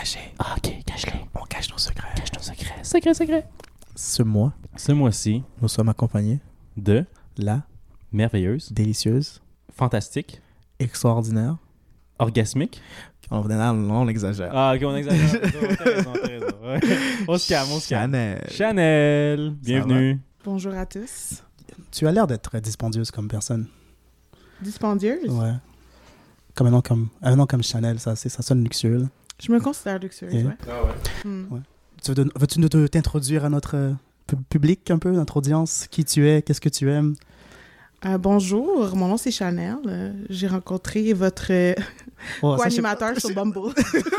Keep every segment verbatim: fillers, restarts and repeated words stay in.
caché. Ah, ok, cache-les. On cache nos secrets. Cache ton secret. Secret, secret. Ce mois, Ce mois-ci, nous sommes accompagnés de la merveilleuse, délicieuse, fantastique, extraordinaire. orgasmique. On, on, on exagère. Ah, ok, on exagère. T'as raison, t'as raison. Ouais. On se calme, on se calme. Chanel. Chanel, bienvenue. Bonjour à tous. Tu as l'air d'être dispendieuse comme personne. Dispendieuse? Ouais. Comme un nom comme, un nom comme Chanel, ça, c'est, ça sonne luxueux. Là. Je me considère luxueuse, Et- ouais. Ah ouais. Hmm. Ouais. Tu veux, don- veux-tu nous te- t'introduire à notre euh, pu- public un peu, notre audience? Qui tu es? Qu'est-ce que tu aimes? Euh, bonjour, mon nom c'est Chanel. Euh, j'ai rencontré votre euh, Oh, ça, je sais co-animateur pas. sur Bumble.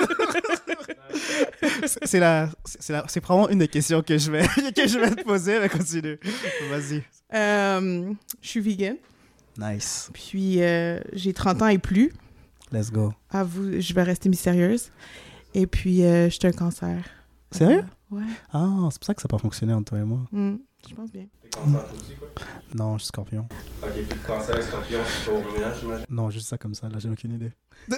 C'est, c'est, la, c'est, c'est la- c'est probablement une des questions que je vais, que je vais te poser, mais continue. Vas-y. Euh, je suis vegan, Nice. puis euh, j'ai trente ans et plus. Let's go. À vous, je vais rester mystérieuse. Et puis, euh, j'ai un cancer. Sérieux? Euh, ouais. Ah, c'est pour ça que ça n'a pas fonctionné entre toi et moi. Hmm, je pense bien. T'es cancer aussi, quoi? Non, je suis scorpion. Ok, puis le cancer, scorpion, c'est pas au ménage, j'imagine. Non, juste ça comme ça, là, j'ai aucune idée.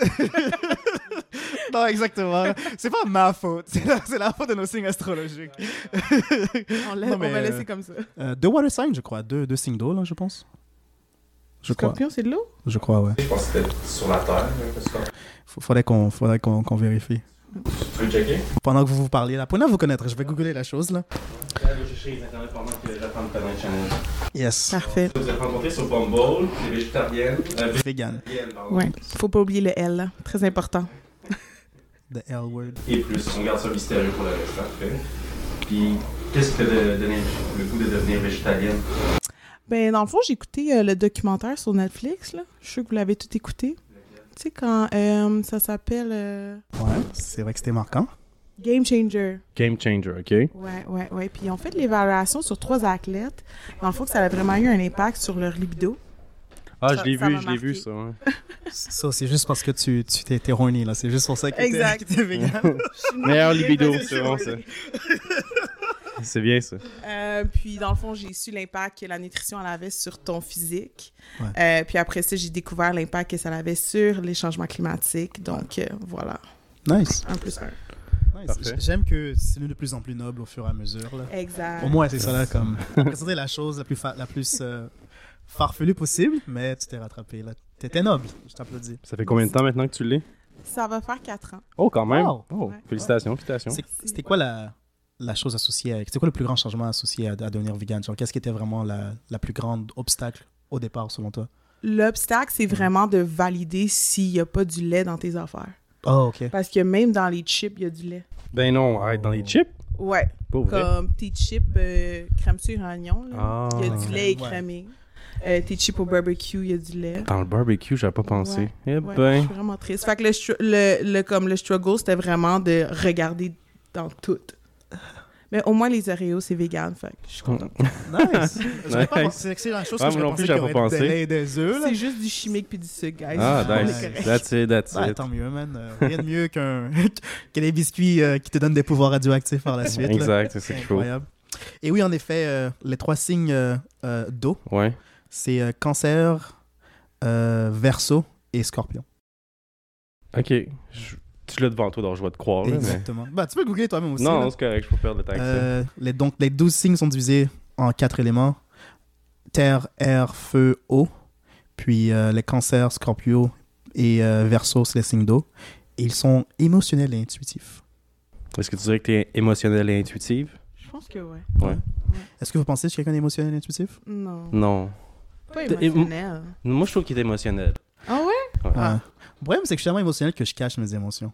Non, exactement. C'est pas ma faute. C'est la, c'est la faute de nos signes astrologiques. On, l'a- Non, mais, on va euh, laisser comme ça. Euh, deux water signs, je crois. Deux, deux signes d'eau, là, je pense. Je crois. Scorpion, c'est de l'eau? Je crois, ouais. Je pense que c'était sur la Terre, un scorpion. F- faudrait qu'on, faudrait qu'on, qu'on vérifie. Tu veux checker? Pendant que vous vous parliez, là. Pour vous connaître, je vais googler la chose, là. Je vais chercher les internets pendant que j'attends de connaître Chanel. Yes. Parfait. Vous êtes rencontrés sur Bumble, les végétariennes. Euh, Vegan. végétariennes, pardon. Ouais. Faut pas oublier le L, là. Très important. The L word. Et plus, on garde ça mystérieux pour le reste, parfait. Puis, qu'est-ce qui t'a de- donné le goût de devenir végétarienne? Ben, dans le fond, j'ai écouté euh, le documentaire sur Netflix, là. Je suis sûre que vous l'avez tout écouté. Tu sais, quand euh, ça s'appelle euh, Ouais, c'est vrai que c'était marquant. Game Changer. Game changer, ok? Ouais, ouais, ouais. Puis ils ont fait l'évaluation sur trois athlètes. Dans le fond, que ça a vraiment eu un impact sur leur libido. Ah, Ça- je l'ai ça vu, m'a je l'ai vu, marqué. ça. Ouais. Ça, c'est juste parce que tu, tu t'es, t'es horny, là. C'est juste pour ça que Exact. t'es, que t'es vegan. Meilleur libido, c'est bon, ça. C'est bien, ça. Euh, puis, dans le fond, j'ai su l'impact que la nutrition elle avait sur ton physique. Ouais. Euh, puis après ça, j'ai découvert l'impact que ça avait sur les changements climatiques. Donc, euh, voilà. Nice. Un plus un. Nice. Parfait. J'aime que c'est devenu de plus en plus noble au fur et à mesure, là. Exact. Au moins, c'est ça, là, comme... Présenter la chose la plus, fa- la plus euh, farfelue possible, mais tu t'es rattrapé, là. T'étais noble, je t'applaudis. Ça fait combien de temps maintenant que tu l'es? Ça va faire quatre ans. Oh, quand même! Wow. Oh, Ouais. félicitations, félicitations. C'est- C'était quoi la, la chose associée avec... C'était quoi le plus grand changement associé à, à devenir vegan? Genre, qu'est-ce qui était vraiment la, la plus grande obstacle au départ, selon toi? L'obstacle, c'est vraiment de valider s'il n'y a pas du lait dans tes affaires. Oh, OK. Parce que même dans les chips, il y a du lait. Ben non, arrête, dans les chips? Ouais. Pas vrai. Comme tes chips euh, crème sur oignon, là. Ah. Il y a du Ouais. lait écrémé. Euh, tes chips au barbecue, il y a du lait. Dans le barbecue, j'avais pas pensé. Ouais. Eh Ouais, je ben. suis vraiment triste. Fait que le, str- le, le, comme le struggle, c'était vraiment de regarder dans tout. Mais au moins, les Oreos, c'est vegan. Fait que je suis contente. Nice. J'aurais pas Nice. pensé- C'est excellent la chose Ouais, que moi j'aurais non plus, pensé j'avais qu'il y pas aurait pensé. des laits et des œufs, là. C'est juste du chimique puis du sucre, guys. Ah, On est nice. correct. That's it, that's Ouais, it. tant mieux, man. Euh, Rien de mieux qu'un que des biscuits euh, qui te donnent des pouvoirs radioactifs par la suite. là. Exact, c'est ce qu'il faut. Incroyable. Et oui, en effet, euh, les trois signes euh, euh, d'eau, Ouais. c'est euh, cancer, euh, verseau et scorpion. Ok. Je- Tu l'as devant toi, donc je vais te croire. Là, mais... Exactement. Bah, tu peux googler toi-même aussi. Non, là. c'est correct, je peux perdre le temps avec ça. Euh, les, donc, les douze signes sont divisés en quatre éléments. Terre, air, feu, eau. Puis euh, les cancers, scorpio et euh, verseau, c'est les signes d'eau. Et ils sont émotionnels et intuitifs. Est-ce que tu dirais que tu es émotionnelle et intuitive? Je pense que ouais. Ouais. Est-ce que vous pensez que je suis quelqu'un d'émotionnel et intuitif? Non. Non. Pas T'es- émotionnel. Moi, je trouve qu'il est émotionnel. Ah ouais? Ouais. Ah. Le problème, c'est que je suis tellement émotionnel que je cache mes émotions.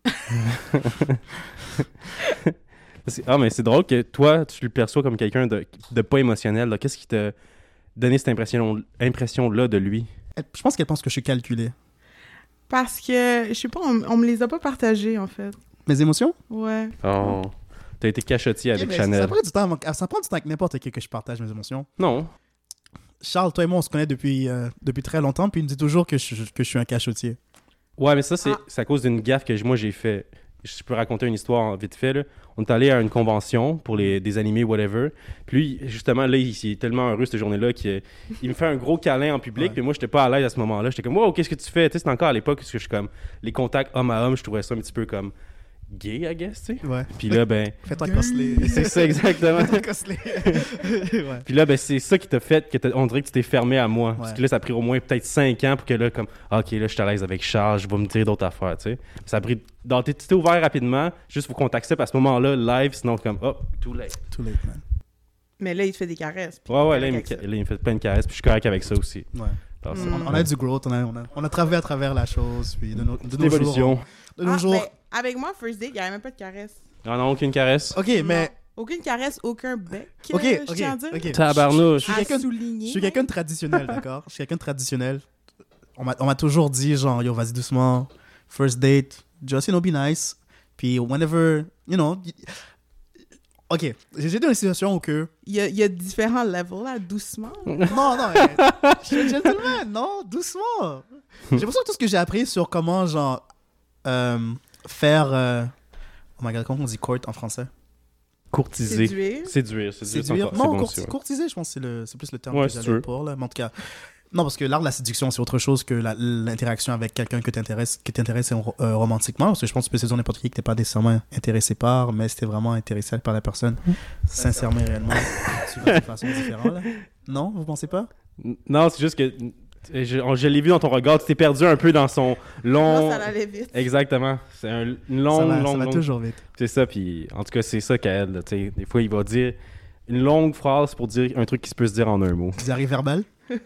Parce que- ah, mais c'est drôle que toi, tu le perçois comme quelqu'un de, de pas émotionnel. là. Qu'est-ce qui t'a donné cette impression, impression-là de lui? Elle- Je pense qu'elle pense que je suis calculé. Parce que, je sais pas, on, on me les a pas partagés, en fait. Mes émotions? Ouais. Oh. T'as été cachotier avec Eh ben, Chanel. Ça prend du temps, ça prend du temps avec n'importe qui que je partage mes émotions. Non. Charles, toi et moi, on se connaît depuis, euh, depuis très longtemps, puis il me dit toujours que je, que je suis un cachotier. Ouais, mais ça, c'est Ah. c'est à cause d'une gaffe que j- moi j'ai fait. Je peux raconter une histoire en vite fait. Là. On est allé à une convention pour les, des animés, whatever. Puis lui, justement, là, il, il est tellement heureux cette journée-là qu'il il me fait un gros câlin en public. Ouais. Puis moi, j'étais pas à l'aise à ce moment-là. J'étais comme, wow, qu'est-ce que tu fais? Tu sais, c'est encore à l'époque, parce que je suis comme, les contacts homme à homme, je trouvais ça un petit peu comme gay, I guess, tu sais. Ouais. Puis là, ben, Fais-toi cosler. c'est ça exactement. Fais-toi cosler. Ouais. Puis là, ben, c'est ça qui t'a fait que t'as- on dirait que tu t'es fermé à moi. Parce Ouais. que là, ça a pris au moins peut-être cinq ans pour que là, comme, ah, ok, là, je suis à l'aise avec Charles, je vais me dire d'autres affaires, tu sais. Ça a pris. dans- Tu t'es ouvert rapidement, juste faut qu'on t'accepte à ce moment-là, live, sinon, comme, oh, too late. Too late, man. Mais là, il te fait des caresses. puis Ouais, ouais, t'es là, il me, correct avec ça. là, il me fait plein de caresses, puis je suis correct avec ça aussi. Ouais. Alors, c'est- Mm. On, on a du growth, on a, on a, on a travaillé à travers la chose, puis de, nos- de Petite nos évolution. jours. De nos Ah, jours. ben, avec moi, first date, il n'y avait même pas de caresse. Ah non, aucune caresse. Ok, mais. Non. Aucune caresse, aucun bec. Ok, euh, je ok, tiens à dire. ok. Tabarnouche. Je suis À quelqu'un de- souligner. Je suis quelqu'un de traditionnel, d'accord? Je suis quelqu'un de traditionnel. On m'a, on m'a toujours dit, genre, yo, vas-y doucement. First date, just, you know, be nice. Puis, whenever, you know. y- Ok, j'ai été dans une situation où que. Il y a, il y a différents levels, là, doucement. Non, non, eh, je suis un gentleman, non, doucement. J'ai l'impression que tout ce que j'ai appris sur comment, genre, euh, faire. euh, Oh my god, comment on dit court en français? Courtiser. Séduire. Séduire. Séduire, c'est Séduire. encore- Non, c'est bon courti- aussi, ouais. courtiser, je pense que c'est, le, c'est plus le terme Ouais, que c'est j'allais sûr. pour, là. Mais en tout cas, non, parce que l'art de la séduction, c'est autre chose que la- l'interaction avec quelqu'un que t'intéresses, qui t'intéresse euh, romantiquement. Parce que je pense que tu peux séduire n'importe qui que t'es pas nécessairement intéressé par, mais si t'es vraiment intéressé par la personne, sincèrement et réellement, tu vas de façon différente, là. Non, vous pensez pas? Non, c'est juste que je, on- je l'ai vu dans ton regard, tu t'es perdu un peu dans son long. Moi, ça allait vite. Exactement. C'est un, une ça longue, va, ça longue, va longue- toujours vite. C'est ça, puis en tout cas, c'est ça qu'elle, là, tu sais. Des fois, il va dire une longue phrase pour dire un truc qui se peut se dire en un mot. Vous arrivez verbal?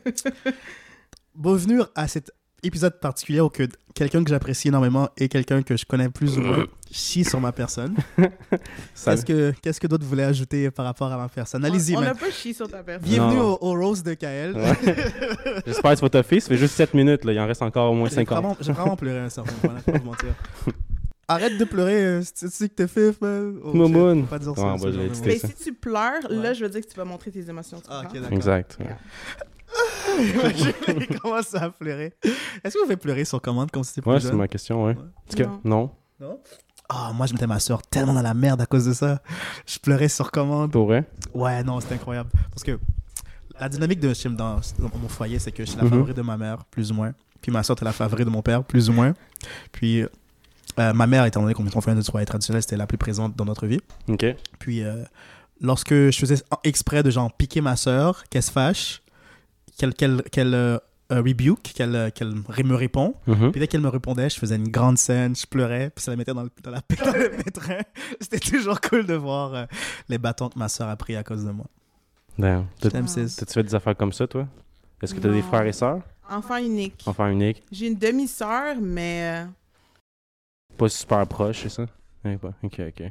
Bienvenue à cet épisode particulier où que quelqu'un que j'apprécie énormément et quelqu'un que je connais plus ou moins chie sur ma personne. Ça- Qu'est-ce que, qu'est-ce que d'autres voulaient ajouter par rapport à ma personne? Allez-y, On n'a man. pas chié sur ta personne. Bienvenue Non. au, au Rose de Kael. Ouais. J'espère que tu vas toffer. Ça fait juste sept minutes, là. Il en reste encore au moins J'ai cinquante. vraiment, j'ai vraiment pleuré à un certain point, là, faut pas vous mentir. Arrête de pleurer, euh, c'est c'est que t'es fif, man. Oh, Moumoune. shit, faut pas dire ça, Ouais, on ce va genre le de laisser. mots. Mais ça. si tu pleures, là, Ouais. je veux dire que tu vas montrer tes émotions. Tu Ah, ok, comprends? d'accord. Exact. ouais. J'ai commencé à pleurer. Est-ce que vous faites pleurer sur commande quand c'était plus Ouais, c'est jeune? ma question, ouais. Ouais. Est-ce que... Non. Non, Non? Ah, moi, je mettais ma soeur tellement dans la merde à cause de ça. Je pleurais sur commande. pour vrai? Ouais, non, c'était incroyable. Parce que la dynamique de chez- dans, dans mon foyer, c'est que je suis la Mhm. favorite de ma mère, plus ou moins. Puis ma soeur était la favorite de mon père, plus ou moins. Puis euh, ma mère, étant donné qu'on qu'on fait un de foyer traditionnel, c'était la plus présente dans notre vie. OK. Puis euh, lorsque je faisais exprès de genre piquer ma soeur, qu'elle se fâche, qu'elle qu'elle qu'elle euh, euh, rebuke, qu'elle euh, qu'elle me répond. Mhm. Puis dès qu'elle me répondait, je faisais une grande scène, je pleurais, puis ça la mettait dans le, dans la, dans le pétrin. C'était toujours cool de voir euh, les bâtons que ma soeur a pris à cause de moi. Damn. Je T'as- t'aime, Ah. sis. T'as-tu fait des affaires comme ça, toi? Est-ce que t'as des Non. frères et sœurs? Enfant unique. Enfants uniques? J'ai une demi-sœur, mais euh, Pas super proche, c'est ça? Ouais, pas. Ok, ok.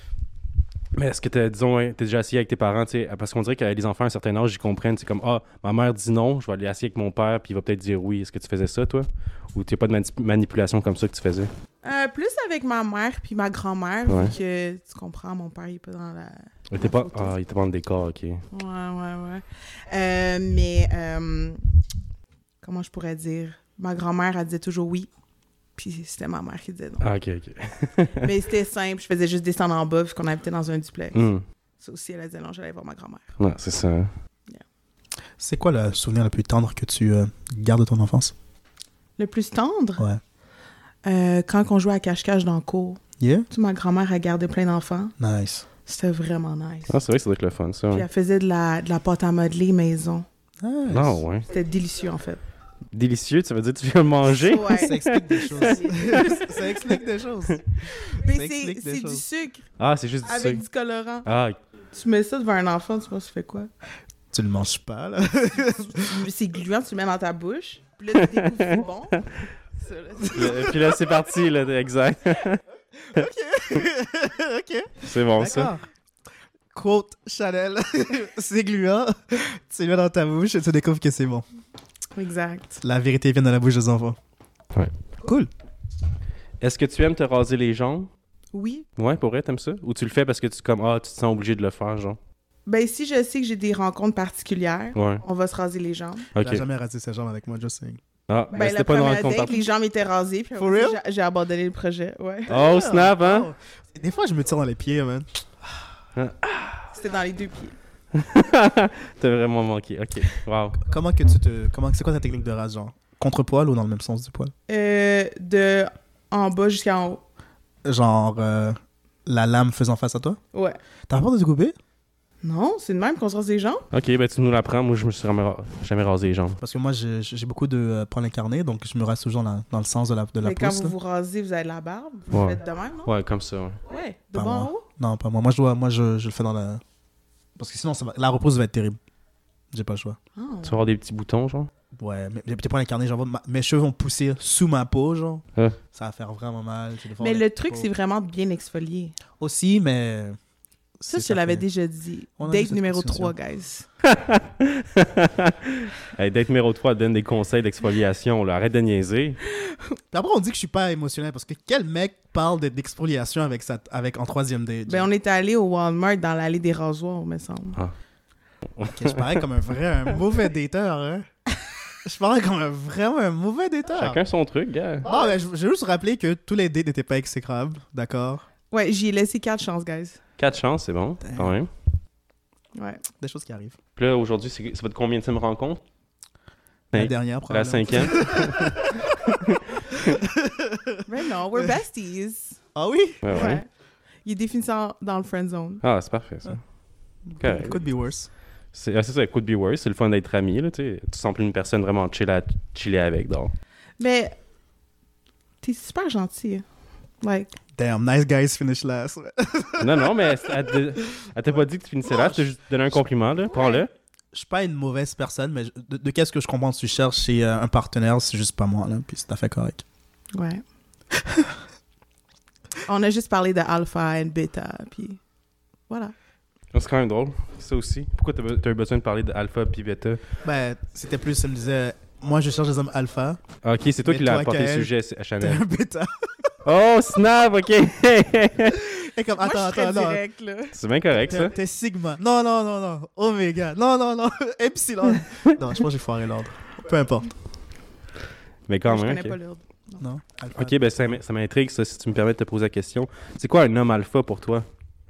Mais est-ce que t'as, disons, ouais, t'es déjà assis avec tes parents, tu sais, parce qu'on dirait que les enfants à un certain âge, ils comprennent, c'est comme, ah, ma mère dit non, je vais aller assis avec mon père, puis il va peut-être dire oui. Est-ce que tu faisais ça, toi? Ou t'as pas de mani- manipulation comme ça que tu faisais? euh, plus avec ma mère puis ma grand-mère, Ouais. vu que tu comprends, mon père il est pas dans la. Il était la pas, photo. ah, il était pas dans le décor, ok. Ouais, ouais, ouais. Euh, mais euh, comment je pourrais dire? Ma grand-mère, elle disait toujours oui. Puis c'était ma mère qui disait non. Ah, ok, ok. Mais c'était simple, je faisais juste descendre en bas, vu qu'on habitait dans un duplex. Hmm. Ça aussi, elle a dit non, j'allais voir ma grand-mère. Ouais, c'est ça. hein. C'est quoi le souvenir le plus tendre que tu euh, gardes de ton enfance? Le plus tendre, Ouais. euh, quand on jouait à cache-cache dans le cours. Yeah? Tu sais, ma grand-mère a gardé plein d'enfants. Nice. C'était vraiment nice. Ah, c'est vrai que ça doit être le fun, ça. Puis ouais. elle faisait de la, de la pâte à modeler maison. Nice. Ah, ouais. C'était délicieux, en fait. Délicieux, ça veut dire que tu viens le manger? Ouais. Ça explique des choses. Ça explique des choses. Mais Ça c'est explique des c'est du choses. sucre Ah, c'est juste du avec sucre. du colorant. Ah, Tu mets ça devant un enfant, tu penses que tu fais quoi? Tu le manges pas, là. C'est gluant, tu le mets dans ta bouche. Puis là, tu découvres que c'est bon. Ça, là, c'est- le- puis là, c'est parti, là, exact. OK. C'est bon, ça. D'accord. Quote Chanel. C'est gluant. Tu le mets dans ta bouche et tu découvres que c'est bon. Exact. La vérité vient de la bouche des enfants. Ouais. Cool. Est-ce que tu aimes te raser les jambes? Oui. Ouais, pour vrai, t'aimes ça? Ou tu le fais parce que tu, comme, ah, tu te sens obligé de le faire, genre? Ben, si je sais que j'ai des rencontres particulières, Ouais. on va se raser les jambes. Il Ok. n'a jamais rasé ses jambes avec moi, just saying. Ah, Ben, ben, la c'était pas une première rencontre date, les jambes étaient rasées. Puis For après ça, real? j'ai- j'ai abandonné le projet. Ouais. Oh, snap, hein? Oh. Des fois, je me tire dans les pieds, man. C'était dans les deux pieds. T'as vraiment manqué. Ok, wow. Comment que tu te... Comment... C'est quoi ta technique de rase, genre? Contre poil ou dans le même sens du poil? Euh, de en bas jusqu'en haut. Genre, euh, la lame faisant face à toi? Ouais. T'as peur de te couper? Non, c'est de même qu'on se rase les jambes. Ok, ben tu nous l'apprends. Moi, je me suis jamais, ra- jamais rasé les jambes. Parce que moi, j'ai j'ai beaucoup de euh, poils incarnés, donc je me rase toujours dans, dans le sens de la, de la Mais quand pousse. vous là. vous rasez, vous avez la barbe. Vous Ouais. faites de même, non? Ouais, comme ça. Ouais. Ouais. De Pas bas en moi. haut? Non, pas moi. Moi, je, dois, moi je, je le fais dans la... Parce que sinon, ça va- la repousse va être terrible. J'ai pas le choix. Ah. Tu vas avoir des petits boutons, genre? Ouais, mais les petits poils incarnés, genre, ma- mes cheveux vont pousser sous ma peau, genre. Hein? Ça va faire vraiment mal. tu sais, des fois, Mais on le est- truc, oh. c'est vraiment de bien exfolier. Aussi, mais... Ça, c'est- je te l'avais fait- déjà dit. On a vu Date cette numéro discussion. trois, guys. Hey, date numéro trois donne des conseils d'exfoliation. Là. Arrête de niaiser. Puis après, on dit que je suis pas émotionnel, parce que quel mec parle de- d'exfoliation avec, sa, avec en troisième date? Ben, on est allé au Walmart dans l'allée des rasoirs, me semble. Ok, je parais comme un vrai, un mauvais dateur, hein? Je parais comme un vraiment un mauvais dateur. Chacun son truc, gars. Non, mais je, je veux juste rappeler que tous les dates n'étaient pas exécrables, d'accord? Ouais, j'y ai laissé quatre chances, guys. Quatre chances, c'est bon, quand même. Ouais. Des choses qui arrivent. Puis là, aujourd'hui, c'est c'est votre combien de rencontre? La Hey, dernière, La probablement. cinquième? Mais non, we're besties. Ah oui? Ouais, ouais. Ouais. Il est définissant dans le friend zone. Ah, c'est parfait, ça. Correct. Could be worse. C'est ah, c'est ça, could be worse. C'est le fun d'être ami, là, tu sais. Tu sens plus une personne vraiment chill à chiller avec, donc. Mais t'es super gentil. hein. Like, Damn, nice guys finish last. Non, non, mais elle, te- elle t'a pas dit que tu finissais là, tu t'as juste donné un compliment, là. Prends-le. Je suis pas une mauvaise personne, mais je- de, de qu'est-ce que je comprends que tu cherches chez euh, un partenaire, c'est juste pas moi, là. Puis c'est tout à fait correct. ouais. On a juste parlé de alpha et bêta, puis voilà. C'est quand même drôle, ça aussi. Pourquoi t'as be- t'as eu besoin de parler d'alpha puis bêta? Ben, c'était plus, ça me disait, moi je cherche des hommes alpha, Ah, ok, c'est toi Mais qui l'as toi, apporté le Kael, sujet à t'es Chanel. un bêta. Oh, snap, ok! Et comme, Moi, attends, je serais attends, non. direct, là. C'est bien correct, T'es ça. t'es Sigma. Non, non, non, non. Oméga. Non, non, non. Epsilon. Non, je pense que j'ai foiré l'ordre. Peu importe. Mais quand je même, connais ok. pas l'ordre. Non. Alpha. Ok, ben ça, m- ça m'intrigue, ça, si tu me permets de te poser la question. C'est quoi un homme alpha pour toi?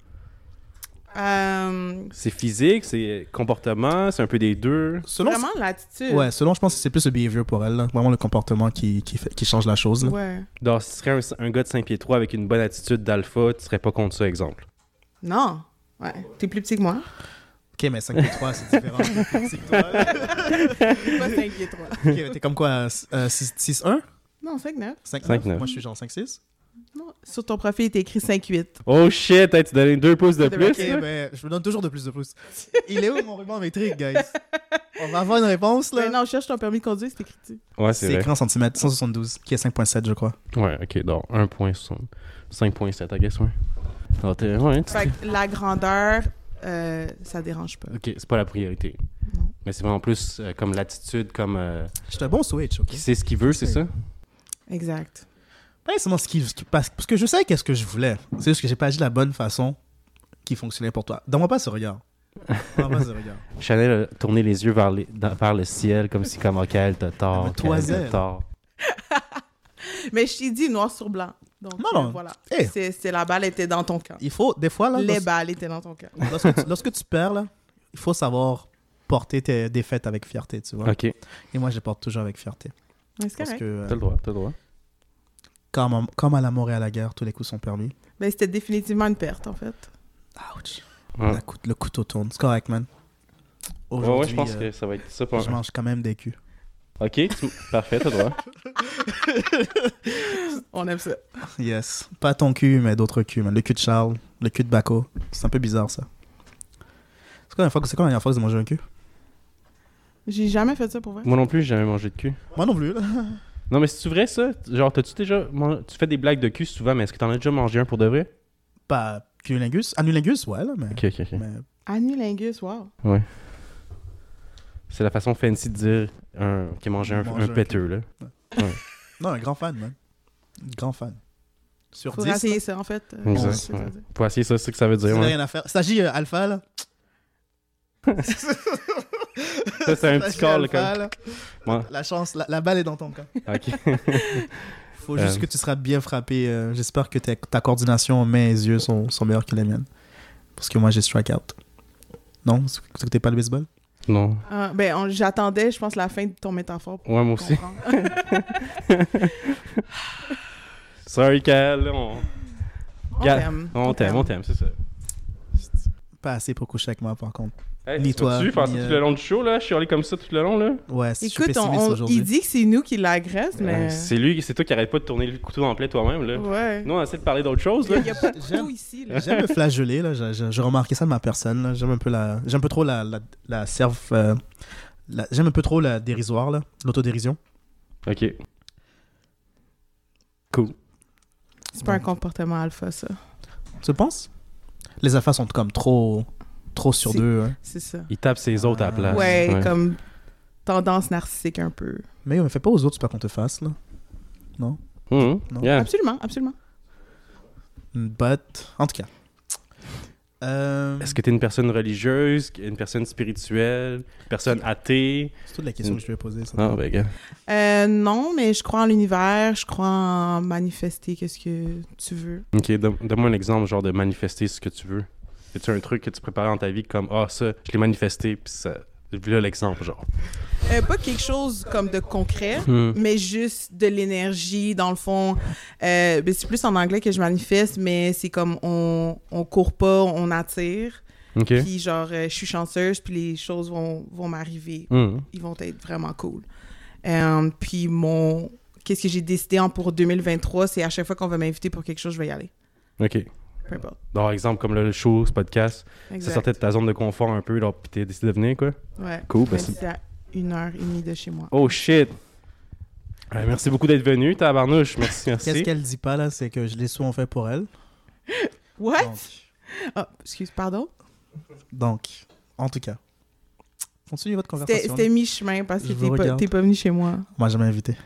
Euh, C'est physique, c'est comportement, c'est un peu des deux? Selon, vraiment l'attitude. ouais, selon, je pense que c'est plus le behavior pour elle. Là. Vraiment le comportement qui, qui, fait, qui change la chose. Là. Ouais. Donc, si tu serais un, un gars de cinq pieds trois avec une bonne attitude d'alpha, tu serais pas contre ça, exemple. Non. Ouais. T'es plus petit que moi. Ok, mais cinq pieds trois, c'est différent. C'est que toi, là. Pas cinq pieds trois. Ok, t'es comme quoi, euh, six un? Non, cinq neuf. cinq cinq neuf. Moi, je suis genre cinq six. Non. Sur ton profil, il est écrit cinq huit. Oh shit, hey, tu donnes deux pouces de De plus? Ok, là? ben, je me donne toujours de plus de plus. Il est où mon ruban métrique, guys? On va avoir une réponse, là. Mais non, cherche ton permis de conduire, c'est écrit dessus. Ouais, c'est C'est vrai. écrit en centimètres, cent soixante-douze, qui est cinq virgule sept, je crois. Ouais, ok, donc un virgule soixante. cinq virgule sept, I guess, ouais. Alors, t'es- ouais, tu- Fait que la grandeur, euh, ça dérange pas. Ok, c'est pas la priorité. Non. Mais c'est vraiment plus euh, comme l'attitude, comme euh, J'étais un bon switch, ok? qui sait ce qu'il veut, c'est Ouais. ça? Exact. Pas nécessairement ce qui, ce qui- parce, parce que je sais qu'est-ce que je voulais. C'est juste que j'ai pas agi de la bonne façon qui fonctionnait pour toi. Donne-moi pas ce regard. Donne-moi pas ce regard. Chanel a tourné les yeux vers, les, dans- vers le ciel, comme si, comme, ok, elle t'a Elle tort. me ok, elle toisait. t'a tort. Mais je t'ai dit noir sur blanc. Donc, Non, euh, non. voilà. Hey. C'est, c'est la balle était dans ton camp. Il faut, des fois, là, Les lorsque, balles étaient dans ton camp. lorsque tu, lorsque tu perds, là, il faut savoir porter tes défaites avec fierté, tu vois. Ok, Et moi, je les porte toujours avec fierté. Ouais, c'est Parce correct. que, euh, t'as le droit, t'as le droit. comme, en- comme à la mort et à la guerre, tous les coups sont permis. Ben, c'était définitivement une perte, en fait. Ouch. Ouais, La cou- le couteau tourne. C'est correct, man. ouais, Aujourd'hui, ouais, je pense euh, que ça va être ça pour je mange quand même des culs. Ok, tu- parfait, t'as le droit. On aime ça. Yes. Pas ton cul, mais d'autres culs, man. Le cul de Charles, le cul de Baco. C'est un peu bizarre, ça. C'est quoi la dernière fois que- c'est quoi la dernière fois que vous avez mangé un cul? J'ai jamais fait ça pour vrai. Moi non plus, j'ai jamais mangé de cul. Moi non plus, là. Non, mais c'est-tu vrai, ça? Genre, t'as-tu déjà... man- Tu fais des blagues de cul souvent, mais est-ce que t'en as déjà mangé un pour de vrai? Pas cululingus. Anulingus, ouais, là, mais... Ok, ok, ok. mais Anulingus, wow. Ouais. C'est la façon fancy de dire un, qui a mangé un, Manger un un péteux, là. Non, un grand fan, man. Un grand fan. Sur Faudrait dix, essayer là, ça, en fait. Euh, Exact, c'est ça que ça ouais. veut dire. Pour essayer ça, c'est ce que ça veut si dire, vous avez ouais. rien à faire. S'agit euh, alpha, là. Ça, c'est un petit S'agit call, là, alpha, comme... là. Ouais. La chance, la, la balle est dans ton camp. Ok. Faut juste Euh. que tu seras bien frappé. euh, J'espère que ta, ta coordination mains et yeux sont, sont meilleures que les miennes. Parce que moi, j'ai strike out. Non? C'est c'est que t'es pas le baseball? Non. Ah, ben, on- j'attendais, je pense, la fin de ton métaphore pour Ouais, moi aussi. comprendre. Sorry, Cal. On... On Gars, t'aime. On t'aime, on t'aime, c'est ça. Pas assez pour coucher avec moi, par contre. Hey, Ni tu vas toi, dessus, faire ni, ça tout euh, le long du show, là? Je suis allé comme ça tout le long, là? Ouais, je suis Écoute, on- pessimiste on- aujourd'hui. il dit que c'est nous qui l'agressent, mais... Euh, c'est lui, c'est toi qui arrête pas de tourner le couteau dans le plaid toi-même, là. Ouais. Nous, on essaie de parler d'autre chose, Il là. n'y a pas de J'aime- couteau ici, là. J'aime me flageller, là. J'ai- J'ai j'ai remarqué ça de ma personne, là. J'aime un peu la... J'aime un peu trop la, la, la serve... euh, la- J'aime un peu trop la dérisoire, là. L'autodérision. Ok. Cool. C'est pas un comportement alpha, ça. Tu le penses? Les alphas sont comme trop... Trop sur C'est- deux, hein. C'est ça. Il tape ses autres à la place. Ouais, comme tendance narcissique un peu. Mais on fait pas aux autres, c'est pas qu'on te fasse, là. Non? Mhm. Non. Yeah. Absolument, absolument. But... En tout cas. Euh... Est-ce que t'es une personne religieuse, une personne spirituelle, une personne athée? C'est toute la question que je lui ai posée, ça. Ah, ben, gars. Euh, non, mais je crois en l'univers, je crois en manifester qu'est-ce que tu veux. Ok, donne- donne-moi un exemple, genre de manifester ce que tu veux. C'est-tu un truc que tu prépares dans ta vie comme, ah, ça, je l'ai manifesté, puis ça. Là, l'exemple, genre. Euh, pas quelque chose comme de concret, Hmm. mais juste de l'énergie, dans le fond. Euh, ben, c'est plus en anglais que je manifeste, mais c'est comme on, on court pas, on attire. Ok. Puis genre, euh, je suis chanceuse, puis les choses vont, vont m'arriver. Hmm. Ils vont être vraiment cool. Euh, puis mon... Qu'est-ce que j'ai décidé en pour deux mille vingt-trois, c'est à chaque fois qu'on va m'inviter pour quelque chose, je vais y aller. Ok. Peu importe. Par exemple, comme le show, ce podcast, ça Exact. sortait de ta zone de confort un peu, là, puis t'as décidé de venir, quoi. Ouais. Cool, Même ben si c'est- c'est à une heure et demie de chez moi. Oh shit! Ouais, merci beaucoup d'être venu, tabarnouche. Merci, merci. Qu'est-ce qu'elle dit pas, là, c'est que je l'ai souvent fait pour elle. What? Donc, Ah, excuse, pardon? donc, en tout cas. Continuez votre C'était conversation. c'était mi-chemin parce que Je t'es vous pas, regarde. t'es pas venu chez moi. Moi, jamais invité.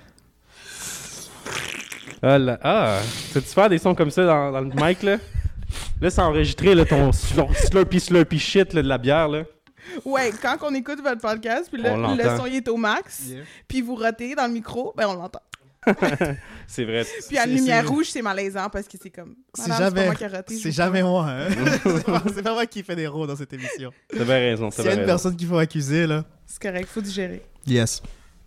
Ah, là, ah, sais-tu faire des sons comme ça dans, dans le mic, là? Là, c'est enregistré, là, ton slur- slurpy slurpy shit, là, de la bière, là. Ouais, quand on écoute votre podcast, puis là, On le l'entend. son il est au max, Yeah. puis vous rotez dans le micro, ben on l'entend. C'est vrai. Puis à la C'est- lumière c'est- rouge, c'est malaisant parce que c'est comme... C'est Madame, jamais, pas moi qui ai roté, je c'est vous jamais moi, hein. c'est pas- c'est pas moi qui fait des rôles dans cette émission. T'as bien raison, t'as S'il y bien a une raison. personne qu'il faut accuser, là. C'est correct, faut digérer. Yes.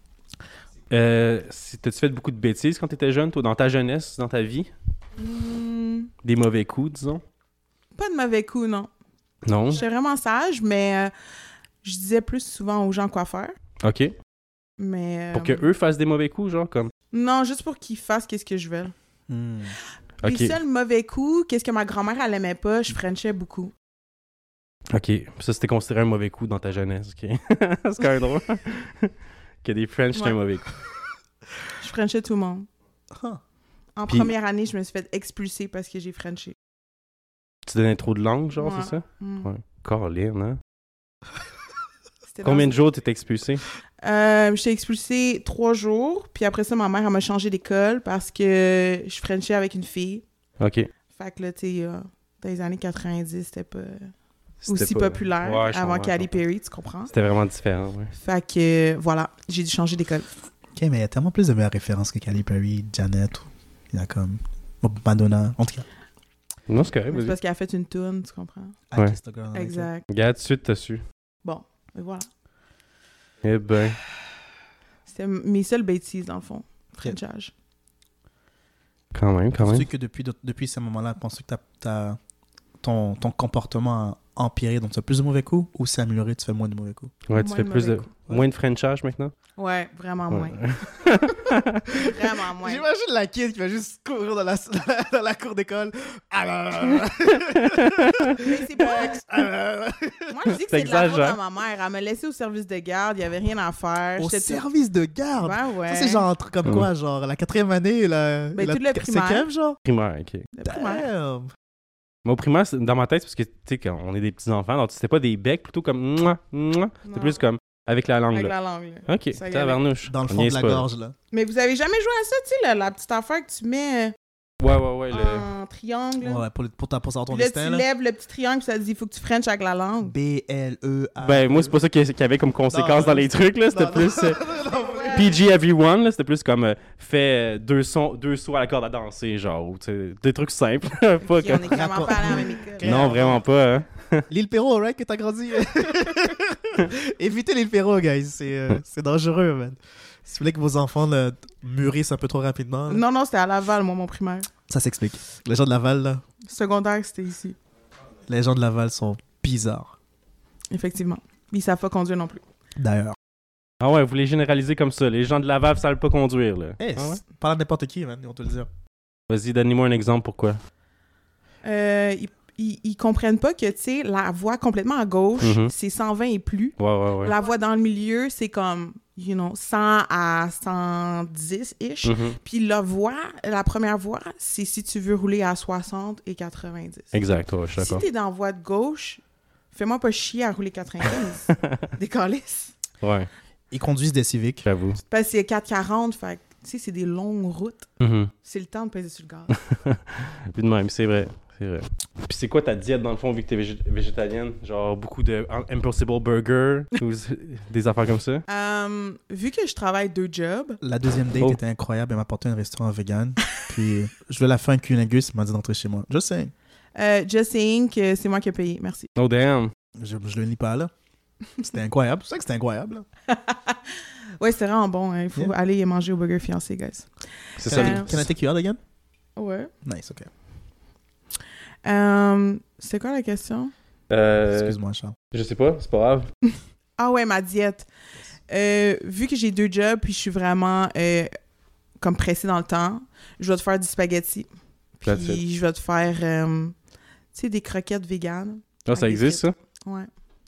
Euh, si- t'as-tu fait beaucoup de bêtises quand t'étais jeune, toi, dans ta jeunesse, dans ta vie? Hmm, Des mauvais coups, disons? pas de mauvais coup, non. Non? J'étais vraiment sage, mais euh, je disais plus souvent aux gens quoi faire. OK. Mais... euh, Pour que eux fassent des mauvais coups, genre, comme... Non, juste pour qu'ils fassent qu'est-ce que je veux. Hmm. OK. Les seuls mauvais coups, qu'est-ce que ma grand-mère, elle aimait pas, je frenchais beaucoup. OK. Ça, c'était considéré un mauvais coup dans ta jeunesse, OK? C'est quand même drôle. Que des French, c'est Ouais. un mauvais coup. Je frenchais tout le monde. Ah. En Puis- première année, je me suis fait expulser parce que j'ai frenché. Tu donnais trop de langue, genre, Ouais. c'est ça? Mm. Ouais. Caroline, hein? C'était dans- Combien de jours t'étais expulsé? Euh, J'étais expulsée trois jours, puis après ça, ma mère, elle m'a changé d'école parce que je frenchais avec une fille. OK. Fait que là, tu sais, euh, dans les années quatre-vingt-dix, c'était pas C'était aussi pas- populaire Ouais, je avant comprends, Katy je comprends. Perry, tu comprends? C'était vraiment différent, ouais. Fait que, euh, voilà, j'ai dû changer d'école. Ok, mais il y a tellement plus de meilleures références que Katy Perry, Janet. Il y a comme Madonna. En tout cas. Non, c'est correct, C'est vas-y. parce qu'elle a fait une toune, tu comprends? I Ouais. Kissed a Girl Like That. Exact. Regarde, tout de suite, t'as su. Bon, et voilà. Eh ben. C'était m- mes seules bêtises, dans le fond. Frenchage. Quand même, quand même. Penses-tu que depuis, depuis ce moment-là, penses-tu que t'as, t'as- ton, ton comportement a empiré, donc tu as plus de mauvais coups, ou c'est amélioré, tu fais moins de mauvais coups? Ouais, tu Moins fais de plus de... mauvais coups. Moins de Frenchage maintenant? Ouais, vraiment Ouais. moins. Vraiment moins. J'imagine la kid qui va juste courir dans la, dans la cour d'école. Ah là là là. Mais c'est pas... Ah là là là. Moi, je dis que c'est de la faute T'exagères. à ma mère. Elle me laissait au service de garde, il n'y avait rien à faire. Au J'étais service de garde. tout- Ben ouais. Ça, c'est genre un truc comme Ouais. quoi, genre la quatrième année, la, Ben, la tout le primaire. cinquième, genre? Primaire, OK. Le primaire. Damn. Mais au primaire, c'est- dans ma tête, c'est parce que, tu sais, quand on est des petits-enfants, donc c'était pas des becs, plutôt comme... Mouah, mouah. C'était Non. plus comme avec la langue, Avec là. la langue, là. OK, Ça y tabarnouche. Dans le On fond de niaise la pas. gorge, là. Mais vous avez jamais joué à ça, tu sais, la, la petite affaire que tu mets Ouais, ouais, ouais. Le... euh, en triangle. là. Ouais, pour, le- pour, ta- pour savoir ton Puis là, destin, tu là. lèves le petit triangle, puis ça te dit, il faut que tu frenches avec la langue. B L E A. Ben, moi, c'est pas ça qu'il y qu'il y avait comme conséquence Non, dans les trucs, là. C'était non, plus... non, euh, non, non, ouais. P G Everyone, là. C'était plus comme... euh, fais euh, deux, sons, deux sauts à la corde à danser, genre. ou, tu sais, des trucs simples. pas Puis on comme... est clairement pas allé à la même école. Non, vraiment pas, hein. L'île Perrault, right, que t'as grandi. Évitez l'île Perrault, guys. C'est euh, c'est dangereux, man. Si vous voulez que vos enfants là, mûrissent un peu trop rapidement, là, Non, non, c'était à Laval, moi, mon primaire. ça s'explique. Les gens de Laval, là, Secondaire, c'était ici. Les gens de Laval sont bizarres. Effectivement. Ils savent pas conduire non plus. D'ailleurs. Ah ouais, vous les généralisez comme ça. Les gens de Laval savent pas conduire, là. Hey, Ah ouais? parle à n'importe qui, man, ils vont te le dire. Vas-y, donne-moi un exemple, pourquoi. Euh, ils, ils, ils comprennent pas que, tu sais, la voie complètement à gauche, Mhm. c'est cent vingt et plus. Ouais, ouais, ouais. La voie dans le milieu, c'est comme, you know, cent à cent dix-ish. Mhm. Puis la voie, la première voie, c'est si tu veux rouler à soixante et quatre-vingt-dix. Exact, ouais, je suis Si d'accord. t'es dans la voie de gauche, fais-moi pas chier à rouler quatre-vingt-quinze. Des calices. Ouais, Ils conduisent des civiques. j'avoue. Parce que c'est quatre quarante, fait que, tu sais, c'est des longues routes. Mhm. C'est le temps de peser sur le gaz. Puis de même, c'est vrai. C'est vrai. Puis c'est quoi ta diète dans le fond vu que t'es végé- végétalienne? Genre beaucoup de Impossible Burger ou des affaires comme ça? Euh, vu que je travaille deux jobs, La deuxième date Oh. était incroyable. Elle m'a apporté un restaurant vegan. Puis je voulais la faire un cunilingus. Il m'a dit d'entrer chez moi. Je sais. euh, just saying que c'est moi qui ai payé. Merci. Oh damn! Je, je le lis pas là. C'était incroyable. C'est ça que c'était incroyable. là. Ouais, c'est vraiment bon. hein. Il faut Yeah. aller manger au Burger Fiancé, guys. C'est Can, ça. I, Euh, can I take you out again? Ouais. Nice, ok. Euh, c'est quoi la question? Euh, Excuse-moi, Charles. je sais pas, c'est pas grave. Ah ouais, ma diète. Euh, vu que j'ai deux jobs, puis je suis vraiment euh, comme pressée dans le temps, je vais te faire du spaghetti. That's it. Puis je vais te faire, euh, tu sais, des croquettes véganes. Ah, ça Avec des existe ça? Ouais.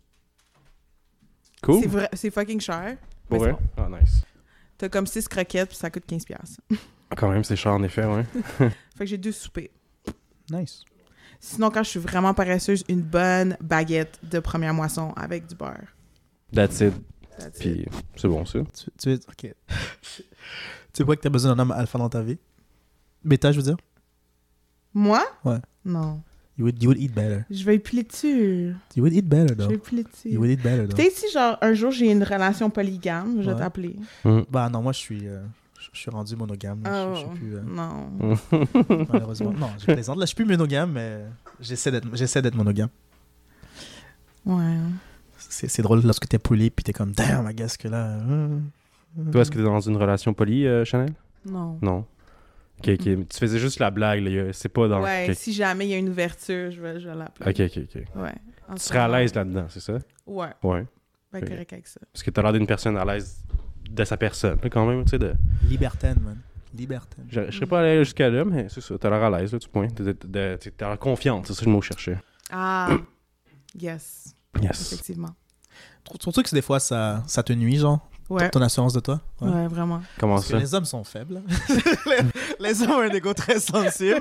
Cool. C'est vrai, c'est fucking cher. Pour mais vrai? c'est bon. Ah, nice. T'as comme six croquettes, puis ça coûte quinze piastres. Quand même, c'est cher en effet, ouais. Fait que j'ai deux soupers. Nice. Sinon, quand je suis vraiment paresseuse, une bonne baguette de première moisson avec du beurre. That's it. That's it. Puis c'est bon ça. Tu, tu es. Ok. Tu vois que t'as besoin d'un homme alpha dans ta vie? Bêta, je veux dire? Moi? Ouais. Non. You would, you would eat better. Je vais épiler dessus. You would eat better, Je though. vais épiler dessus. You would eat better, though. Peut-être si, genre, un jour, j'ai une relation polygame, je vais Ouais. t'appeler. Bah non, moi, je suis... euh, je je suis rendu monogame. là. Je, je Oh, suis plus... euh, non. malheureusement. Non, je plaisante. Là, je suis plus monogame, mais j'essaie d'être, j'essaie d'être monogame. Ouais. C'est, c'est drôle lorsque t'es poli puis t'es comme damn, I guess que là. euh, euh. Toi, est-ce que t'es dans une relation polie, euh, Chanel? Non. Non. Ok, ok. Mais tu faisais juste la blague, là. y a- C'est pas dans. Ouais, ok. si jamais il y a une ouverture, je vais, je vais l'appeler. Ok, ok, ok. Ouais. En Tu ce serais à moment- l'aise là-dedans, c'est ça? Ouais. Ouais. Ben, Ok. correct avec ça. Parce que t'as l'air d'une personne à l'aise de sa personne, là, quand même, tu sais. De... Libertaine, man. Libertaine. Je, je serais pas allé jusqu'à là, mais c'est ça. T'as l'air à l'aise, là, tu pointes. De, de, de- t'as l'air confiante, c'est ça le mot que je cherchais. Ah. Yes. Yes. Effectivement. Surtout que des fois, ça, ça te nuit, genre, Ouais. ton assurance de toi. Ouais. Ouais, vraiment. Comment Parce que ça? les hommes sont faibles. les, les hommes ont un ego très sensible.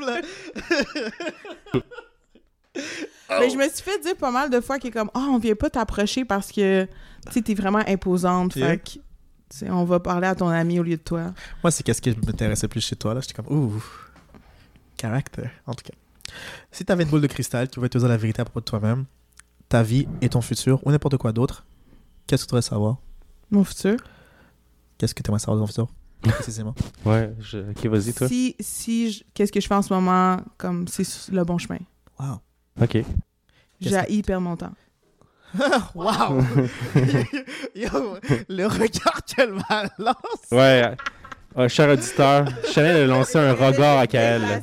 Mais je me suis fait dire pas mal de fois qu'il est comme, ah, on vient pas t'approcher parce que, tu sais, t'es vraiment imposante. Yeah. Fait que, tu sais, on va parler à ton ami au lieu de toi. Moi, c'est qu'est-ce qui m'intéressait plus chez toi, là. J'étais comme, ouh, caractère, en tout cas. Si t'avais une boule de cristal qui pouvait te dire la vérité à propos de toi-même, ta vie et ton futur, ou n'importe quoi d'autre, qu'est-ce que tu voudrais savoir? Mon futur. Qu'est-ce que tu aimerais savoir de ton futur, précisément? Ouais, je... ok, vas-y, toi. Si, si, je- qu'est-ce que je fais en ce moment, comme, c'est sur le bon chemin. Wow. Ok. Qu'est-ce J'ai que- hyper mon temps. Wow! Yo, le regard qu'elle balance! Ouais. euh, cher auditeur, Chanel a lancé un regard à Kael. là.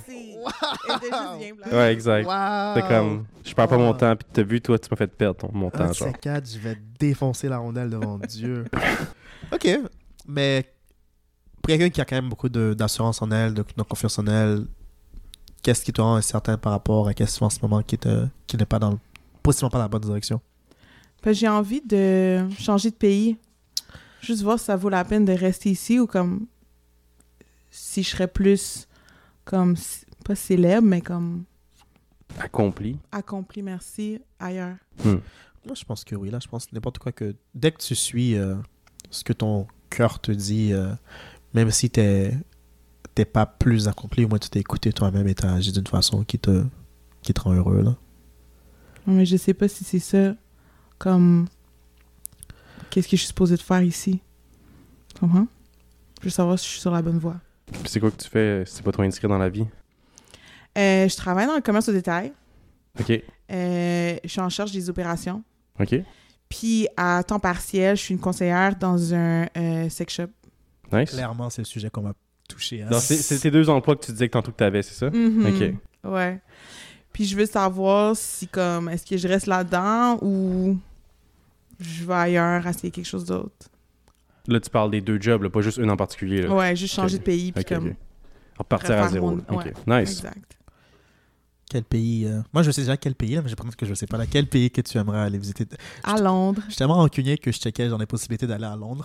Ouais, exact. Wow! C'est comme, je perds pas mon Wow. temps, puis t'as vu, toi, tu m'as fait perdre ton, mon Un temps, de genre. ces quatre, je vais défoncer la rondelle devant Dieu. Ok, mais pour quelqu'un qui a quand même beaucoup de- d'assurance en elle, de, de confiance en elle, qu'est-ce qui te rend incertain par rapport à qu'est-ce que tu fais en ce moment qui, te, qui n'est pas dans le, possiblement pas dans la bonne direction? Parce que j'ai envie de changer de pays. Juste voir si ça vaut la peine de rester ici ou comme si je serais plus comme c- pas célèbre, mais comme Accompli. accompli, merci, ailleurs. Moi, je pense que oui. Là, je pense que n'importe quoi que... Dès que tu suis euh, ce que ton cœur te dit, euh, même si t'es t'es pas plus accompli, au moins tu t'es écouté toi-même et t'as agi d'une façon qui te, qui te rend heureux, là. Mais je sais pas si c'est ça, comme qu'est-ce que je suis supposée de faire ici. Tu comprends? Je veux savoir si je suis sur la bonne voie. Puis c'est quoi que tu fais si c'est pas trop inscrit dans la vie? Euh, je travaille dans le commerce au détail. Ok. Euh, je suis en charge des opérations. Ok. Puis à temps partiel, je suis une conseillère dans un euh, sex shop. Nice. Clairement, c'est le sujet qu'on va toucher. Hein. Donc, c'est c'est tes deux emplois que tu disais que tantôt que t'avais, c'est ça? Mhm. Ok. Ouais. Puis je veux savoir si, comme, est-ce que je reste là-dedans ou je vais ailleurs essayer quelque chose d'autre. Là, tu parles des deux jobs, là, pas juste une en particulier. Là. Ouais, juste changer Ok. de pays. Puis Ok, comme. ok. Repartir à refaire zéro. mon- là. Ok. ouais, Nice. Exact. Quel pays euh, Moi, je sais déjà quel pays, là, mais je pense que je sais pas là. Quel pays que tu aimerais aller visiter À Londres. Je suis tellement rancunier que je checkais dans les possibilités d'aller à Londres.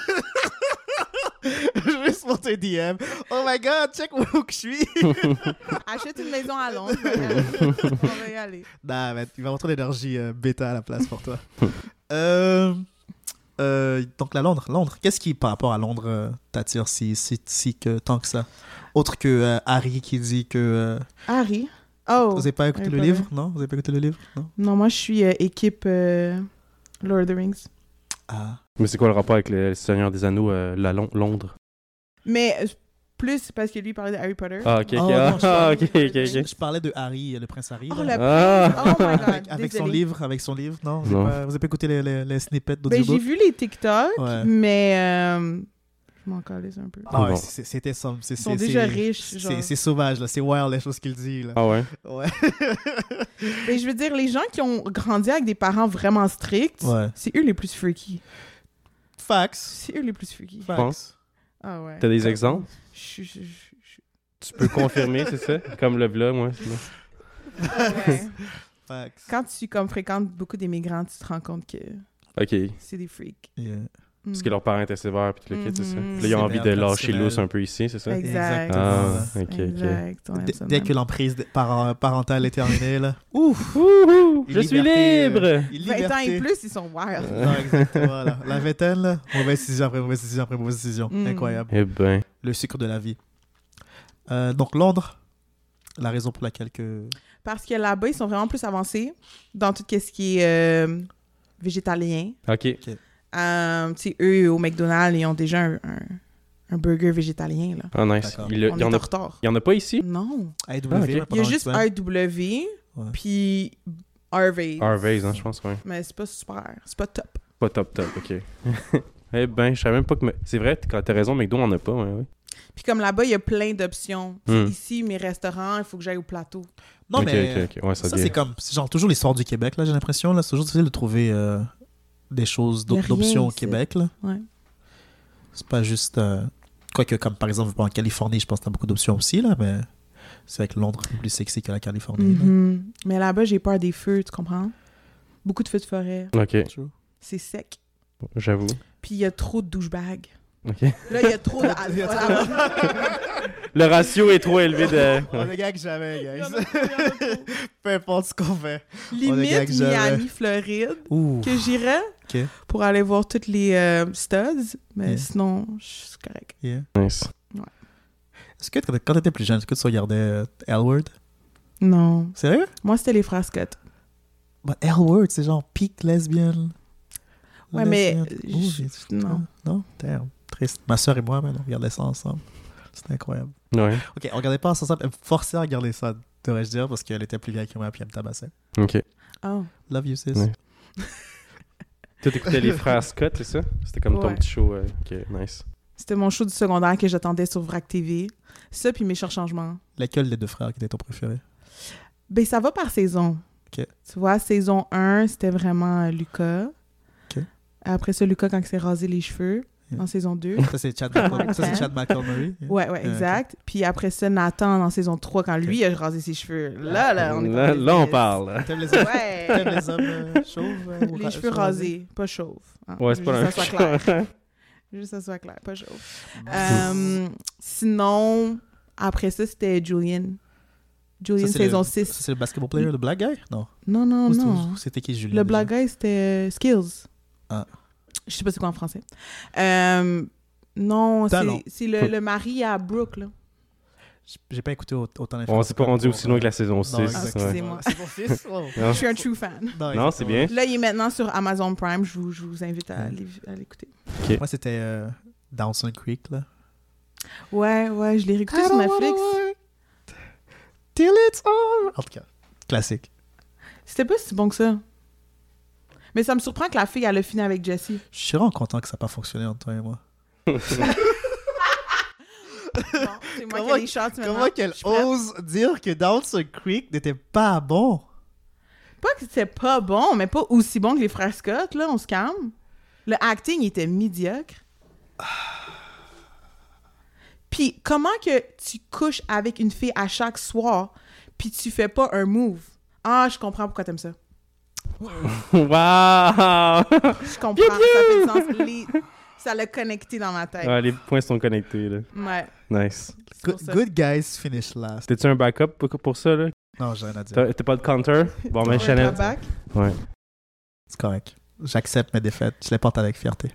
Juste pour te D M. Oh my god, check où que je suis. Achète une maison à Londres. On va y aller. On va y aller. Nah, mais il va avoir trop d'énergie euh, bêta à la place pour toi. euh, euh, donc, la Londres. Londres. Qu'est-ce qui, par rapport à Londres, euh, t'attire si, si, si que, tant que ça? Autre que euh, Harry qui dit que... euh, Harry. Oh. Vous n'avez pas écouté Harry le Potter. livre? Non? Vous n'avez pas écouté le livre? Non? Non, moi, je suis euh, équipe euh, Lord of the Rings. Ah. Mais c'est quoi le rapport avec le Seigneur des Anneaux, euh, la Lon- Londres? Mais euh, plus parce que lui parlait de Harry Potter. Ah, ok, ok. Oh, ah, non, je ah, parle- ok, ok, Je, ok. je parlais de Harry, le prince Harry. Oh, là. le Ah. prince. Oh my god. Avec, avec son désolée. livre, avec son livre, non? Vous Non. n'avez pas, vous avez pas écouté les, les, les snippets Ben, j'ai d'audiobook? vu les TikTok, Ouais. mais euh, je m'en calisse un peu. Ah ouais, Bon. c'est- c'était ça. C'est, Ils sont c'est- déjà c'est- riches. C'est, Genre. c'est sauvage, là. C'est wild, les choses qu'il dit, là. Ah ouais? Ouais. Mais je veux dire, les gens qui ont grandi avec des parents vraiment stricts, Ouais. c'est eux les plus freaky. Facts. C'est eux les plus freaky. Facts. penses? Ah ouais. T'as des exemples? Je- je- je- je- Tu peux confirmer, c'est ça? Comme le vlog, moi. sinon. ouais. Facts. Quand tu comme, fréquentes beaucoup d'immigrants, tu te rends compte que Ok. c'est des freaks. Yeah. Parce que leurs parents étaient sévères, puis tout le kit, c'est ça? Mhm. Puis là, ils ont envie de Sévère, lâcher traditionnel. lousse un peu ici, c'est ça? Exact. Ah, Exactement. ok, ok. Exact. On aime Dès, ça de dès même. que l'emprise de- par- parentale est terminée, là. Ouf! Wouhou! Je Liberté, suis euh, libre! liberté. vingt ans et plus, ils sont wild. Non, exactement. Là. La vingtaine, là, mauvaise décision après mauvaise décision après mauvaise décision. Mm. Incroyable. Eh ben. Le sucre de la vie. Euh, donc, Londres, la raison pour laquelle que... Parce que là-bas, ils sont vraiment plus avancés dans tout ce qui est euh, végétalien. Ok. Euh, tu sais, eux, au McDonald's, ils ont déjà un, un, un burger végétalien, là. Ah, nice. D'accord. Il, On il y est en en a, retard. il y en a pas ici? Non. A E W, Ah, ok. là, Il y a pendant juste un A E W, Ouais. puis Harvey's. Harvey's, hein, je pense, ouais. Mais c'est pas super. C'est pas top. Pas top top, ok. Eh ben, je savais même pas que... me- C'est vrai, quand t'as raison, McDo, on en a pas, ouais, ouais. Puis comme là-bas, il y a plein d'options. Tu sais, Hmm. Ici, mes restaurants, il faut que j'aille au plateau. Non, Ok, mais ok, ok. Ouais, ça ça, dit- c'est comme... C'est genre toujours l'histoire du Québec, là, j'ai l'impression. Là. C'est toujours difficile de trouver euh, des choses, Y a d'autres rien options au ici. Québec, là. Ouais. C'est pas juste... euh, Quoique, comme par exemple, en Californie, je pense que t'as beaucoup d'options aussi, là, mais c'est avec Londres plus sexy que la Californie. là. Mhm. Mais là-bas, j'ai peur des feux, tu comprends? Beaucoup de feux de forêt. Ok, True. C'est sec. j'avoue. Puis il y a trop de douchebags. Ok. Là, il y a trop de Il y a alpha trop- là-bas. Le ratio est trop élevé de... On est gars que jamais, Il y en guys. a trop, il y en a trop. Peu importe ce qu'on fait. Limite, gag jamais. Miami, Floride, Ouh. que j'irais Ok. pour aller voir toutes les euh, studs. Mais Yeah. sinon, je suis correct. Yeah. Nice. Est-ce que quand t'étais plus jeune, est-ce que tu regardais euh, L-Word? Non. Sérieux? Moi, c'était les Frascottes. Bah, L-Word, c'est genre peak lesbienne. Ouais, mais, Lesbienne. euh, Ouh, je- j'ai- non. Non? Damn. Triste. Ma soeur et moi, man, on regardait ça ensemble. C'était incroyable. Ouais. Ok, on regardait pas ça ensemble. Elle me forçait à regarder ça, devrais-je dire, parce qu'elle était plus vieille que moi, puis elle me tabassait. Ok. Oh. Love you, sis. Ouais. Toi, t'écoutais les frères Scott, c'est ça? C'était comme ton Ouais. petit show. euh, Ok, nice. C'était mon show du secondaire que j'attendais sur Vrac T V. Ça, puis mes chers changements. Lequel des deux frères qui était ton préféré? Ben, ça va par saison. Ok. Tu vois, saison un, c'était vraiment euh, Lucas. Ok. Après ça, Lucas, quand il s'est rasé les cheveux, Yeah. en saison deux. Ça, c'est Chad, Michael- ça, c'est Chad Montgomery. Ouais, ouais, Euh, exact. Puis après ça, Nathan, dans saison trois, quand lui a rasé ses cheveux. Là, là, on est Là, dans le là, on business. parle. T'aimes les hommes, Ouais. t'aimes les hommes euh, chauves? euh, ou Les ra- cheveux rasés, pas chauves. hein. Ouais, c'est pas Juste la que ça même soit clair. chose. Juste que ça soit clair, pas chauve. Euh, sinon, après ça, c'était Julian. Julian, Ça, c'est saison le- six. ça, c'est le basketball player, le black guy? Non. Non, non, Ou c'était- non. ou C'était qui, Julien? Le déjà? black guy, c'était euh, Skills. Ah. Je sais pas c'est quoi en français. Euh, non, Talent. c'est c'est le, le mari à Brooke, là. J- J'ai pas écouté au- autant On s'est pas rendu aussi loin que la saison six. Non, ouais. exactement. excusez-moi. C'est mon fils? Oh. Non. Je suis un true fan. Non, c'est bien. Là, il est maintenant sur Amazon Prime. Je vous, je vous invite à Ouais. aller- à l'écouter. Moi, c'était euh, Dawson Creek, là. Ouais, ouais, je l'ai réécouté sur Netflix. Till it's over. En tout cas, classique. C'était pas si bon que ça. Mais ça me surprend que la fille, elle a fini avec Jessie. Je suis vraiment content que ça n'a pas fonctionné entre toi et moi. c'est moi qui Comment- ai les shots maintenant. Comment qu'elle Je suis prête. ose dire que Dawson Creek n'était pas bon? Pas que c'était pas bon, mais pas aussi bon que les frères Scott, là, on se calme. Le acting était médiocre. Puis comment que tu couches avec une fille à chaque soir, puis tu fais pas un move? Ah, je comprends pourquoi t'aimes ça. Wow! Je comprends, ça fait du sens. Les- Ça l'a connecté dans ma tête. Ouais, les points sont connectés, là. Ouais. Nice. c'est pour Good, ça. good guys finish last. T'es-tu un backup pour, pour ça, là? Non, j'ai rien à dire. T'as t'as pas de counter? Bon, ben, Ouais, Chanel. back. Ouais. C'est correct. J'accepte mes défaites. Je les porte avec fierté.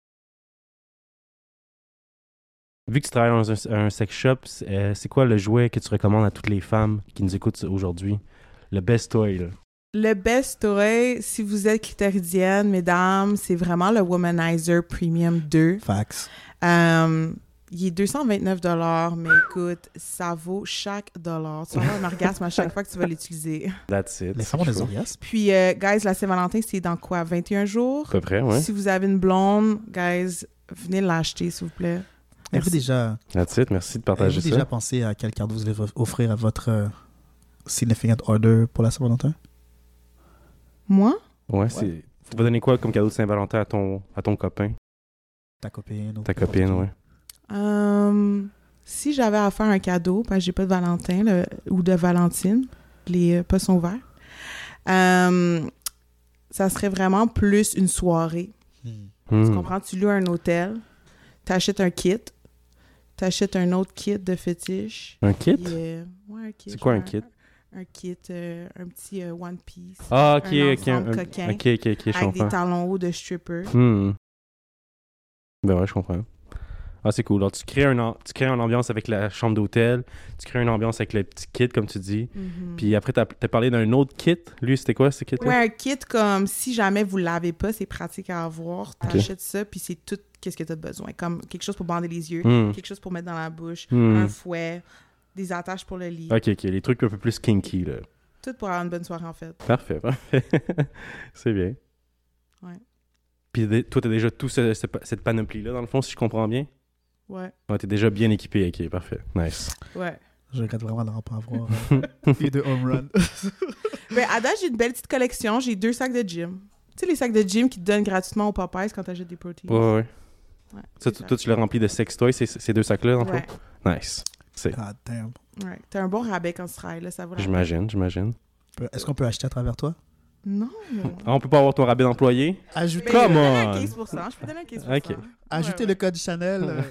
Vu que tu travailles dans un, un sex shop, c'est euh, c'est quoi le jouet que tu recommandes à toutes les femmes qui nous écoutent aujourd'hui? Le best toy, là. Le best toy, si vous êtes clitoridienne, mesdames, c'est vraiment le Womanizer Premium deux. Facts. Euh, il est deux cent vingt-neuf dollars, mais écoute, ça vaut chaque dollar. Tu vas avoir un orgasme à chaque fois que tu vas l'utiliser. That's it. Les femmes ont des Chaud. orgasmes. Puis, euh, guys, la Saint-Valentin, c'est dans quoi? vingt et un jours? À peu près, ouais. Si vous avez une blonde, guys, venez l'acheter, s'il vous plaît. Avez-vous déjà, That's it. Merci de partager avez-vous ça. déjà pensé à quel cadeau vous allez offrir à votre euh, significant order pour la Saint-Valentin? Moi? Ouais, c'est... Tu vas donner quoi comme cadeau de Saint-Valentin à ton, à ton copain? Ta copine? ou Ta n'importe copine, qui? ouais. Euh, si j'avais à faire un cadeau, parce que j'ai pas de Valentin là, ou de Valentine, les euh, pas sont ouverts, euh, ça serait vraiment plus une soirée. Hmm. Tu Hmm. comprends? Tu loues un hôtel, t'achètes un kit, t'achètes un autre kit de fétiche. Un kit? puis, euh, ouais, un kit. C'est quoi un genre kit? Un, un kit, euh, un petit euh, One Piece. Ah, ok, un ok. ensemble un- coquin ok, ok, ok, je avec des comprends. talons hauts de stripper. Hmm. Ben ouais, je comprends. Ah, c'est cool. Alors, tu crées, un am- tu crées une ambiance avec la chambre d'hôtel, tu crées une ambiance avec le petit kit, comme tu dis. Mhm. Puis après, t'as as parlé d'un autre kit. Lui, c'était quoi, ce kit-là? Ouais, un kit comme si jamais vous l'avez pas, c'est pratique à avoir. T'achètes ça, puis c'est tout qu'est-ce que t'as besoin. Comme quelque chose pour bander les yeux, Hmm. quelque chose pour mettre dans la bouche, Hmm. un fouet, des attaches pour le lit. Ok, ok. Les trucs un peu plus kinky, là. Tout pour avoir une bonne soirée, en fait. Parfait, parfait. C'est bien. Ouais. Puis dé- toi, t'as déjà tout ce- ce- cette panoplie-là, dans le fond, si je comprends bien? Ouais, Ouais, t'es déjà bien équipé. Ok, parfait. Nice. ouais. Je regrette vraiment de ne pas avoir euh, eu de home run. Ben, à date, j'ai une belle petite collection. J'ai deux sacs de gym. Tu sais, les sacs de gym qui te donnent gratuitement au Popeyes quand t'achètes des protéines. Ouais, ouais. Ouais, Ça, c'est t- toi, tu l'as rempli de sex toys, ces, ces deux sacs-là, dans le Ouais, fond? Nice. C'est... God damn. ouais. T'as un bon rabais quand tu travailles, là, ça vaut la peine. J'imagine, j'imagine. Est-ce qu'on peut acheter à travers toi? Non. Ah, on peut pas avoir ton rabais d'employé? Ajouter, Ben, je peux Come donner un on. quinze pour cent. Je peux donner un quinze pour cent. Ok. ajouter Ouais, le code Chanel. euh,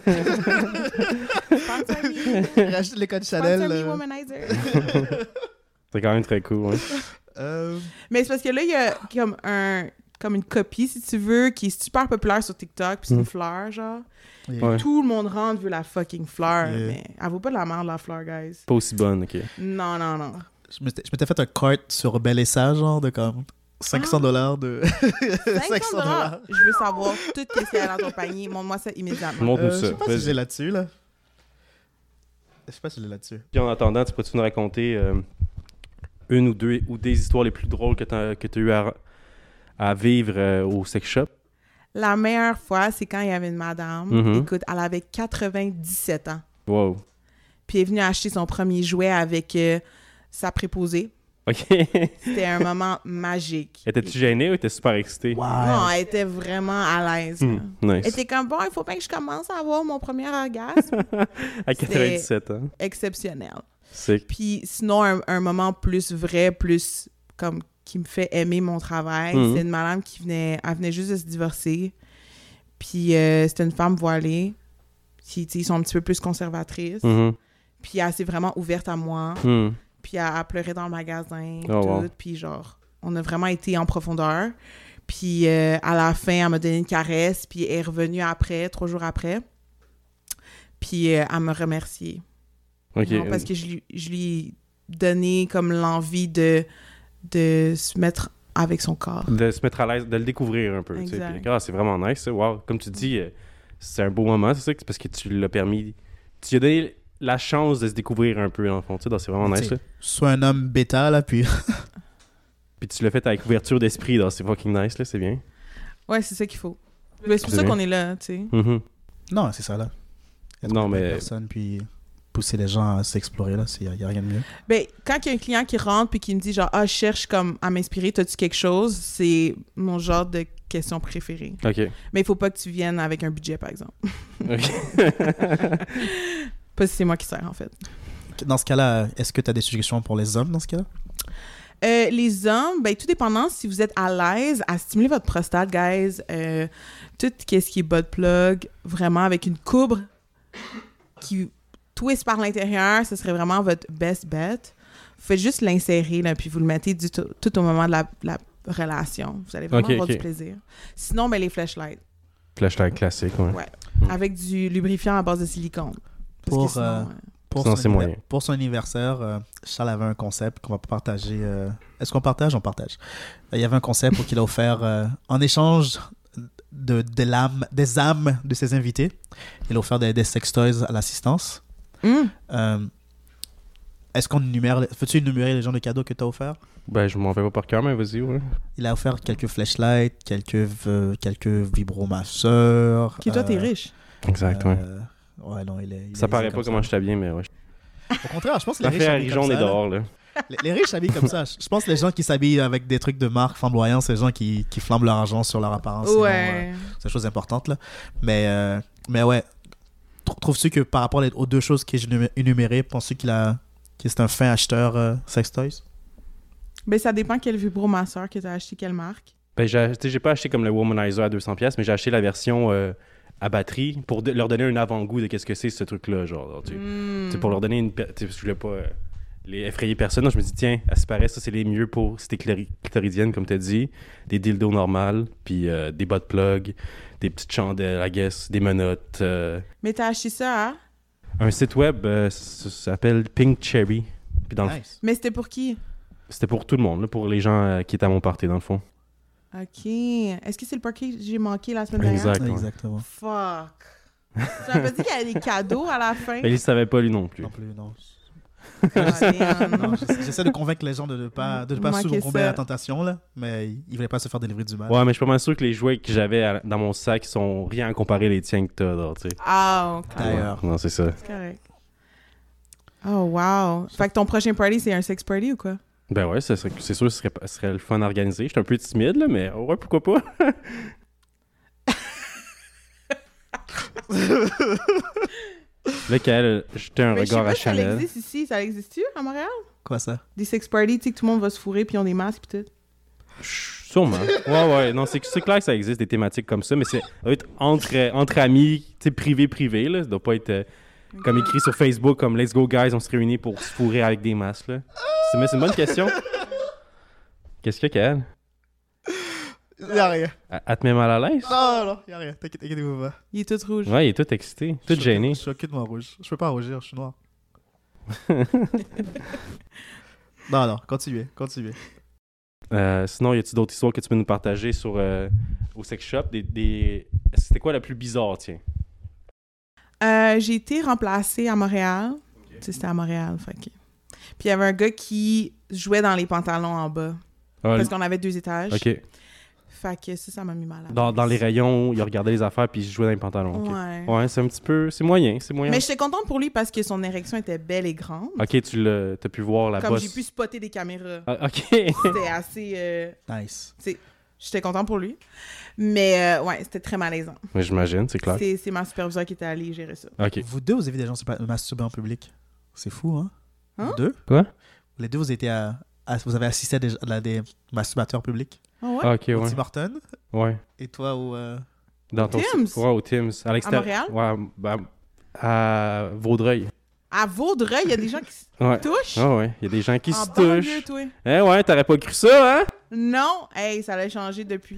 Sponsor me. rajouter le code Chanel. Sponsor me, euh, Womanizer. C'est quand même très cool, ouais. euh, Mais c'est parce que là, il y a comme un comme une copie, si tu veux, qui est super populaire sur TikTok, puis c'est Mm. une fleur, genre. yeah. Ouais. Tout le monde rentre veut la fucking fleur, Yeah. mais elle vaut pas de la merde, la fleur, guys. Pas aussi bonne, ok. Non, non, non. Je m'étais je m'étais fait un cart sur Bel et Sage, genre de comme cinq cents dollars de. cinq cents dollars. Je veux savoir tout ce qu'il y a dans ton panier. Montre-moi ça immédiatement. Montre-nous Euh, je ça. sais pas Vas-y. si j'ai là-dessus, là. Je sais pas si j'ai là-dessus. Puis en attendant, tu peux-tu nous raconter euh, une ou deux ou des histoires les plus drôles que tu as, que t'as eu à, à vivre euh, au sex shop? La meilleure fois, c'est quand il y avait une madame. Mhm. Écoute, elle avait quatre-vingt-dix-sept ans. Wow. Puis elle est venue acheter son premier jouet avec euh, sa préposée. Ok. C'était un moment magique. Étais-tu gêné ou étais super excité? Non, elle était vraiment à l'aise. Hmm, là. nice. Elle était comme, bon, il faut bien que je commence à avoir mon premier orgasme. À quatre-vingt-dix-sept ans. Exceptionnel. C'est... Puis sinon, un, un moment plus vrai, plus comme qui me fait aimer mon travail, Mhm. c'est une madame qui venait, elle venait juste de se divorcer. Puis euh, c'était une femme voilée. Qui, tu sais, ils sont un petit peu plus conservatrices. Mhm. Puis elle s'est vraiment ouverte à moi. Hmm. Puis elle, elle pleurait dans le magasin. Oh, tout. wow. Puis genre, on a vraiment été en profondeur. Puis euh, à la fin, elle m'a donné une caresse. Puis elle est revenue après, trois jours après. Puis euh, elle m'a remercié. Ok. Non, parce que je lui, je lui ai donné comme l'envie de, de se mettre avec son corps. De se mettre à l'aise, de le découvrir un peu. tu sais. Exact. Puis, ah, c'est vraiment nice, ça. Wow. Comme tu dis, euh, c'est un beau moment, c'est ça? C'est parce que tu l'as permis... Tu lui as donné la chance de se découvrir un peu, en fond. Tu sais, donc c'est vraiment nice, T'sais, là. Sois un homme bêta, là, puis. Puis tu l'as fait avec ouverture d'esprit, donc c'est fucking nice, là. C'est bien. Ouais, c'est ça qu'il faut. Mais c'est pour C'est ça bien. qu'on est là, tu sais. Mhm. Non, c'est ça, là. Être Non, une bonne mais- personne, puis pousser les gens à s'explorer, là, il n'y a rien de mieux. Ben, quand il y a un client qui rentre puis qui me dit genre ah je cherche comme à m'inspirer, t'as-tu quelque chose, c'est mon genre de question préférée. OK. Mais il faut pas que tu viennes avec un budget par exemple. OK. Pas si c'est moi qui sers en fait. Dans ce cas-là, est-ce que tu as des suggestions pour les hommes dans ce cas-là? Euh, les hommes, ben tout dépendant si vous êtes à l'aise à stimuler votre prostate, guys. Euh, tout ce qui est butt plug, vraiment avec une courbe qui twist par l'intérieur, ce serait vraiment votre best bet. Vous faites juste l'insérer, là, puis vous le mettez du tout, tout au moment de la, la relation. Vous allez vraiment Ok, avoir ok. du plaisir. Sinon, ben les flashlights, Flashlight classique, ouais. Ouais. Mm. avec du lubrifiant à base de silicone. Parce Pour, que sinon, euh, euh, Pour Sinon, son, c'est anniver- moyen. pour son anniversaire, euh, Charles avait un concept qu'on va partager. euh, Est-ce qu'on partage? On partage. Euh, Il y avait un concept pour qu'il a offert, euh, en échange de, de l'âme, des âmes de ses invités, il a offert des, des sextoys à l'assistance. hum, Euh, Est-ce qu'on énumère... les- Peux-tu énumérer les genres de cadeaux que tu as offerts? Ben, je m'en fais pas par cœur, mais vas-y, ouais. Il a offert quelques flashlights, quelques, euh, quelques vibromasseurs. qui toi, t'es euh, riche. Exact, ouais. euh, ouais, non, il est... il Ça est paraît comme pas comment ça. je t'habille, mais ouais. Au contraire, je pense que les riches L'affaire s'habillent Harry comme Jaune ça, est là. dehors, là. Les, les riches s'habillent comme ça. Je pense que les gens qui s'habillent avec des trucs de marque flamboyants, c'est les gens qui, qui flambent leur argent sur leur apparence. sinon, euh, Ouais. c'est des choses importantes, là. Mais, euh, mais ouais, Trou- trouves-tu que par rapport aux deux choses que j'ai énumé- énumérées, penses-tu qu'il a, que c'est un fin acheteur euh, sextoys? Ben, ça dépend quel vibromasseur que t'as acheté, quelle marque. Ben, j'ai, tu sais, j'ai pas acheté comme le Womanizer à deux cents pièces, mais j'ai acheté la version euh, à batterie pour de- leur donner un avant-goût de qu'est-ce que c'est ce truc-là, genre, tu sais. Hmm. Tu sais, pour leur donner une... per- tu sais, parce que je voulais pas euh, les effrayer personne. Donc, je me dis, tiens, à ce paraît, ça, c'est les mieux pour si t'es clitori- clitoridienne, comme t'as dit, des dildos normales, puis euh, des butt plugs, des petites chandelles, I guess, des menottes. euh. Mais t'as acheté ça, hein? Un site web, euh, ça s'appelle Pink Cherry. Puis dans le- Nice. Mais c'était pour qui? C'était pour tout le monde, là, pour les gens euh, qui étaient à mon party, dans le fond. OK. Est-ce que c'est le party que j'ai manqué la semaine dernière? Exact. ouais. Exactement. Fuck. Tu m'as pas dit qu'il y avait des cadeaux à la fin? Et il savait pas, lui non plus. Non plus, non. Ah, damn. Non, j'essa- j'essaie de convaincre les gens de ne pas, de ne pas Manquer succomber à ça. la tentation, là, mais ils ne voulaient pas se faire délivrer du mal. Ouais, mais je suis pas mal sûr que les jouets que j'avais à- dans mon sac sont rien à comparer les tiens que t'as, là, tu sais. Ah, OK. D'ailleurs. Non, c'est ça. C'est correct. Oh, wow. Fait que ton prochain party, c'est un sex party ou quoi? Ben ouais, ça serait- c'est sûr que ce serait, ce serait le fun à organiser. J'étais un peu timide, là, mais ouais, pourquoi pas? Là, qu'elle, jeter un Mais je sais regard pas à si ça Chanel. existe ici. Ça existe-tu à Montréal? Quoi ça? Des sex parties, tu sais, que tout le monde va se fourrer puis ils ont des masques pis tout. Chut, Sûrement. Ouais, ouais. Non, c'est c'est clair que ça existe des thématiques comme ça, mais c'est ça doit être entre, euh, entre amis, tu sais, privé-privé, là. Ça doit pas être euh, comme écrit sur Facebook, comme Let's go, guys, on se réunit pour se fourrer avec des masques, là. C'est mais c'est une bonne question. Qu'est-ce qu'il y a, Kael? Il n'y a rien. Elle elle te met mal à l'aise? Non, non, il n'y a rien. T'inquiète, inquiétez-vous pas. Il est tout rouge. Ouais, il est tout excité, Je tout suis gêné. aucune- Je suis aucunement rouge. Je peux pas rougir, je suis noir. Non, non, continuez, continuez. Euh, sinon, y a-t-il d'autres histoires que tu peux nous partager sur euh, au sex shop? Des, des... C'était quoi la plus bizarre, tiens? Euh, j'ai été remplacée à Montréal. Tu sais, c'était à Montréal, fait que... Puis il y avait un gars qui jouait dans les pantalons en bas. Ah, Parce qu'on avait deux étages. OK. Fait que ça, ça m'a mis mal à Dans, l'aise. dans les rayons, il regardait les affaires puis il jouait dans les pantalons. OK. Ouais. Ouais, c'est un petit peu... C'est moyen, c'est moyen. Mais j'étais contente pour lui parce que son érection était belle et grande. OK, tu l'as... T'as pu voir la Comme bosse. j'ai pu spotter des caméras. Ah, OK. C'était assez... euh, Nice. tu sais, j'étais contente pour lui. Mais euh, ouais, c'était très malaisant. Mais j'imagine, c'est clair. C'est c'est ma superviseure qui était allée gérer ça. OK. Vous deux, vous avez des gens se pa- masturber en public. C'est fou, hein? Hein? Vous deux? Quoi? Les deux, vous, étiez à, à- vous avez assisté à des, à des masturbateurs publics. Ah ouais? Ah, OK, Au ouais. Tim Hortons. Ouais. Et toi, au... euh, Dans ton... Tim's? Ouais, au Tim's. À l'extérieur. Montréal? Ouais, ben, à Vaudreuil. À Vaudreuil, il y a des gens qui se Ouais. touchent. Ah ouais, il y a des gens qui En se banlieue, touchent. toi. Eh ouais, t'aurais pas cru ça, hein? Non! Hey, ça l'a changé depuis.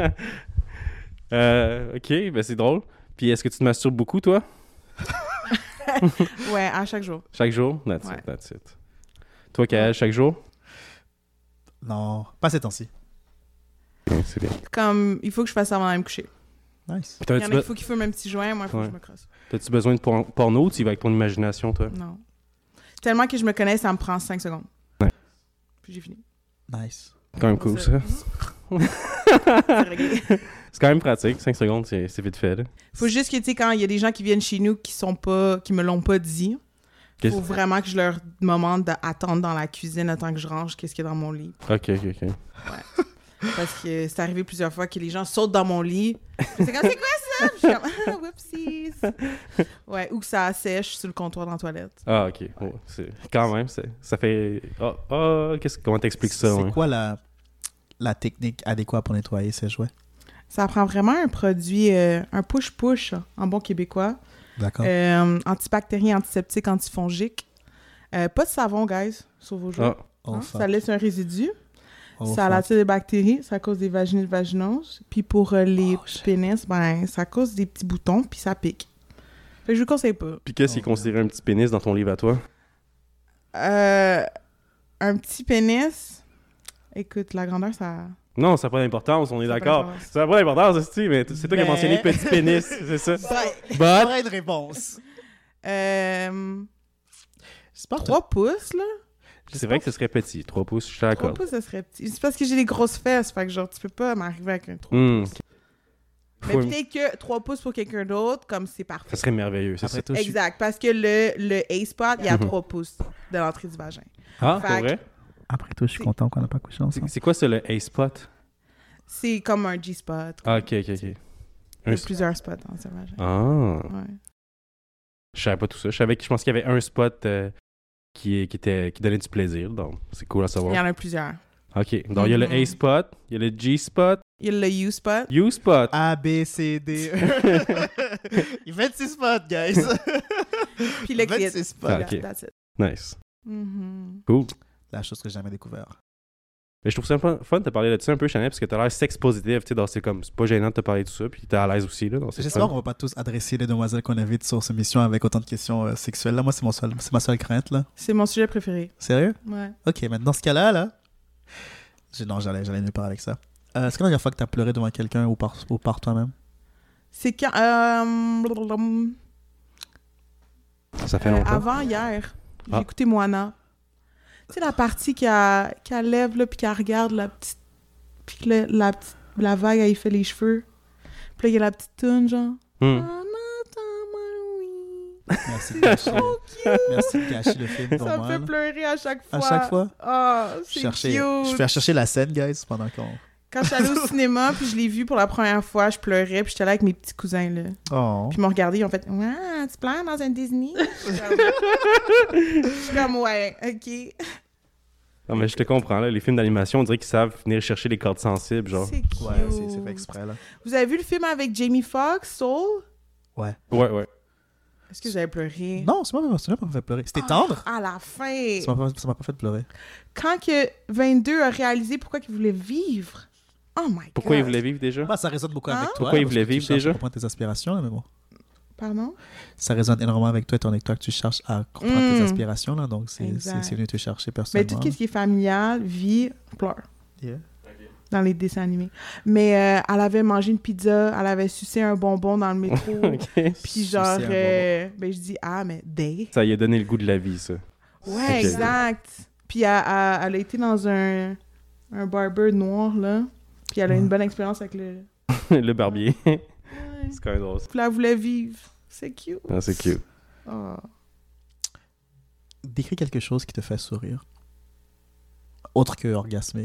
Euh, ok, ben c'est drôle. Puis est-ce que tu te masturbes beaucoup, toi? Ouais, à chaque jour. Chaque jour? That's Ouais. it, that's it. Toi, Kael, chaque jour? Non, pas ces temps-ci. Ouais, c'est bien. Comme, il faut que je fasse ça avant d'aller me coucher. Nice. Il y T'as-tu en a qui be- faut qu'il fume un petit joint, moi, il faut Ouais. que je me crosse. t'as-tu besoin de por- porno ou tu y vas avec ton imagination, toi? Non. Tellement que je me connais, ça me prend cinq secondes. Ouais. Puis j'ai fini. Nice. Quand même Comme cool, ça. C'est réglé. C'est quand même pratique. cinq secondes, c'est, c'est vite fait. Là. Faut juste que, tu sais, quand il y a des gens qui viennent chez nous qui sont pas, qui me l'ont pas dit, Qu'est-ce- faut vraiment que je leur demande d'attendre dans la cuisine le temps que je range qu'est-ce qu'il y a dans mon lit. Ok, ok, ok. Parce que c'est arrivé plusieurs fois que les gens sautent dans mon lit. Puis c'est comme, c'est quoi ça? Puis je suis comme, ah, whoopsies. Ouais, ou que ça sèche sur le comptoir dans la toilette. Ah, ok. Oh, c'est... Quand même, c'est... ça fait. Ah, ah, qu'est-ce... comment t'expliques ça? C'est ouais? quoi la, la technique adéquate pour nettoyer ces jouets? Ça prend vraiment un produit, euh, un push-push en bon québécois. D'accord. Euh, antibactérien, antiseptique, antifongique. Euh, pas de savon, guys, sur vos jouets. Ah, Oh, Hein? fuck. Ça laisse un résidu. Oh, ça fuck. attire des bactéries, ça cause des vaginales vaginoses. Puis pour euh, les Oh, shit. pénis, ben, ça cause des petits boutons, puis ça pique. Fait que je vous conseille pas. puis qu'est-ce qui est Oh, considéré un petit pénis dans ton livre à toi? Euh, un petit pénis, écoute, la grandeur, ça... Non, ça n'a pas d'importance, on est Ça a pas d'accord. d'importance. Ça n'a pas d'importance, c'est mais c'est toi qui as Mais- mentionné petit pénis, c'est ça? But, But, J'aurais une réponse. Euh, C'est pas trois pouces, là. c'est vrai que ce serait petit, trois pouces, je suis trois d'accord. pouces, ça serait petit. C'est parce que j'ai des grosses fesses, fait que genre, tu peux pas m'arriver avec un trois Hmm. pouces. Mais Faut- peut-être que trois pouces pour quelqu'un d'autre, comme c'est parfait. Ça serait merveilleux, c'est ça. Après tout, je suis- Exact, parce que le, le A-spot, il y a Mhm. trois pouces de l'entrée du vagin. Ah, Fait pour que- vrai? Après tout, je suis C'est- content qu'on n'a pas couché C'est, ensemble. c'est quoi ça, le A-spot? C'est comme un G-spot. Ah, ok, ok, ok. Il y Un a s- plusieurs spots dans ce vagin. Ah, Ouais. je savais pas tout ça. Je savais que je pense qu'il y avait un spot euh, qui, qui, était, qui donnait du plaisir, donc c'est cool à Il y savoir. en a plusieurs. Ok, donc il y a le Mhm. A-spot, il y a le G-spot, Il y a le U-spot. U-spot. A, B, C, D, E. Il fait vingt-six spots, guys. Puis le clit. vingt-six spots. Ah, ok. That's it. Nice. Mhm. Cool. La chose que j'ai jamais découvert. Mais je trouve ça fun, fun de te parler de ça un peu, Chanel, parce que t'as l'air sex positive, tu sais, dans- c'est comme, c'est pas gênant de te parler de tout ça, puis t'es à l'aise aussi, là, donc c'est J'espère fun. qu'on va pas tous adresser les demoiselles qu'on invite sur cette mission avec autant de questions euh, sexuelles. Là, moi, c'est, mon seul, c'est ma seule crainte, là. C'est mon sujet préféré. Sérieux? Ouais. Ok, mais dans ce cas-là, là... j'ai- Non, j'allais, j'allais nulle part avec ça. Euh, est-ce que la dernière fois que t'as pleuré devant quelqu'un ou par, ou par toi-même? C'est quand. Euh, Ça fait euh, longtemps. avant hier, j'ai Ah. écouté Moana. Tu sais, la partie qui a, lève, là, puis qui regarde la petite. Puis que le- la, petite, la vague, elle, il fait les cheveux. Puis là, il y a la petite toune, genre. Hmm. Merci de gâcher, Merci de gâcher le film pour Ça me moi. fait là. pleurer à chaque fois. À chaque fois? Ah, Je c'est cherchais- cute. je vais chercher la scène, guys, pendant qu'on... Quand je suis allée au cinéma, puis je l'ai vu pour la première fois, je pleurais, puis j'étais là avec mes petits cousins, là. Oh. Puis ils m'ont regardé, ils ont fait « Ouais, tu pleures dans un Disney? » Je suis comme- Je suis comme « Ouais, OK. Non, mais je te comprends, là, les films d'animation, on dirait qu'ils savent venir chercher les cordes sensibles, » genre. C'est cute. Ouais, c'est, c'est fait exprès, là. Vous avez vu le film avec Jamie Foxx, Soul? Ouais. Ouais, ouais. Est-ce que vous avez pleuré? Non, ça m'a, ça m'a pas fait pleurer. C'était tendre. À la fin. Ça m'a, pas, ça m'a pas fait pleurer. Quand que vingt-deux a réalisé pourquoi il voulait vivre. Oh my God. Pourquoi ils voulaient vivre déjà? Bah, ça résonne beaucoup Hein? avec toi. Pourquoi il parce voulait que tu vivre cherches déjà? à comprendre tes aspirations, là, mais bon. Pardon? Ça résonne énormément avec toi, étant donné que toi, que tu cherches à comprendre Mm. tes aspirations, là. Donc, c'est, Exact. c'est, c'est venu te chercher Mais personnellement. tout ce qui est familial, vie, pleure. Yeah. Dans les dessins animés. Mais euh, elle avait mangé une pizza, elle avait sucé un bonbon dans le métro. Ok. Puis Sucer genre, un bonbon. euh, ben je dis, ah, mais day. Ça lui a donné le goût de la vie, ça. Ouais, Ok. exact. Puis elle, elle- elle a été dans un, un barber noir, là. Puis elle a Ouais. une bonne expérience avec le... Le barbier. Ouais. C'est quand même drôle. ça. Puis elle voulait vivre. C'est cute. Ah, c'est cute. Oh. Décris quelque chose qui te fait sourire. Autre que orgasmer.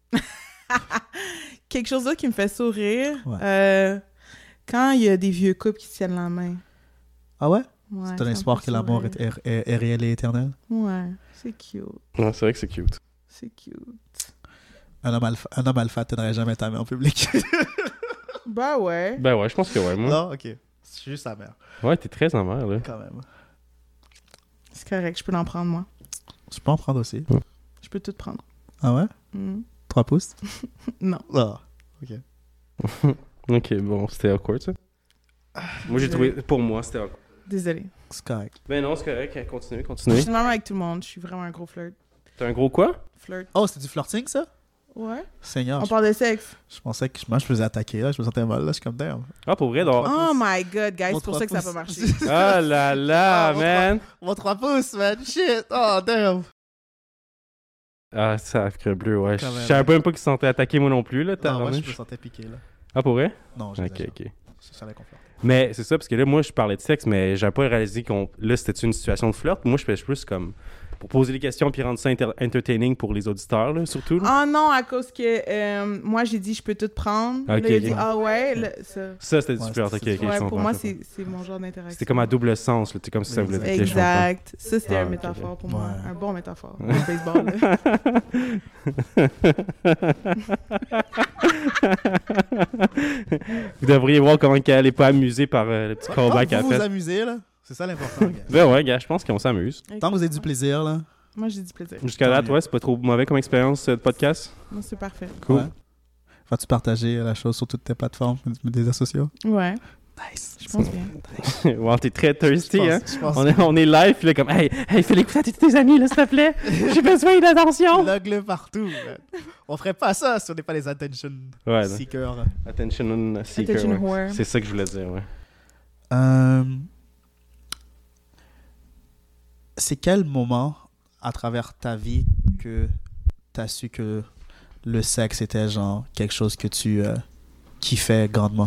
Quelque chose d'autre qui me fait sourire. Ouais. euh, quand il y a des vieux couples qui se tiennent la main. Ah ouais? Ouais, C'est ça un me espoir fait que l'amour sourire. est, est, est- est réel et éternel. Ouais, c'est cute. Ouais, c'est vrai que c'est cute. C'est cute. Un homme alpha, un homme alpha t'aiderait jamais ta mère en public. Bah ouais. Ben ouais, je pense que ouais, moi. non, ok. C'est juste sa mère, Ouais, t'es très en mer, là. quand même. C'est correct, je peux l'en prendre, moi. Je peux en prendre aussi. Je peux tout prendre. Ah ouais? Mm. Trois pouces? Non. Ah, ok. Ok, bon, c'était awkward, ça. Moi, j'ai Je- trouvé... Pour moi, c'était awkward. Désolée. C'est correct. Ben non, c'est correct. Continuez, Je continuez. suis même avec tout le monde. Je suis vraiment un gros flirt. T'as un gros quoi? Flirt. Oh, c'est du flirting, ça? Ouais. Seigneur, On je, parle de sexe. je pensais que moi, je faisais attaquer, là. Je me sentais mal, là. Je suis comme, damn. Ah, pour vrai, donc... Oh my god, guys, Mon c'est pour trois ça que ça n'a pas pouces. marché. Ah là là, Ah, mon man! Mon trois pouces, man. Shit. Oh, damn. Ah, ça a bleu, ouais. Je Quand même, savais ouais. même pas qu'ils se sentaient attaqués, moi non plus, là. Non, moi, je tabarnouche. me sentais piqué, là. Ah, pour vrai? Non, Ok, j'exagère. ok. Je savais confiance. Mais c'est ça, parce que là, moi, je parlais de sexe, mais j'avais pas réalisé qu'on. Là, c'était une situation de flirt. Moi, je fais plus comme. Pour poser des questions puis rendre ça inter- entertaining pour les auditeurs, là, surtout. Là. Ah non, à cause que euh, moi, j'ai dit, je peux tout prendre. Ok, là, il a ok. dit, ah ouais, là, ça. Ça, c'était du Ouais, flirt, ok, c'était- ok. je Ouais, pour comprends, moi, je comprends. c'est c'est mon genre d'interaction. C'était comme à double sens, là. C'est comme si ça voulait dire quelque chose. Exact. Ça, c'était Ah, un ok, métaphore ok. pour moi. Ouais. Un bon métaphore. Le baseball, là. Vous devriez voir comment elle est pas amusée par euh, le petit Tant callback que à vous la vous fête. amusez, là, c'est ça l'important, gars. Ben ouais, gars, je pense qu'on s'amuse. Tant que vous avez du plaisir, là. Moi, j'ai du plaisir. Jusqu'à Tant date, mieux. ouais, c'est pas trop mauvais comme expérience euh, de podcast. Moi, c'est parfait. Cool. Ouais. Vas-tu partager la chose sur toutes tes plateformes, des réseaux sociaux? Ouais, Nice. je pense bien. Wow, t'es très thirsty, Je pense- hein? je pense- On est, on est live, puis là, comme, hey, hey, fais l'écouter à tous tes amis, là, s'il te plaît. J'ai besoin d'attention. Log-le partout. man. On ferait pas ça si on n'est pas les attention Ouais, non. seekers. Attention seeker. Attention ouais. whore. C'est ça que je voulais dire, ouais. Euh, C'est quel moment à travers ta vie que tu as su que le sexe était genre quelque chose que tu euh, kiffais grandement?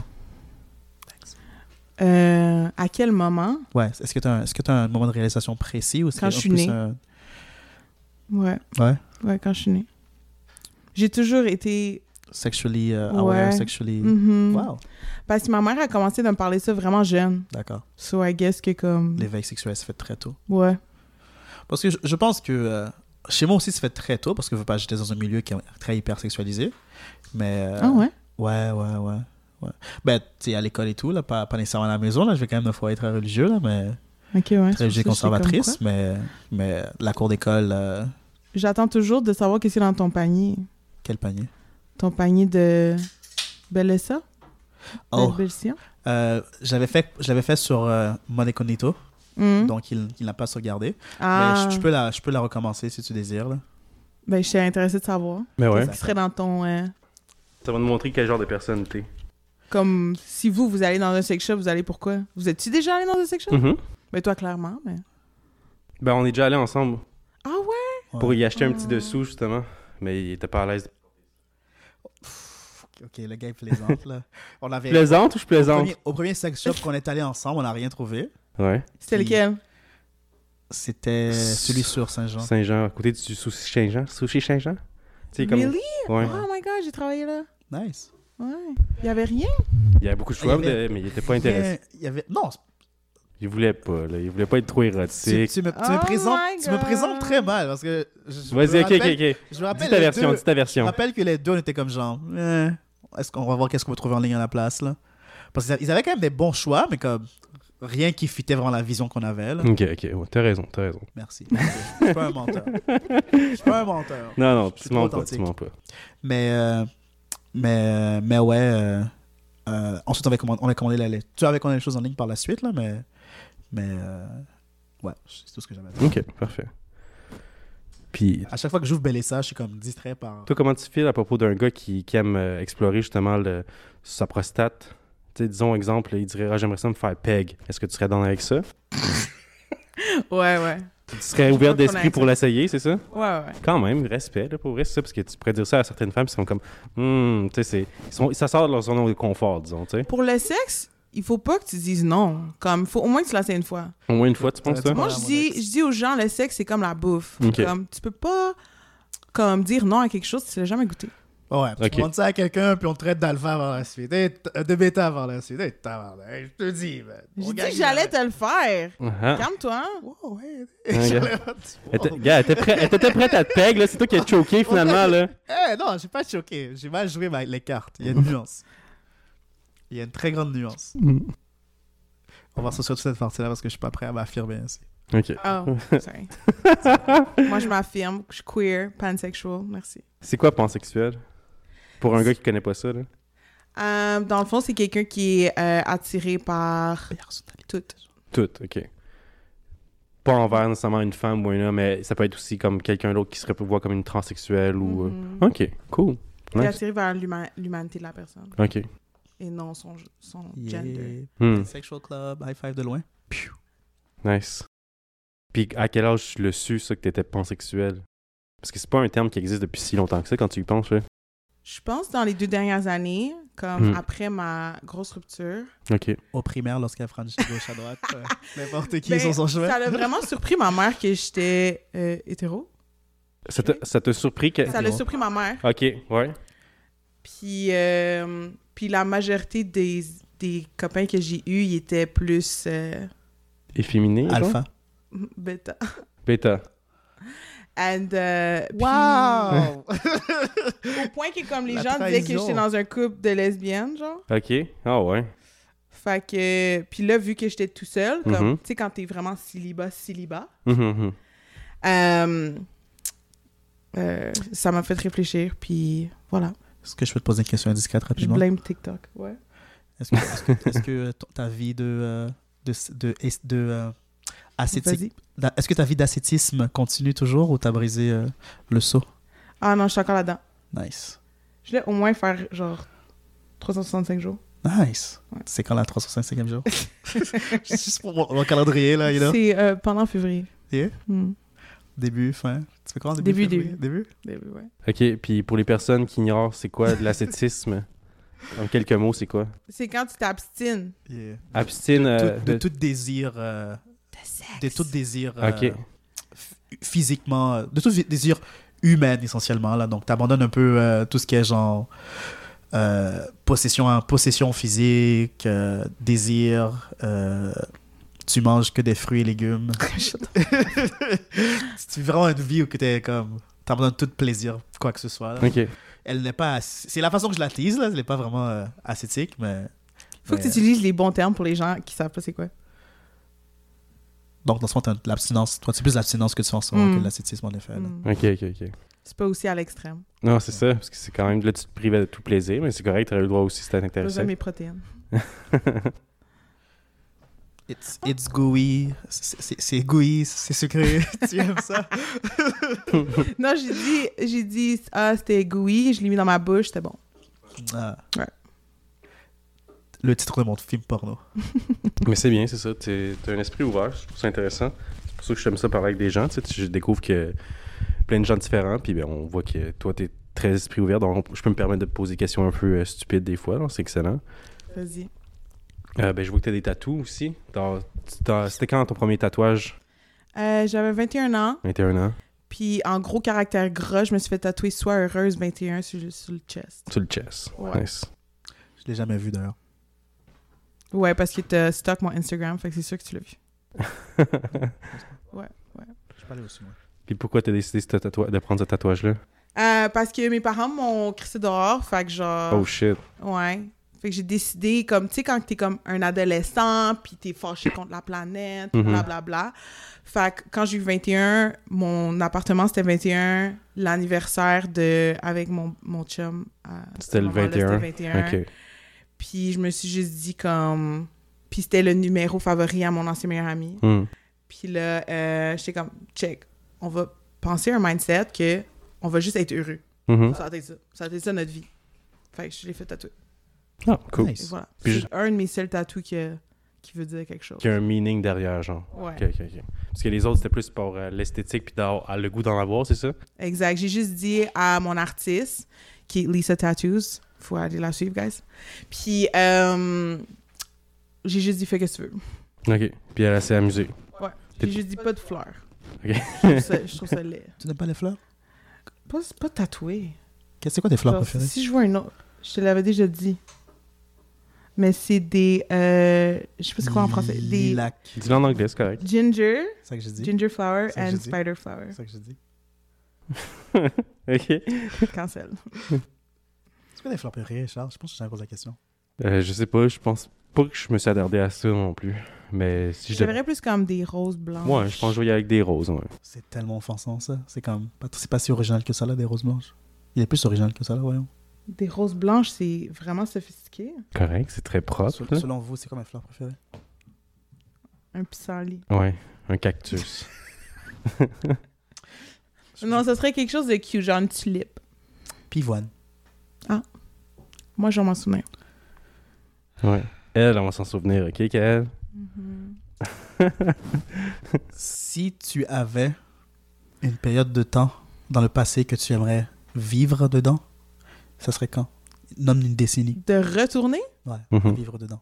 Euh, à quel moment? Ouais. Est-ce que tu as, est-ce que tu as un moment de réalisation précis ou c'est Quand un je suis plus née. un- Ouais, Ouais. ouais, quand je suis née. J'ai toujours été... Sexually euh, Ouais. aware, sexually. Mhm. Wow. Parce que ma mère a commencé de me parler de ça vraiment jeune. D'accord. So, I guess que comme... L'éveil sexuel se fait très tôt. Ouais. Parce que je, je pense que euh, chez moi aussi, ça se fait très tôt parce que je veux pas, j'étais dans un milieu qui est très hyper sexualisé. Mais. euh, Ah ouais? Ouais, ouais, ouais. ouais. Ben, tu sais, à l'école et tout, là, pas, pas nécessairement à la maison, là, je vais quand même une fois être très religieux, là, mais. Ok, ouais. Très religieux c'est pour ça que j'étais conservatrice, mais, mais la cour d'école, euh, comme quoi. J'attends toujours de savoir qu'est-ce qu'il y a dans ton panier. quel panier? Ton panier de... Bellessa? Oh, Belle-Sion? euh, j'avais fait, je l'avais fait sur euh, Money Cognito, Mhm. donc il il n'a pas sauvegardé. Ah, Mais je, je peux la, je peux la recommencer si tu désires, là. ben je suis intéressée de savoir. Mais ouais. Qu'est-ce qui serait dans ton... euh, Ça va nous montrer quel genre de personne t'es. Comme, si vous, vous allez dans un sex shop, vous allez pourquoi? Vous êtes-tu déjà allé dans un sex shop? Mhm. Ben toi, clairement, mais... Ben, on est déjà allés ensemble Ah ouais? pour y acheter un Ah. petit dessous, justement. Mais il était pas à l'aise. Ok, le gars il plaisante, là. On avait. Plaisante ou je Au plaisante? premier, au premier sex shop qu'on est allé ensemble, on n'a rien trouvé. Ouais. C'était Puis- lequel? C'était celui sur Saint-Jean. Saint-Jean, à côté du Sushi Saint-Jean. Sushi Saint-Jean? Tu sais, comme. Really? Ouais. Oh my god, j'ai travaillé là. Nice. Ouais. Il y avait rien? Il y avait beaucoup de Il y choix, avait- mais il était pas intéressé. Il y avait... Non, Il voulait pas, là. Il voulait pas être trop tu, érotique. tu me, tu, Oh me présentes, my tu me God. présentes très mal parce que je, je Vas-y, me ok, ok, rappelle, ok. je me rappelle Dis ta les version, deux- dis ta Je me version. rappelle que les deux on était comme genre eh, est-ce qu'on va voir qu'est-ce qu'on va trouver en ligne à la place là. Parce qu'ils avaient quand même des bons choix mais comme rien qui fitait vraiment la vision qu'on avait là. Ok, ok. Ouais, t'as raison, t'as raison. Merci. Je suis pas un menteur. Je suis pas un menteur. Non, non, suis tu mens trop pas, tu authentique. mens pas. Mais euh, mais mais ouais euh, euh, ensuite on avait commandé, on a commandé la lettre. Tu avais commandé les choses en ligne par la suite là mais mais euh, ouais, c'est tout ce que j'avais à dire. Ok, parfait. Puis, À chaque fois que j'ouvre Bellessa, je suis comme distrait par. toi, comment tu files à propos d'un gars qui, qui aime euh, explorer justement le, sa prostate? Tu sais, disons, exemple, il dirait ah, j'aimerais ça me faire peg. Est-ce que tu serais dans avec ça? Ouais, ouais. Tu serais Je ouvert crois qu'on d'esprit a pour ça. l'essayer, c'est ça? Ouais, ouais. Quand même, respect, là, pour vrai, c'est ça, parce que tu pourrais dire ça à certaines femmes qui sont comme, hum, tu sais, c'est- ils sont- ça sort de leur zone de confort, disons, tu sais. Pour le sexe, il faut pas que tu dises non. Comme, faut au moins que tu l'essayes une fois. Au moins une fois, tu penses Tu ça? vois, Moi, à je mon dis, ex. je dis aux gens, le sexe, c'est comme la bouffe. Ok. Comme, tu peux pas comme dire non à quelque chose que tu l'as jamais goûté. Ouais, tu Ok. demandes ça à quelqu'un, puis on te traite d'alpha avant la suite. Hey, t- de bêta avant la suite. Hey, tabarnak, je te dis, man. J'ai On dit gagne que j'allais jamais. te le faire. Ah. Calme-toi. hein. Wow, ouais. Ouais, J'allais gars. pas te- Elle était- gars, elle était prête- elle était prête à te peg, là, c'est toi qui as choqué finalement, là. Eh, non, j'ai pas choqué. J'ai mal joué ma- les cartes. Il y a une nuance. Il y a une très grande nuance. On va sortir de cette partie-là parce que je suis pas prêt à m'affirmer ainsi. Ok. Oh, sorry. Moi, je m'affirme. Je suis queer, pansexual. Merci. C'est quoi pansexuel? Pour un gars qui connaît pas ça, là. Euh, dans le fond, c'est quelqu'un qui est euh, attiré par tout. Tout, ok. Pas envers nécessairement une femme ou un homme, mais ça peut être aussi comme quelqu'un d'autre qui se voit comme une transsexuelle ou... euh, Mhm. Ok, cool. Il est Nice. attiré vers l'huma- l'humanité de la personne Ok. et non son, son Yeah. gender. Hmm, Sexual Club, high five de loin. nice. Puis à quel âge tu l'as su, ça, que t'étais pansexuel? Parce que c'est pas un terme qui existe depuis si longtemps que ça quand tu y penses. Là. Je pense dans les deux dernières années, comme Mm. après ma grosse rupture. OK. Au primaire, lorsqu'elle franchit de gauche à droite, euh, n'importe qui Ben, sur son chemin. ça l'a vraiment surpris ma mère que j'étais euh, hétéro. Ça t'a, ça t'a surpris que... Ça l'a surpris ma mère. OK, ouais. Puis, euh, puis la majorité des, des copains que j'ai eus, ils étaient plus euh, Efféminé, genre? Alpha. bêta. Bêta. And, euh, puis- Wow! au point que comme les La gens disaient que trahison. j'étais dans un couple de lesbiennes, genre. OK. Ah ouais. Fait que... Puis là, vu que j'étais tout seul, comme, Mhm. tu sais, quand t'es vraiment célibat, célibat, Mhm, mhm. euh, euh, ça m'a fait réfléchir, puis voilà. Est-ce que je peux te poser une question indiscrète Je rapidement? blame TikTok, ouais. Est-ce que, est-ce que, est-ce que t- ta vie de, euh, de, de, de, de, euh, ascétique, Vas-y. d'a- est-ce que ta vie d'ascétisme continue toujours ou t'as brisé euh, le seau? Ah non, je suis encore là-dedans. Nice. Je voulais au moins faire, genre, trois cent soixante-cinq jours. Nice. Ouais. C'est quand la trois cent soixante-cinquième jour? Juste pour mon, mon calendrier, là, you know? C'est euh, pendant février. Yeah. Hmm. Début, fin. Tu fais quoi en début? Début, février? Début? Début, ouais. OK, puis pour les personnes qui ignorent c'est quoi de l'ascétisme, en quelques mots, c'est quoi? C'est quand tu t'abstines. Yeah. Abstine... euh, Tout- de, de- tout désir... euh, De sexe. de tout désir euh, OK. f- physiquement, euh, de tout vi- désir humain essentiellement là. Donc t'abandonnes un peu euh, tout ce qui est genre euh, possession, possession physique, euh, désir. euh, tu manges que des fruits et légumes. C'est vraiment une vie où que t'es comme t'abandonnes tout plaisir, quoi que ce soit. Là. OK. Elle n'est pas, ass- c'est la façon que je la tease là. Elle n'est pas vraiment euh, ascétique, mais. Faut que tu mais- utilises les bons termes pour les gens qui savent pas c'est quoi. Donc dans ce moment, t'as l'abstinence. Toi, c'est plus l'abstinence que tu fais en ce moment Mm. que l'ascétisme en effet. là. Hmm. OK, OK, OK. C'est pas aussi à l'extrême. Non, c'est ça, parce que c'est quand même... Là, tu te privais de tout plaisir, mais c'est correct, t'aurais eu le droit aussi si t'es Pas intéressé. mes protéines. It's, it's gooey. C'est- C'est c'est gooey, c'est sucré. Tu aimes ça? Non, j'ai dit, j'ai dit, ah, c'était gooey, je l'ai mis dans ma bouche, c'était bon. Ah. Ouais. Le titre de mon film porno. Mais c'est bien, c'est ça. T'es- T'as un esprit ouvert, je trouve ça intéressant. C'est pour ça que j'aime ça parler avec des gens. Tu sais, tu- je découvre que plein de gens différents, puis ben, on voit que toi, t'es très esprit ouvert, donc je peux me permettre de te poser des questions un peu euh, stupides des fois, donc c'est excellent. Vas-y. Euh, ben, je vois que t'as des tatous aussi. T'as- t'as- C'était quand ton premier tatouage? Euh, j'avais vingt et un ans, vingt et un ans. puis en gros caractère gras, je me suis fait tatouer Sois heureuse vingt et un sur, le- sur le chest. Sur le chest. Ouais. Nice. Je l'ai jamais vu d'ailleurs. Ouais, parce que t'as stock mon Instagram, fait que c'est sûr que tu l'as vu. Ouais, ouais. Je peux aller aussi, moi. Puis pourquoi t'as décidé ce tatou- de prendre ce tatouage-là? Euh, parce que mes parents m'ont crissé dehors, fait que genre... Oh shit. Ouais. Fait que j'ai décidé, comme, tu sais, quand t'es comme un adolescent, puis t'es fâché contre la planète, Mhm. blablabla. Fait que quand j'ai eu vingt et un, mon appartement, c'était vingt et un, l'anniversaire de... avec mon, mon chum. à ce C'était le moment-là, vingt et un. C'était vingt et un. OK. Puis je me suis juste dit, comme... Puis c'était le numéro favori à mon ancien meilleur ami. Hmm. Puis là, euh, j'étais comme, check, on va penser à un mindset que on va juste être heureux. Mhm. Ça a été ça. Ça a été ça notre vie. Fait que je l'ai fait tatouer. Ah, cool. Et Nice. voilà. Puis C'est un de mes seuls tatous qui, qui veut dire quelque chose. Qu'il y a un meaning derrière, genre. Ouais. OK, OK, OK. Parce que les autres, c'était plus pour euh, l'esthétique puis d'avoir ah, le goût d'en avoir, c'est ça? Exact. J'ai juste dit à mon artiste, qui est Lisa Tattoos, faut aller la suivre, guys. Puis, euh, j'ai juste dit, fais ce que tu veux. OK. Puis elle s'est amusée. Ouais. T'es- J'ai juste dit, pas de fleurs. OK. Je trouve ça, je trouve ça laid. Tu n'aimes pas les fleurs? Pas, pas tatoué. Qu'est-ce- C'est quoi tes fleurs Genre, préférées? si je vois un autre, je te l'avais déjà dit. Mais c'est des. Euh, je sais pas c'est quoi en français. Des Lilac. Dis-le en anglais, c'est correct. ginger, C'est ça que j'ai dit. ginger flower C'est ça que and j'ai dit. spider flower. C'est ça que j'ai dit. OK. Cancel. C'est quoi tes fleurs préférées, Charles? Je pense que j'ai posé la question. Euh, je sais pas, je pense pas que je me suis attardé à ça non plus. Mais si Je je... verrais plus comme des roses blanches. Ouais, je pense que je vais y aller avec des roses, ouais. C'est tellement offensant, ça. C'est comme... pas- C'est pas si original que ça, là, des roses blanches. Il est plus original que ça, là, voyons. Des roses blanches, c'est vraiment sophistiqué. Correct, c'est très propre, Sel- là. Selon vous, c'est quoi mes fleurs préférées? Un pissenlit. Ouais, un cactus. Non, ça serait quelque chose de cute, genre une tulipe. Pivoine. Moi, je vais m'en souvenir. Ouais. Elle, on va s'en souvenir, OK, Kael? Si tu avais une période de temps dans le passé que tu aimerais vivre dedans, ça serait quand? Nomme une décennie. De retourner? Ouais, Mhm. vivre dedans.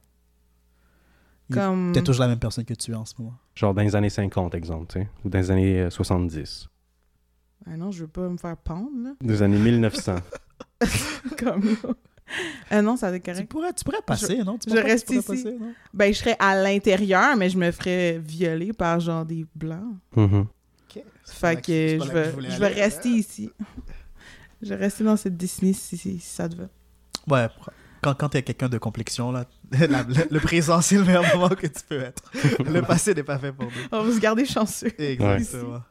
Comme... T'es toujours la même personne que tu es en ce moment. Genre dans les années cinquante, exemple, tu sais, ou dans les années euh, soixante-dix. Ah non, je veux pas me faire pendre, là. Des années mille neuf cents. Comme là. Euh, non, ça va être Tu correct. pourrais, tu pourrais passer, non? Tu je penses pas que tu reste pourrais ici. passer, non? Ben, je serais à l'intérieur, mais je me ferais violer par genre des blancs. Mhm. Ok. Fait que je vais, je vais rester ici. Je vais rester dans cette Disney si, si, si ça te va. Ouais, quand, quand t'es quelqu'un de complexion, là, la- le, le présent, c'est le meilleur moment que tu peux être. Le passé n'est pas fait pour nous. On va se garder chanceux. Exactement.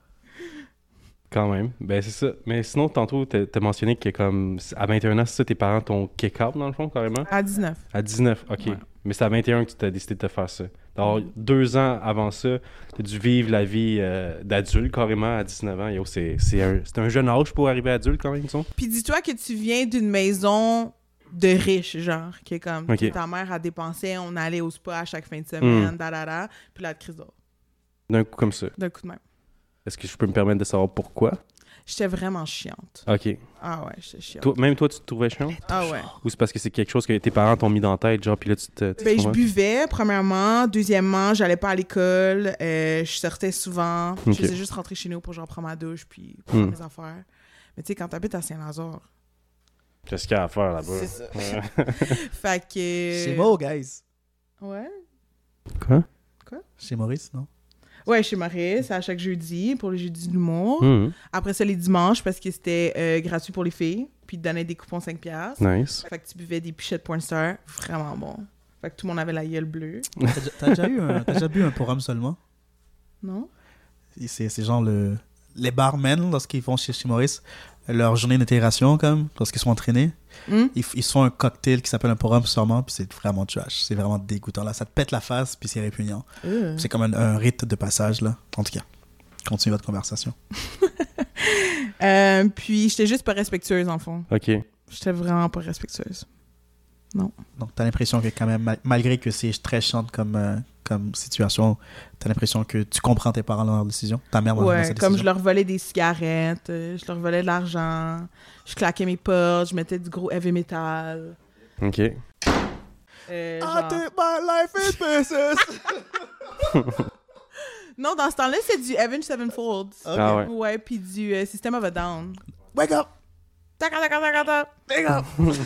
Quand même. Ben, c'est ça. Mais sinon, tantôt, t'as t'as mentionné que, comme, à vingt et un ans, c'est ça, tes parents t'ont kick-out, dans le fond, carrément? À dix-neuf. À dix-neuf, OK. Ouais. Mais c'est à vingt et un que tu t'as décidé de te faire ça. Alors, deux ans avant ça, t'as dû vivre la vie euh, d'adulte, carrément, à dix-neuf ans. Yo, c'est c'est un, c'est un jeune âge pour arriver adulte, quand même, disons. Puis dis-toi que tu viens d'une maison de riches, genre, qui est comme Ok. que ta mère a dépensé, on allait au spa à chaque fin de semaine, da da da, puis là, de crise d'or, D'un coup comme ça. d'un coup de main. Est-ce que je peux me permettre de savoir pourquoi? J'étais vraiment chiante. OK. Ah ouais, j'étais chiante. Toi, même toi, tu te trouvais chiant? Ah ouais. Ou c'est parce que c'est quelque chose que tes parents t'ont mis dans la tête, genre, puis là, tu te... tu te Ben, je comprends? buvais, premièrement. Deuxièmement, j'allais pas à l'école. Euh, je sortais souvent. Ok. Je faisais juste rentrer chez nous pour genre prendre ma douche puis prendre Hmm. mes affaires. Mais tu sais, quand t'habites à Saint-Lazare, Qu'est-ce qu'il y a à faire là-bas? c'est ça. Ouais. Fait que... Chez Mo, guys. Ouais. Quoi? Chez Maurice, non? Ouais, chez Maurice, à chaque jeudi, pour le jeudi de l'humour. Mhm. Après ça, les dimanches, parce que c'était euh, gratuit pour les filles. Puis ils te donnaient des coupons cinq piastres. Nice. Fait que tu buvais des pichettes Pornstar. Vraiment bon. Fait que tout le monde avait la gueule bleue. T'as déjà- T'as déjà, eu un- t'as déjà bu un pour homme seulement? Non? Et C'est c'est genre le, les barmen, lorsqu'ils vont chez, chez Maurice, leur journée d'intégration, comme, lorsqu'ils sont entraînés, Hmm? ils, f- ils se font un cocktail qui s'appelle un pour homme seulement, puis c'est vraiment trash. C'est vraiment dégoûtant. Là, ça te pète la face, puis c'est répugnant. Euh. C'est comme un, un rite de passage, là. En tout cas, continue votre conversation. Euh, puis j'étais juste pas respectueuse, en fond. OK. J'étais vraiment pas respectueuse. Donc, t'as l'impression que quand même, mal- malgré que c'est très chiant comme, euh, comme situation, t'as l'impression que tu comprends tes parents dans leur décision, ta mère dans, dans Ouais, sa comme je décision. leur volais des cigarettes, euh, je leur volais de l'argent, je claquais mes portes, je mettais du gros heavy metal. OK. Euh, I genre- take my life in pieces! Non, dans ce temps-là, c'est du Avenged Sevenfold. Ok. Ah ouais. Ouais, puis du euh, System of a Down. Wake up! Tac, tac, tac, tac, tac. Wake up!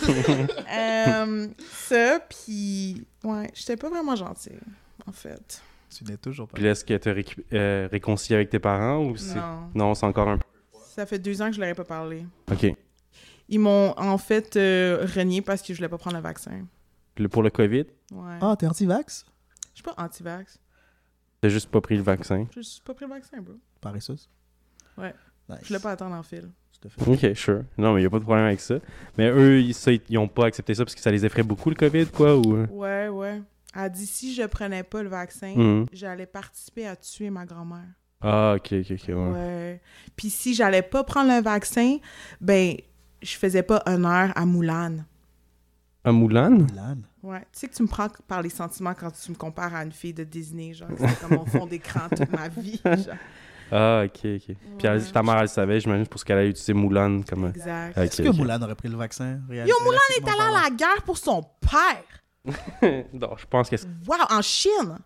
Euh, ça, puis... Ouais, j'étais pas vraiment gentille, en fait. Tu n'es toujours pas. Puis là, est-ce que tu as réconcilié avec tes parents ou c'est... Non. Non, c'est encore un peu... Ça fait deux ans que je leur ai pas parlé. OK. Ils m'ont, en fait, euh, renié parce que je voulais pas prendre le vaccin. Le- pour le COVID, Ouais. Ah, t'es anti-vax? Je suis pas anti-vax. t'as juste pas pris le vaccin. J'ai juste pas pris le vaccin, bro. Paresseuse? Ouais. Nice. Je voulais pas attendre en fil. Tout à fait. OK, sure. Non, mais il n'y a pas de problème avec ça. Mais eux, ils, ça, ils ont pas accepté ça parce que ça les effraie beaucoup, le COVID, quoi, ou... Ouais, ouais. Elle a dit si je prenais pas le vaccin, Mhm. j'allais participer à tuer ma grand-mère. Ah, OK, OK, OK, ouais. Ouais. Puis si j'allais pas prendre le vaccin, ben, je faisais pas honneur à Moulane. À Moulin? Milan. Ouais. Tu sais que tu me prends par les sentiments quand tu me compares à une fille de Disney, genre, c'est comme mon fond d'écran toute ma vie. Genre. Ah, OK, OK. Puis elle- Ouais. ta mère, elle savait, j'imagine, pour ce qu'elle a utilisé Moulin comme... Exact. Ok, Est-ce que ok. Moulin aurait pris le vaccin? Yo, Moulin est allé à la guerre pour son père. non, je pense que c'est... Wow, en Chine.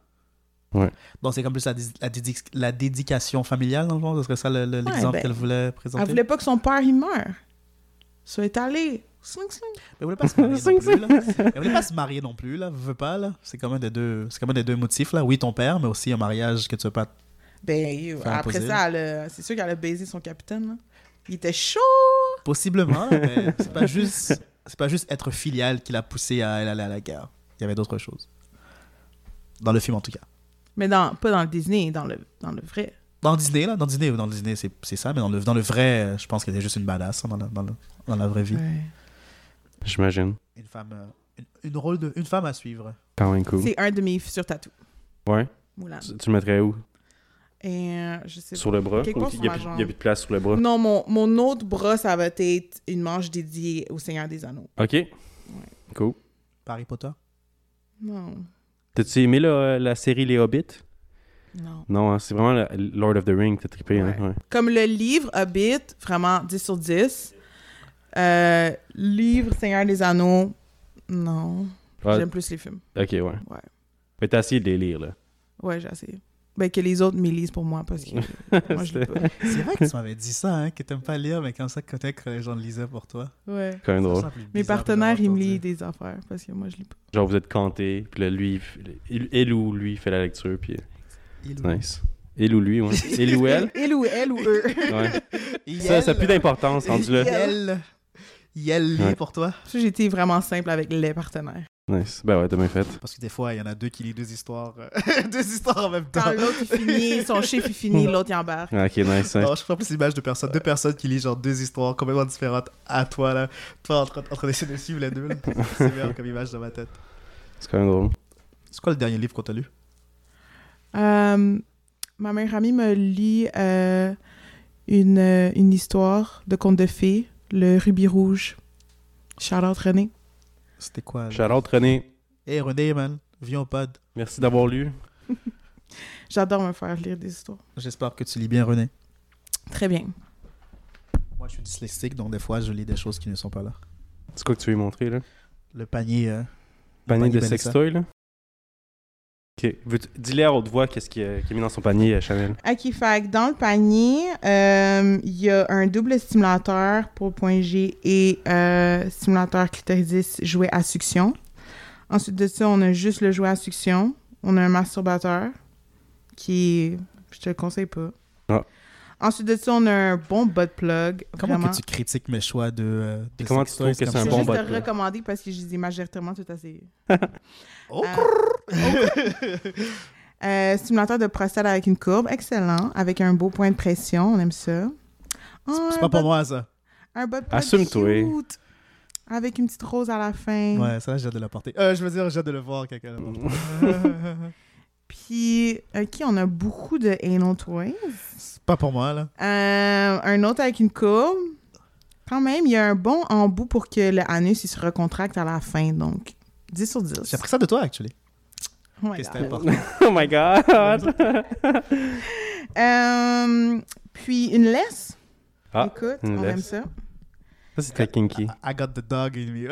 Donc, c'est comme plus la, dé- la, dédi- la dédication familiale, dans le fond? Ce serait ça le- le- l'exemple ben, qu'elle voulait présenter? Elle voulait pas que son père, il meure. Ça est allé. Sling, sling. Mais elle voulait pas se marier non plus, là. Elle voulait pas se marier non plus, là. Veux pas, là. C'est quand même des deux, c'est quand même des deux motifs, là. Oui, ton père, mais aussi un mariage que tu veux pas... Ben, yo, Faire après imposer. ça, elle a- c'est sûr qu'elle a baisé son capitaine. Là. Il était chaud. Possiblement, mais c'est pas juste... C'est pas juste être filial qui l'a poussé à aller à la guerre. Il y avait d'autres choses. Dans le film, en tout cas. Mais dans, pas dans le Disney, dans le, dans le vrai. Dans Disney, là. Dans Disney, dans le Disney c'est, c'est ça. Mais dans le, dans le vrai, je pense qu'elle était juste une badass, hein, dans, la, dans, le- dans la vraie vie. Ouais. J'imagine. Une femme... euh, Une, une rôle de, une femme à suivre. Quand même cool. C'est un de mes futurs tatous. Ouais. Moulin. Tu, tu le mettrais où? Et euh, je sais Sur le bras? Quelque Ou part il sur n'y a, ma plus- jambe. il y a plus de place sur le bras? Non, mon, mon autre bras, ça va être une manche dédiée au Seigneur des Anneaux. OK. Cool. Harry Potter. Non. T'as-tu aimé la, la série Les Hobbits? Non. Non, hein, c'est vraiment le Lord of the Rings que t'as trippé. Ouais. Hein? Ouais. Comme le livre Hobbit, vraiment dix sur dix. Euh, livre Seigneur des Anneaux, non. Ah, J'aime plus les films. ok, ouais. Ouais. Mais t'as essayé de les lire, là. Ouais, j'ai essayé. Ben, que les autres m'élisent pour moi, parce que moi, je lis pas. C'est vrai que tu m'avais dit ça, hein, que t'aimes pas lire, mais comme ça, peut-être que les gens le lisaient pour toi. Ouais. Quand même drôle. Ça, c'est plus Mes bizarre partenaires, de ils me l'avoir lisent entendu. des affaires, parce que moi, je lis pas. Genre, vous êtes canté, puis là, lui, il, elle ou lui fait la lecture, puis Il c'est nice. Il ou lui, ouais. Il ou elle? Il ou elle ou eux. Ouais. Ça, ça a plus d'importance, rendu là. Yel. Yel lit Ouais. pour toi. Ça, j'ai été vraiment simple avec les partenaires. Nice. Ben ouais, t'as bien fait. Parce que des fois, il y en a deux qui lisent deux histoires, euh, deux histoires en même temps. Quand l'autre, il finit, son chiffre, il finit, l'autre, il embarque. Ah, ok, nice. Hein. Non, je prends plus l'image de personnes, deux personnes qui lisent genre deux histoires complètement différentes à toi, là. Toi en train, en train d'essayer de suivre les deux, là. C'est bien comme image dans ma tête. C'est quand même drôle. C'est quoi le dernier livre qu'on t'a lu? Euh, ma meilleure amie me lit euh, une, euh, une histoire de conte de fées, Le Rubis Rouge. Charlotte René. C'était quoi? là? Shout-out, René. Hey René, man, viens au pod. Merci d'avoir lu. J'adore me faire lire des histoires. J'espère que tu lis bien, René. Très bien. Moi, je suis dyslexique, donc des fois, je lis des choses qui ne sont pas là. C'est quoi que tu veux lui montrer, là? Le panier... euh, le Panier de Vanessa. sextoy, là? Ok. Veux-tu- Dis-le à haute voix qu'est-ce qu'il a, qu'il a mis dans son panier, euh, Chanel. Ok, fait que dans le panier, euh, il y a un double stimulateur pour le point G et euh, stimulateur clitoridis jouet à succion. Ensuite de ça, on a juste le jouet à succion. On a un masturbateur qui est... Je te le conseille pas. Ah. Ensuite de ça, on a un bon butt plug. Comment vraiment. que tu critiques mes choix de, euh, de Et comment tu sextoys trouves que comme c'est un Je ça? vais bon juste butt te plug? recommander parce que je les ai majoritairement tout assez... Oh, Euh, euh, stimulateur de prostate avec une courbe, excellent. Avec un beau point de pression, on aime ça. Oh, c'est un pas pour butt- moi, ça. Un butt plug Assume-toi. cute, avec une petite rose à la fin. Ouais, ça, j'ai hâte de la porter. Euh, je veux dire, j'ai hâte de le voir, quelqu'un. Puis, OK, on a beaucoup de anal toys. C'est pas pour moi, là. Euh, un autre avec une courbe. Quand même, il y a un bon embout pour que le anus il se recontracte à la fin. Donc, dix sur dix. J'ai appris ça de toi, actually. Oh my Que God. c'était important. Oh my god! Euh, puis, une laisse. Ah, Écoute, une on laisse. aime ça. Ça, c'est très kinky. I got the dog in me.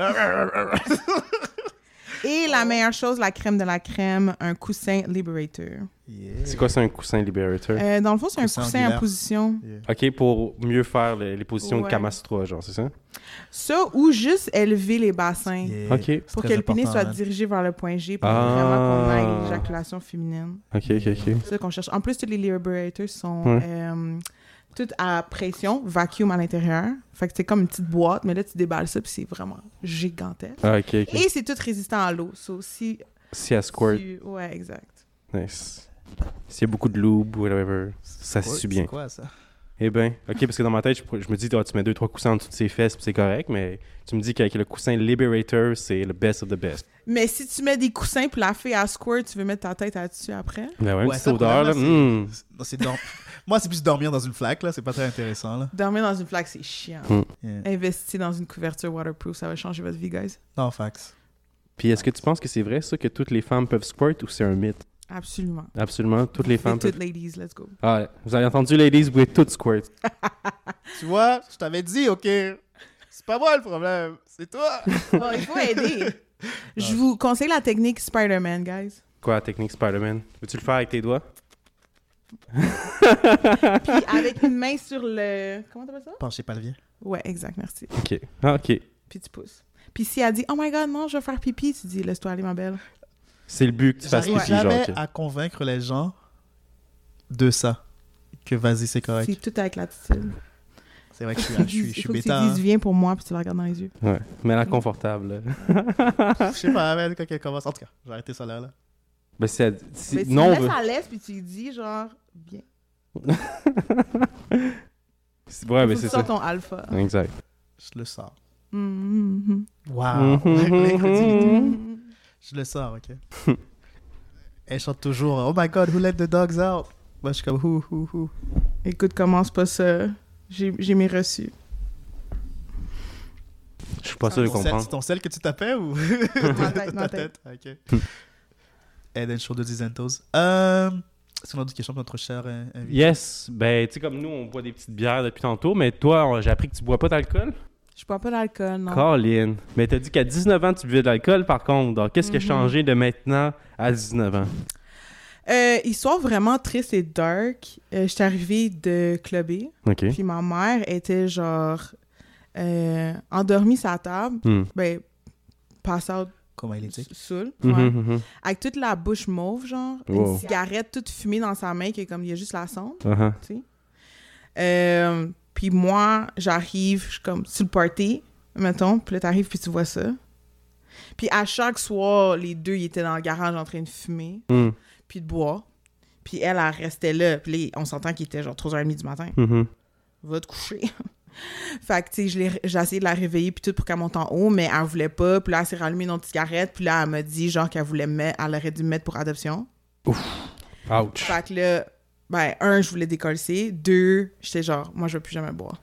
Et la meilleure chose, la crème de la crème, un coussin Liberator. Yeah. C'est quoi, ça, un coussin libérateur? Euh, dans le fond, c'est un Coussin coussin angulaire. en position. Yeah. Ok, pour mieux faire les, les positions de Ouais. Kamastra, genre, c'est ça? Ça, ou juste élever les bassins. Yeah. Ok. C'est Pour très que le pénis important, soit man. dirigé vers le point G pour Ah. vraiment qu'on aille l'éjaculation féminine. Ok, ok, ok. C'est ça qu'on cherche. En plus, tous les Liberators sont Ouais. euh, toutes à pression, vacuum à l'intérieur. Fait que c'est comme une petite boîte, mais là, tu déballes ça, puis c'est vraiment gigantesque. Ah, ok, ok. Et c'est tout résistant à l'eau. Ça aussi... Si elle squirt, tu- Ouais, exact. nice. S'il y a beaucoup de lube ou whatever, ça se Ouais, suit bien. C'est quoi, ça? Eh ben, ok, parce que dans ma tête, je, je me dis, ah, tu mets deux, trois coussins en dessous de ses fesses, puis c'est correct, mais tu me dis qu'avec le coussin Liberator, c'est le best of the best. Mais si tu mets des coussins puis la fille à squirt, tu veux mettre ta tête là-dessus après? Ben ouais, une Ouais, petite ça, odeur, là. probablement, hmm. c'est- non, c'est dor- Moi, c'est plus dormir dans une flaque, là. C'est pas très intéressant, là. Dormir dans une flaque, c'est chiant. Hmm. Yeah. Investir dans une couverture waterproof, ça va changer votre vie, guys. Non, fax. Puis est-ce que tu penses que c'est vrai, ça, que toutes les femmes peuvent squirt ou c'est un mythe? Absolument. Absolument, toutes les Et femmes toutes peuvent. ladies, let's go. Ah, ouais. Vous avez entendu, ladies, vous pouvez toutes squirt. Tu vois, je t'avais dit, OK. C'est pas moi le problème. C'est toi. Bon, il faut aider. Je vous conseille la technique Spider-Man, guys. Quoi, la technique Spider-Man? Veux-tu le faire avec tes doigts? Puis avec une main sur le... Comment t'appelles ça? Penchez pas le vieux. Ouais, exact, merci. Ok. Ah, ok. Puis tu pousses. Puis si elle dit « Oh my God, non, je vais faire pipi », tu dis « Laisse-toi aller, ma belle C'est le but que tu fasses J'arrive pipi, genre. jamais ok. à convaincre les gens de ça. Que vas-y, c'est » correct. C'est tout avec l'attitude. C'est vrai que je suis, Il je suis, je faut suis que tu bêta. dises « Viens pour moi », puis tu la regardes dans les yeux. Ouais. Mais la confortable, là. hein. Je sais pas, mais quand elle commence. En tout cas, je vais arrêter ça là. là. Ben, si elle- si- Mais tu non, on laisses veut- à l'aise, puis tu lui dis genre « Viens C'est- Ouais, Faut mais que c'est tu ça. sors ton alpha. Exact. Je le sors. Mhm. Waouh. Mhm. L'incrédulité. Je le sors, ok. Elle chante toujours Oh my god, who let the dogs out? Moi, je suis comme Who, who, who. Écoute, commence pas ça. J'ai j'ai mes reçus. Je suis pas sûr de Ton sel- comprendre. C'est ton sel que tu tapais ou Ma tête, ma ta tête. tête? Ok. Head and Shoulders Isentos. Euh, Est-ce qu'on a d'autres questions pour notre cher euh, invité? Yes. Ben, tu sais, comme nous, on boit des petites bières depuis tantôt, mais toi, on- j'ai appris que tu bois pas d'alcool. Je bois pas d'alcool, non. Colin. Mais t'as dit qu'à dix-neuf ans, tu buvais de l'alcool, par contre. Donc, qu'est-ce qui a Mhm. changé de maintenant à dix-neuf ans? Euh, histoire vraiment triste et dark. Euh, J'étais arrivée de clubber, OK. puis ma mère était genre euh, endormie sur la table, Hmm. ben, pass out, Comment il était? saoul, Mhm, ouais. mhm. Avec toute la bouche mauve, genre, Wow. une cigarette toute fumée dans sa main, qui est comme, il y a juste la sonde, Uh-huh. tu sais. Euh, puis moi, j'arrive, je suis comme, sur le party, mettons, puis là, t'arrives, puis tu vois ça. Puis à chaque soir, les deux, ils étaient dans le garage en train de fumer, Hmm. puis de boire. Puis elle, elle restait là, puis là, on s'entend qu'il était genre trois heures trente du matin. Mhm. Va te coucher. Fait que, tu sais, je l'ai- j'ai essayé de la réveiller puis tout pour qu'elle monte en haut, mais elle voulait pas. Puis là, elle s'est rallumée une autre cigarette. Puis là, elle m'a dit, genre, qu'elle voulait mettre, elle aurait dû me mettre pour adoption. Ouch. Fait que là, ben, un, je voulais décoller. Deux, j'étais genre, moi, je veux plus jamais boire.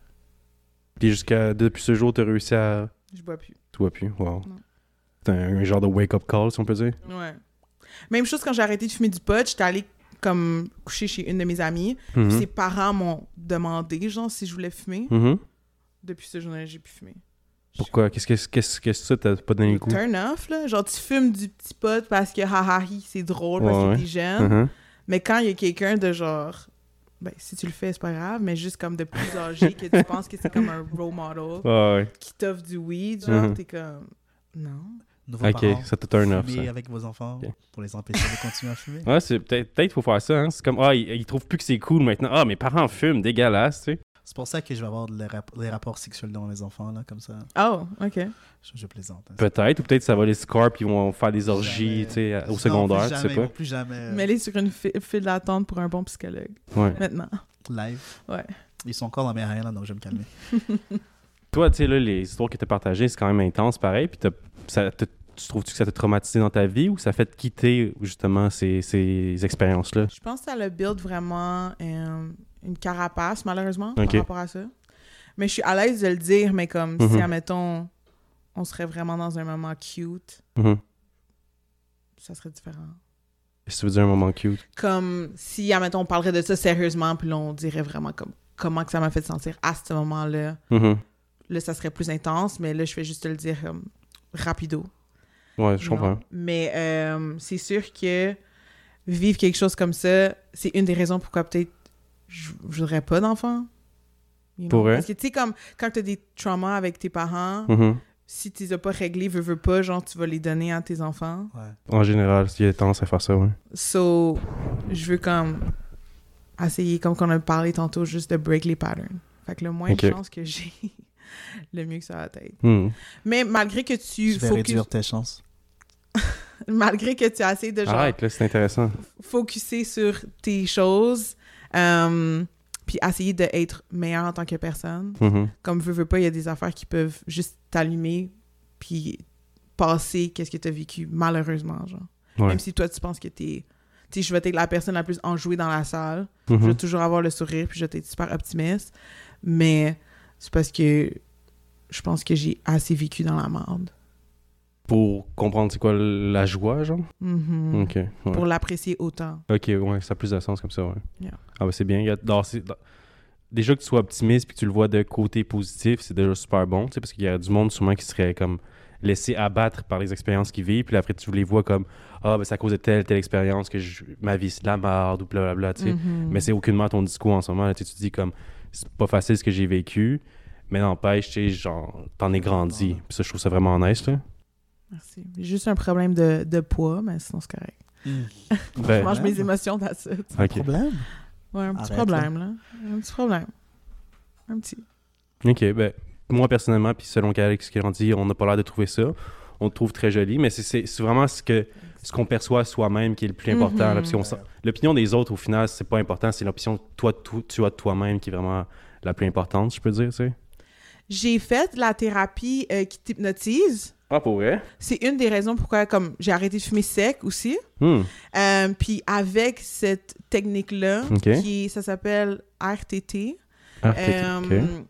Puis jusqu'à depuis ce jour, t'as réussi à... Je bois plus. Tu vois plus. Wow. Non. C'est un, un genre de wake-up call, si on peut dire. Ouais. Même chose quand j'ai arrêté de fumer du pot, j'étais allée comme coucher chez une de mes amies. Mhm. Puis ses parents m'ont demandé, genre, si je voulais fumer. Mhm. Depuis ce jour-là, j'ai plus fumé. Pourquoi? Qu'est-ce que qu'est-ce que ça t'as pas donné le coup? Turn off, là. Genre, tu fumes du petit pot parce que haha, hi, c'est drôle, parce Ouais, que ouais. t'es jeune. Mhm. Mais quand il y a quelqu'un de genre, ben, si tu le fais, c'est pas grave, mais juste comme de plus âgé, que tu penses que c'est comme un role model, Ouais, ouais. qui t'offre du weed, genre, Mhm. t'es comme, non. Nouveaux Ok, parents, ça te turn off, fumer ça. avec vos enfants Ok. pour les empêcher de continuer à fumer. Ouais, c'est peut-être peut-être faut faire ça, hein. C'est comme, ah, ils, ils trouvent plus que c'est cool maintenant. Ah, mes parents fument, dégueulasse, tu sais. C'est pour ça que je vais avoir des rap- des rapports sexuels dans les enfants, là, comme ça. Oh, ok. Je, je plaisante. hein. Peut-être, ou peut-être ça va les score puis ils vont faire des orgies, Jamais. tu sais, à- au Non, secondaire, plus tu sais jamais, ils pas. vont plus jamais Mais aller sur une fi- file d'attente pour un bon psychologue, Ouais. maintenant. live. Ouais. Ils sont encore dans mes rien, là, donc je vais me calmer. Toi, tu sais, là, les histoires que tu as partagées, c'est quand même intense, pareil. Puis t'as- ça te- tu trouves-tu que ça t'a traumatisé dans ta vie ou ça fait te quitter, justement, ces, ces expériences-là? Je pense que ça le build vraiment euh, une carapace, malheureusement, Ok. par rapport à ça. Mais je suis à l'aise de le dire, mais comme Mhm. si, admettons, on serait vraiment dans un moment cute, Mhm. ça serait différent. Si tu veux dire un moment cute. Comme si, admettons, on parlerait de ça sérieusement, puis là, on dirait vraiment comme comment que ça m'a fait sentir à ce moment-là. Mhm. Là, ça serait plus intense, mais là, je vais juste te le dire comme rapido. Ouais, je Non. comprends. Mais euh, c'est sûr que vivre quelque chose comme ça, c'est une des raisons pourquoi peut-être je je voudrais pas d'enfant. You know? Pour vrai? Parce que tu sais, comme quand tu as des traumas avec tes parents, Mhm. si tu les as pas réglés, veux, veux pas, genre tu vas les donner à tes enfants. Ouais. En général, il y a tendance à faire ça, ouais. So, je veux comme essayer, comme qu'on a parlé tantôt, juste de break les patterns. Fait que le moins Ok. de chance que j'ai, le mieux que ça va être. Mhm. Mais malgré que tu Je vais focus, réduire tes chances. malgré que tu as essayé de genre Arrête, là, c'est intéressant. focuser sur tes choses, euh, puis essayer d'être meilleur en tant que personne. Mhm. Comme veux, veux pas, il y a des affaires qui peuvent juste t'allumer puis passer qu'est-ce que tu as vécu, malheureusement, genre. Ouais. Même si toi, tu penses que t'es... Tu sais, je vais être la personne la plus enjouée dans la salle. Mhm. Je vais toujours avoir le sourire, puis je vais être super optimiste. Mais c'est parce que je pense que j'ai assez vécu dans la merde. Pour comprendre c'est quoi la joie, genre? Mhm. Ok. Ouais. Pour l'apprécier autant. Ok, ouais, ça a plus de sens comme ça, ouais. Yeah. Ah, bah c'est bien. Il y a- dans- c'est- dans- Déjà que tu sois optimiste puis que tu le vois de côté positif, c'est déjà super bon, tu sais, parce qu'il y a du monde sûrement qui serait comme laissé abattre par les expériences qu'ils vivent, puis après tu les vois comme ah, ben c'est à cause de telle, telle expérience que je- ma vie c'est de la merde ou blablabla, tu sais. Mhm. Mais c'est aucunement ton discours en ce moment, là, tu sais, tu te dis comme c'est pas facile ce que j'ai vécu, mais n'empêche, tu sais, genre, t'en es grandi. Puis ça, je trouve ça vraiment nice, là. Merci. J'ai juste un problème de, de poids, mais sinon c'est correct. Ben, Je mange mes ouais. émotions dans ça. ok. Problème? Ouais, un petit Arrête, problème, là. Un petit problème. Un petit. Ok, ben, moi personnellement, puis selon qu'Alex qui dit, on n'a pas l'air de trouver ça. On le trouve très joli, mais c'est- c'est c'est vraiment ce que ce qu'on perçoit soi-même qui est le plus important. là, Mhm. parce qu'on sent- l'opinion des autres, au final, c'est pas important. C'est l'opinion que toi, tu, tu as de toi-même qui est vraiment la plus importante, je peux dire, tu sais. J'ai fait la thérapie euh, qui t'hypnotise. Ah, pour vrai? C'est une des raisons pourquoi comme j'ai arrêté de fumer sec aussi. Hmm. Euh, puis avec cette technique-là, Ok. qui ça s'appelle R T T, Ah, peut-être, euh, ok.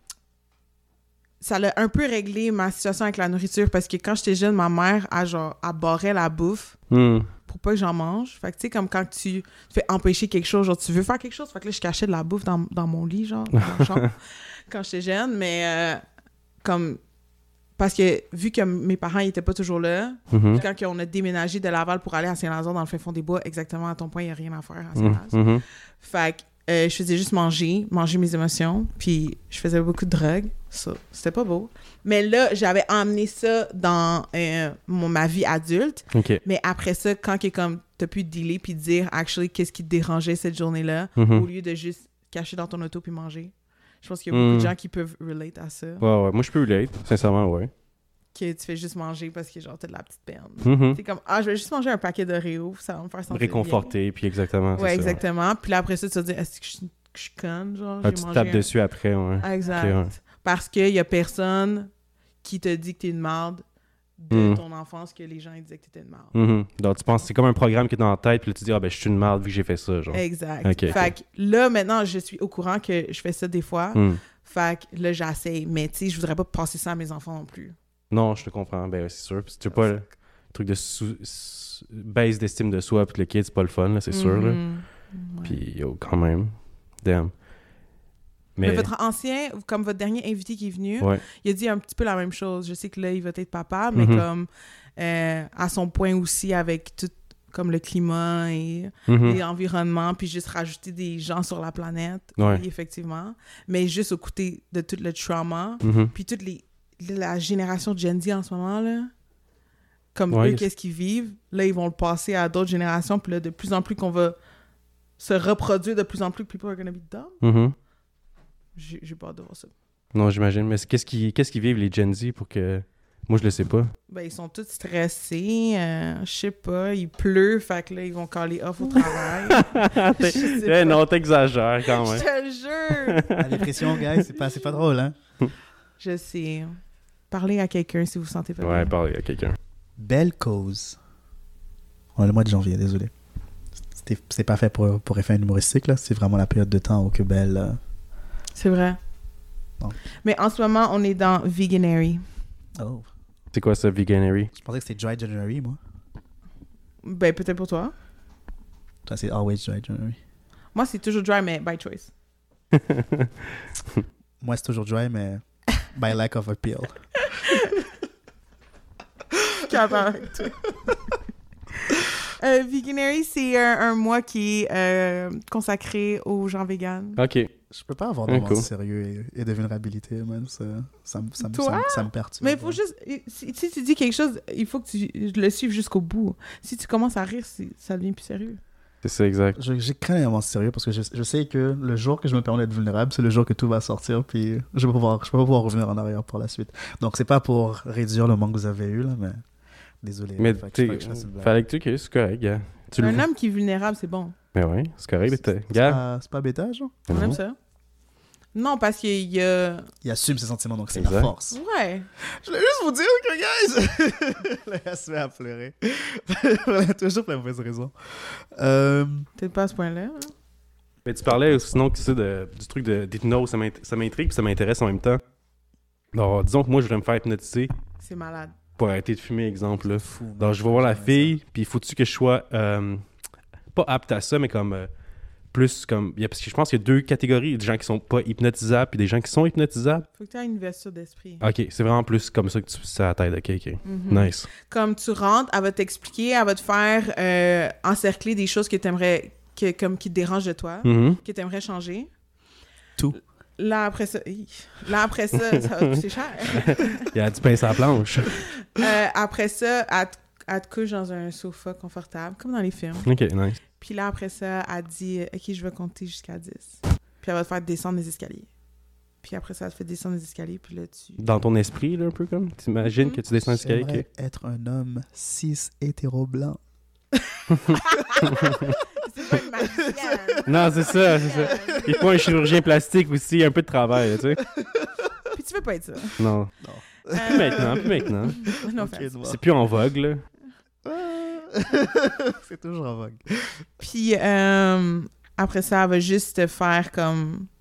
ça l'a un peu réglé ma situation avec la nourriture parce que quand j'étais jeune, ma mère a genre elle barrait la bouffe Hmm. pour pas que j'en mange. Fait que, tu sais, comme quand tu fais empêcher quelque chose, genre, tu veux faire quelque chose, fait que là, je cachais de la bouffe dans, dans mon lit, genre, dans ma chambre, quand j'étais jeune, mais euh, comme... Parce que, vu que mes parents, ils étaient pas toujours là, Mhm. quand on a déménagé de Laval pour aller à Saint-Lazare, dans le fin fond des bois, exactement à ton point, il y a rien à faire à Mhm. Saint-Lazare. Mhm. Fait que euh, je faisais juste manger, manger mes émotions, puis je faisais beaucoup de drogue. Ça, c'était pas beau. Mais là, j'avais emmené ça dans euh, mon, ma vie adulte. OK. Mais après ça, quand que, comme t'as pu dealer puis dire, actually, qu'est-ce qui te dérangeait cette journée-là, Mhm. au lieu de juste cacher dans ton auto puis manger. Je pense qu'il y a beaucoup Mm. de gens qui peuvent relate à ça. Ouais, ouais. Moi, je peux relate, sincèrement, ouais. Que tu fais juste manger parce que, genre, t'as de la petite peine. Mhm. C'est comme, ah, je vais juste manger un paquet d'Oreo, ça va me faire sentir bien. Réconforter, puis exactement. c'est Ouais, ça. exactement. Puis là, après ça, tu vas dire, est-ce que je, que je suis conne, genre, Ah, j'ai tu te mangé tapes un- dessus après, ouais. Exact. Ok, ouais. Parce qu'il y a personne qui te dit que t'es une marde de Mm. ton enfance, que les gens ils disaient que t'étais une marde. Mhm. Donc, tu penses, c'est comme un programme qui est dans la tête, puis là, tu dis, ah, ben, je suis une marde vu que j'ai fait ça, genre. Exact. Ok, Fait ok. que là, maintenant, je suis au courant que je fais ça des fois. Mm. Fait que là, j'essaie. Mais tu sais, je voudrais pas passer ça à mes enfants non plus. Non, je te comprends. Ben, ouais, c'est sûr. Puis tu veux pas le truc de sous, sous- baisse d'estime de soi, puis le kid, c'est pas le fun, là, c'est sûr, là. Mhm. Ouais. Puis, yo, quand même. Damn. Mais... Mais, votre ancien, comme votre dernier invité qui est venu, ouais. il a dit un petit peu la même chose. Je sais que là, il va être papa, mais Mhm. comme euh, à son point aussi avec tout comme le climat et Mhm. l'environnement, puis juste rajouter des gens sur la planète, Ouais. oui, effectivement. Mais juste au côté de tout le trauma, Mhm. puis toute les, la génération de Gen Z en ce moment, là, comme Ouais. eux, qu'est-ce qu'ils vivent, là, ils vont le passer à d'autres générations, puis là, de plus en plus qu'on va se reproduire, de plus en plus, people are gonna be dumb. Mhm. J'ai j'ai pas hâte de voir ça. Non, j'imagine. Mais c'est- qu'est-ce qu'ils qu'est-ce qu'ils vivent, les Gen Z, pour que... Moi, je le sais pas. Ben, ils sont tous stressés, euh, je sais pas, il pleut, fait que là, ils vont caler off au travail. Je sais Eh pas. non, t'exagères quand Je même. te jure! La dépression, guys, c'est pas, c'est pas drôle, hein? Je sais. Parlez à quelqu'un si vous vous sentez pas Ouais, bien. parler à quelqu'un. Belle cause. On est le mois de janvier, désolé. C'était, c'est pas fait pour, pour effet humoristique, là. C'est vraiment la période de temps où que Belle... euh, C'est vrai. Non. Mais en ce moment, on est dans Veganary. Oh. C'est quoi ça, Veganary? Je pensais que c'était Dry January, moi. Ben, peut-être pour toi. Toi, c'est Always Dry January. Moi, c'est toujours dry, mais by choice. Moi, c'est toujours dry, mais by lack of appeal. Capable avec toi. Euh, Veganary, c'est un, un mois qui est euh, consacré aux gens véganes. OK. Je peux pas avoir de Ouais, moments cool. sérieux et, et de vulnérabilité, man. Ça, ça, me- ça, me- Toi? ça, me- ça me perturbe. Mais il faut juste... Si, si tu dis quelque chose, il faut que tu le suives jusqu'au bout. Si tu commences à rire, c'est- ça devient plus sérieux. C'est ça, exact. Je- J'ai craint les moments sérieux parce que je, je sais que le jour que je me permets d'être vulnérable, c'est le jour que tout va sortir, puis je vais pas pouvoir, je vais pas pouvoir revenir en arrière par la suite. Donc, c'est pas pour réduire le manque que vous avez eu, là, mais désolé. Mais Fait que- tu fait que je fasse une blague. fallait que tu... OK, c'est correct, gars. Tu le Un vois. homme qui est vulnérable, c'est bon. Mais ouais, c'est correct. mais t'as- C'est Gars. pas, c'est pas bêta, genre? On Non. aime ça. Non, parce qu'il y a... Il assume ses sentiments, donc c'est Exact. la force. Ouais. Je voulais juste vous dire que, guys, là, elle se met à pleurer. Toujours pour la mauvaise raison. Euh, Peut-être pas à ce point-là. hein. Mais tu parlais sinon que ça, de, du truc de- d'hypnose, ça m'int- ça m'intrigue puis ça m'intéresse en même temps. Alors, disons que moi, je voudrais me faire hypnotiser C'est malade. pour arrêter de fumer, exemple. Là. fou. Donc, je vais voir la fille, puis faut-tu que je sois euh, pas apte à ça, mais comme euh, plus comme. il y a- Parce que je pense qu'il y a deux catégories, des gens qui sont pas hypnotisables puis des gens qui sont hypnotisables. Faut que tu aies une ouverture d'esprit. Ok, c'est vraiment plus comme ça que tu ça à la tête. Ok, ok. Mhm. Nice. Comme tu rentres, elle va t'expliquer, elle va te faire euh, encercler des choses que t'aimerais, que, comme qui te dérangent de toi, Mhm. que t'aimerais changer. Tout. Là, après ça, hi. là, après ça, ça va coûter cher. Il y a du pain sur la planche. Euh, après ça, elle te, elle te couche dans un sofa confortable, comme dans les films. Ok, nice. Puis là, après ça, elle dit « Ok, je vais compter jusqu'à dix. » Puis elle va te faire descendre les escaliers. Puis après ça, elle te fait descendre les escaliers, puis là, tu... Dans ton esprit, là, un peu comme. T'imagines que tu descends l'escalier. J'aimerais ok. être un homme cis hétéro blanc. C'est pas une magicienne! Non, c'est ça, c'est ça. Il faut un chirurgien plastique aussi, un peu de travail, là, tu sais. Puis tu veux pas être ça. Non. Euh, Plus maintenant, plus maintenant. Non, Ok, offense. noir. C'est plus en vogue, là. C'est toujours en vogue. Puis euh, après ça, elle va juste te faire comme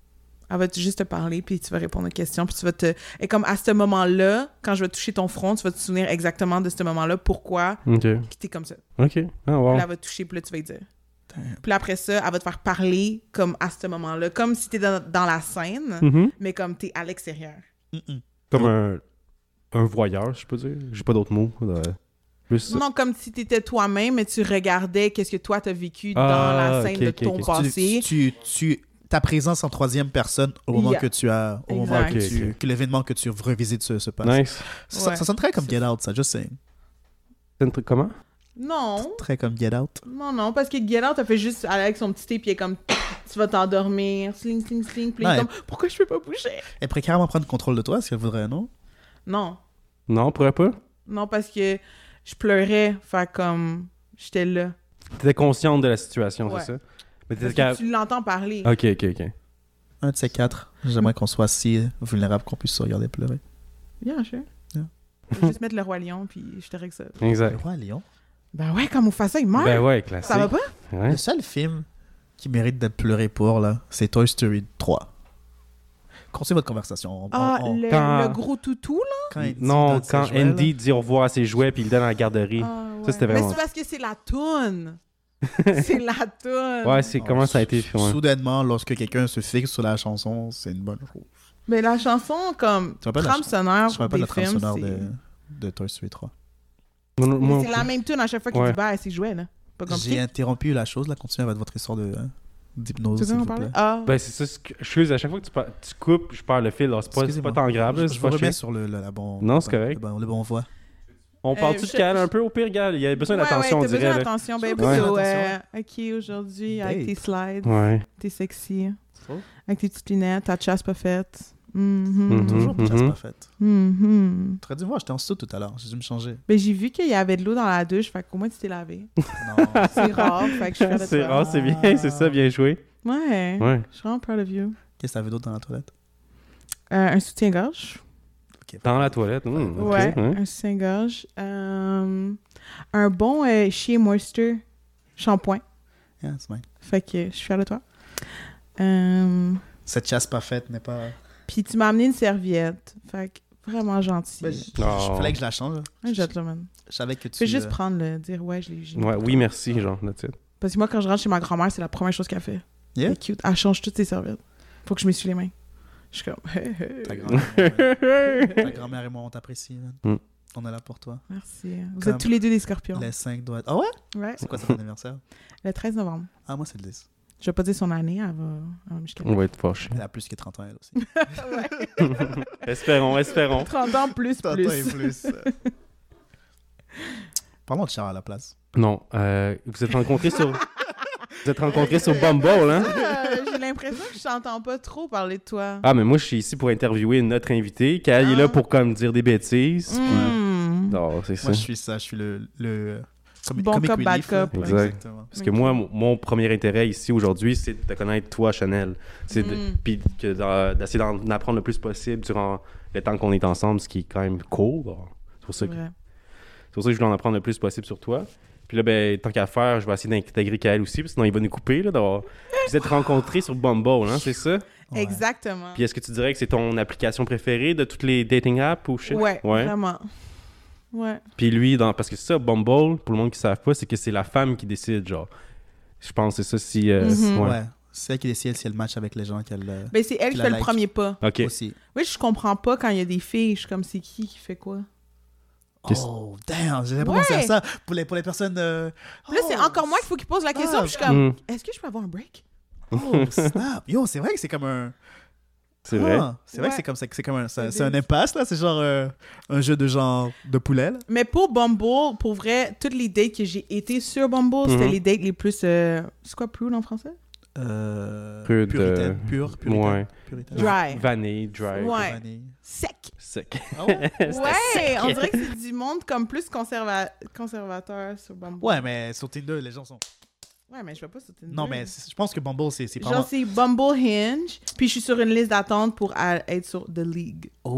Elle va te- juste te parler, puis tu vas répondre aux questions, puis tu vas te... Et comme à ce moment-là, quand je vais toucher ton front, tu vas te souvenir exactement de ce moment-là, pourquoi Ok. que t'es comme ça. Ok. Ah, wow. Puis là, elle va te toucher, puis là, tu vas lui dire. Puis là, après ça, elle va te faire parler comme à ce moment-là, comme si t'es dans, dans la scène, Mhm. mais comme t'es à l'extérieur. Mm-mm. Comme un, un voyeur, je peux dire. J'ai pas d'autres mots. euh, Plus ça. Non, comme si t'étais toi-même, mais tu regardais qu'est-ce que toi t'as vécu Ah, dans la scène ok, de ok, ton ok. passé. Tu, tu, tu- ta présence en troisième personne au moment Yeah. que tu as, au moment Exact. que, Ok, tu- ok. que l'événement que tu revisites se, se passe. Nice. Ça, Ouais. ça sonne très comme C'est- Get Out, ça, just saying. C'est un truc comment? Non, Très comme Get Out. non, non, parce que Get Out, elle fait juste aller avec son petit thé, puis elle est comme, tu vas t'endormir, sling, sling, sling, puis il est Ouais. comme, pourquoi je peux pas bouger? Elle pourrait carrément prendre contrôle de toi, si elle voudrait, non? Non, Non, pourrait pas? non, parce que je pleurais, fait comme, j'étais là. T'étais consciente de la situation, Ouais. c'est ça? Mais Parce t'étais que capable. tu l'entends parler. Ok, ok, ok. Un de ces quatre. J'aimerais qu'on soit si vulnérable qu'on puisse se regarder pleurer. Bien sûr. Yeah. Je vais juste mettre le roi lion, puis je te règle ça. Le Exact. roi Lion. Ben ouais, quand Mufasa, il meurt. Ben ouais, classique. Ça va pas? Ouais. Le seul film qui mérite d'être pleuré pour, là, c'est Toy Story trois. Continuez votre conversation. On- Ah, on- on- le, Quand- le gros toutou, là? quand il dit Non, donne ses quand jouets, Andy là. dit au revoir à ses jouets puis il le donne à la garderie. Ah, Ça, c'était Mais vraiment- c'est parce que c'est la toune. c'est la toune. Ouais, c'est Oh, comment ça a été. sou- ouais. Soudainement, lorsque quelqu'un se fixe sur la chanson, c'est une bonne chose. Mais la chanson, comme, Tu te rappelles la trame ch- sonore Je me rappelle des la trame films, sonore c'est... de, de Toy Story trois. Moi, Mais moi- c'est la même tune à chaque fois qu'il Ouais. dit « bye » à ses jouets, là. Pas J'ai compliqué. interrompu la chose, là. Continuez avec votre histoire de, hein, d'hypnose, Tu veux s'il en vous parler? plaît. Ah, Ben, c'est ça. ce que- Excuse, à chaque fois que tu, par- tu coupes, je perds le fil. Alors, c'est pas, c'est pas Excusez-moi. tant grave. là, Je, c'est je pas vous remets chiant. sur le, le- la bon, Non, le c'est bon- correct. Le bon, le bon voix. On parle-tu Euh, de je- calme un peu au pire, gars? Il y a besoin ouais, d'attention, ouais, on t'as dirait. besoin là. d'attention. Ben, Ouais. plutôt, Attention. euh, OK, aujourd'hui, avec Date. tes slides, Ouais. t'es sexy, Oh. avec tes petites lunettes, ta chasse pas faite. Mhm. Mhm. Toujours, mais mhm. c'est pas fait. Mhm. Tu aurais dû me voir, j'étais en dessous tout à l'heure. J'ai dû me changer. Ben, j'ai vu qu'il y avait de l'eau dans la douche, fait qu'au moins tu t'es lavé. Non. C'est rare, fait que je suis fière de C'est toi. rare, c'est bien, c'est ça, bien joué. Ouais, Ouais. je suis vraiment proud of you. Qu'est-ce que t'avais d'autre dans la toilette? Euh, un soutien-gorge. Ok, Dans la toilette. hmm, ok, Ouais, hein. un soutien-gorge. Euh, un bon euh, Shea Moisture shampoing. Yeah, c'est bien. Fait que je suis fière de toi. Euh, Cette chasse pas faite n'est pas. Puis tu m'as amené une serviette. Fait que vraiment gentil. Ben, j- Oh. j- fallait que je la change. là. Un gentleman. Je savais que tu. Tu peux juste euh, prendre le, dire ouais, je l'ai j'ai mis. Ouais, oui, merci, genre, that's it. Parce que moi, quand je rentre chez ma grand-mère, c'est la première chose qu'elle fait. Yeah. Elle est cute. Elle change toutes ses serviettes. Faut que je m'essuie les mains. Je suis comme, hey, hey. Ta grand-mère, ta grand-mère et moi, on t'apprécie. man. Mm. On est là pour toi. Merci. Vous Comme êtes tous les deux des scorpions. Les cinq doigts. Ah ouais? Ouais. C'est quoi ton anniversaire? Le treize novembre. Ah, moi, c'est le dix. Je vais pas dire son année, elle va, elle va me chicaner. On va être fâchés. Elle a plus que trente ans, elle aussi. Espérons, espérons. trente ans plus, trente ans et plus. plus. Parlons de Charles à la place. Non, euh, vous êtes rencontrés sur... Vous êtes rencontrés sur Bumble, hein? Euh, J'ai l'impression que je t'entends pas trop parler de toi. Ah, mais moi, je suis ici pour interviewer notre invité. Kyle est là Ah. pour, comme, dire des bêtises. puis- Mm. Non, c'est ça. Moi, je suis ça. Je suis le. le comi- Bon comic cop, bad relief, là. cop. Exact. Exactement. Parce que moi, mon, mon premier intérêt ici aujourd'hui, c'est de te connaître toi, Chanel. C'est de- Mm. puis que dans- d'essayer d'en apprendre le plus possible durant le temps qu'on est ensemble, ce qui est quand même cool. Bon, C'est pour, ça C'est que- vrai. c'est pour ça que je voulais en apprendre le plus possible sur toi. Puis là, ben, tant qu'à faire, je vais essayer d'intégrer Kael aussi, parce que sinon il va nous couper. Là, d'avoir... Vous êtes rencontrés sur Bumble, hein, c'est ça? Ouais. Exactement. Puis est-ce que tu dirais que c'est ton application préférée de toutes les dating apps ou shit? Ouais, ouais. vraiment. Ouais. Puis lui, dans... parce que c'est ça, Bumble, pour le monde qui ne savent pas, c'est que c'est la femme qui décide, genre. Je pense que c'est ça si... euh, Mhm. ouais. Ouais. C'est elle qui décide si elle match avec les gens qu'elle. euh, Ben, c'est elle Tu qui la fait le likes. premier pas. OK. Aussi. Oui, je comprends pas quand il y a des filles. Je suis comme, c'est qui qui fait quoi? Qu'est-ce- Oh, damn, j'ai pas pensé à Ouais. ça. Pour les, pour les personnes. euh, Puis là, c'est oh, encore moi qu'il faut qu'il pose la question. Ah. Puis je suis comme, Mm. est-ce que je peux avoir un break? Oh, snap. Yo, c'est vrai que c'est comme un. C'est vrai. Ah, c'est vrai Ouais. que c'est comme ça. que C'est comme un. C'est C'est c'est un des- impasse, là. C'est genre euh, un jeu de genre de poulet, là. Mais pour Bumble, pour vrai, toutes les dates que j'ai été sur Bumble, c'était Mhm. les dates les plus... euh, C'est quoi prude en français? Euh, Peu de- puritaine, pure, puritaine, Ouais. puritaine. Dry. Vanille, dry. Ouais. Vanille. Sec. Sec. Ah ouais? Ouais, on dirait que c'est du monde comme plus conserva... conservateur sur Bumble. Ouais, mais sur Tinder, les gens sont. Ouais, mais je vais pas sur Tinder. Non, mais c'est- je pense que Bumble, c'est c'est Genre, vraiment. c'est Bumble Hinge, puis je suis sur une liste d'attente pour a- être sur The League. Oh!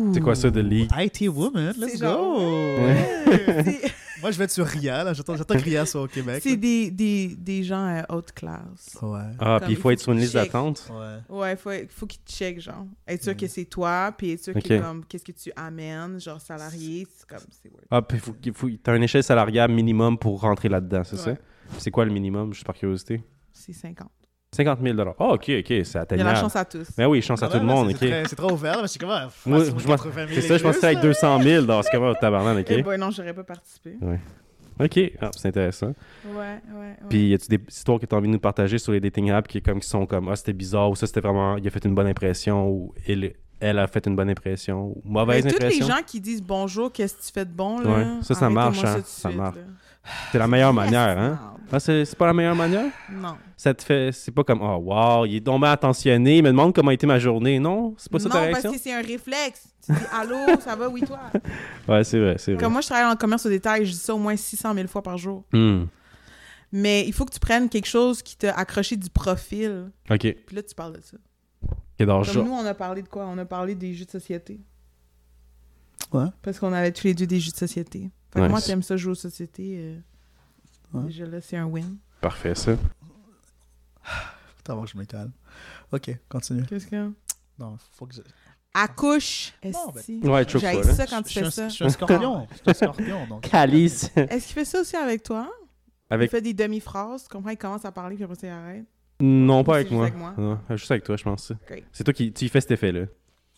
C'est quoi ça de League? I T Woman, let's C'est go! genre- Ouais. C'est- Moi, je vais être sur Ria, là. J'attends, j'attends que Ria soit au Québec. C'est des, des, des gens à haute classe. là. Ouais. Ah, Comme puis il faut être sur une liste check. d'attente. Ouais. Ouais, faut, faut qu'ils te checkent, genre. Être sûr Mm. que c'est toi, puis être sûr Ok. que, comme, qu'est-ce que tu amènes, genre, salarié, c'est comme, c'est weird. Ah, puis faut, qu'il faut, t'as une échelle salariale minimum pour rentrer là-dedans, c'est ça? Ouais. C'est quoi le minimum, juste par curiosité? C'est cinquante. cinquante mille dollars. Ah, ok, ok, c'est Il y a atteignable. la chance à tous. Mais oui, chance à Ah tout ouais, le monde, c'est, ok. c'est très, c'est trop ouvert, là. Je suis comme, ah, Moi, façon je m'en- quatre-vingt mille c'est ça, je pensais avec deux cent mille dans ce cas-là, tabarnak, ok? Eh ben non, j'aurais pas participé. Ok, ah, c'est intéressant. Ouais, ouais, ouais. Puis, y a-tu des histoires que tu as envie de nous partager sur les dating apps qui, comme, qui sont comme, ah, c'était bizarre, ou ça, c'était vraiment, il a fait une bonne impression, ou elle, elle a fait une bonne impression, ou mauvaise Mais tous les impression? gens qui disent bonjour, qu'est-ce que tu fais de bon, là? Ouais, ça, ça marche, arrêtez-moi hein, tout de ça suite, marche. là. C'est la meilleure manière, hein? Non. Ah, c'est, c'est pas la meilleure manière? Non. Ça te fait, c'est pas comme, oh, wow, il est tombé attentionné, il me demande comment a été ma journée. Non, c'est pas ça ta Non, parce réaction? que c'est un réflexe. Tu dis allô, ça va, oui, toi. Ouais, c'est vrai, c'est vrai. Comme moi, je travaille dans le commerce au détail, je dis ça au moins six cent mille fois par jour. Hmm. Mais il faut que tu prennes quelque chose qui t'a accroché du profil. Ok. Puis là, tu parles de ça. Ok, dans le Comme genre. nous, on a parlé de quoi? On a parlé des jeux de société. Ouais. Parce qu'on avait tous les deux des jeux de société. Fait que Nice. moi, t'aimes ça jouer aux sociétés. euh, Ouais. Déjà là, c'est un win. Parfait, ça. Putain, avant que je me calme. Ok, continue. Qu'est-ce que... Non, faut que je. Accouche! Non, esti. Ouais, choke J'haïs pas, là. ça quand tu Je suis fais un- ça. Je suis un scorpion. Je suis un scorpion, donc. Calice. Est-ce qu'il fait ça aussi avec toi? Avec. Il fait des demi-phrases, tu comprends? Il commence à parler, puis après ça, il arrête. Non, pas C'est avec juste moi. avec moi? Non, juste avec toi, je pense. Great. C'est toi qui tu y fais cet effet-là.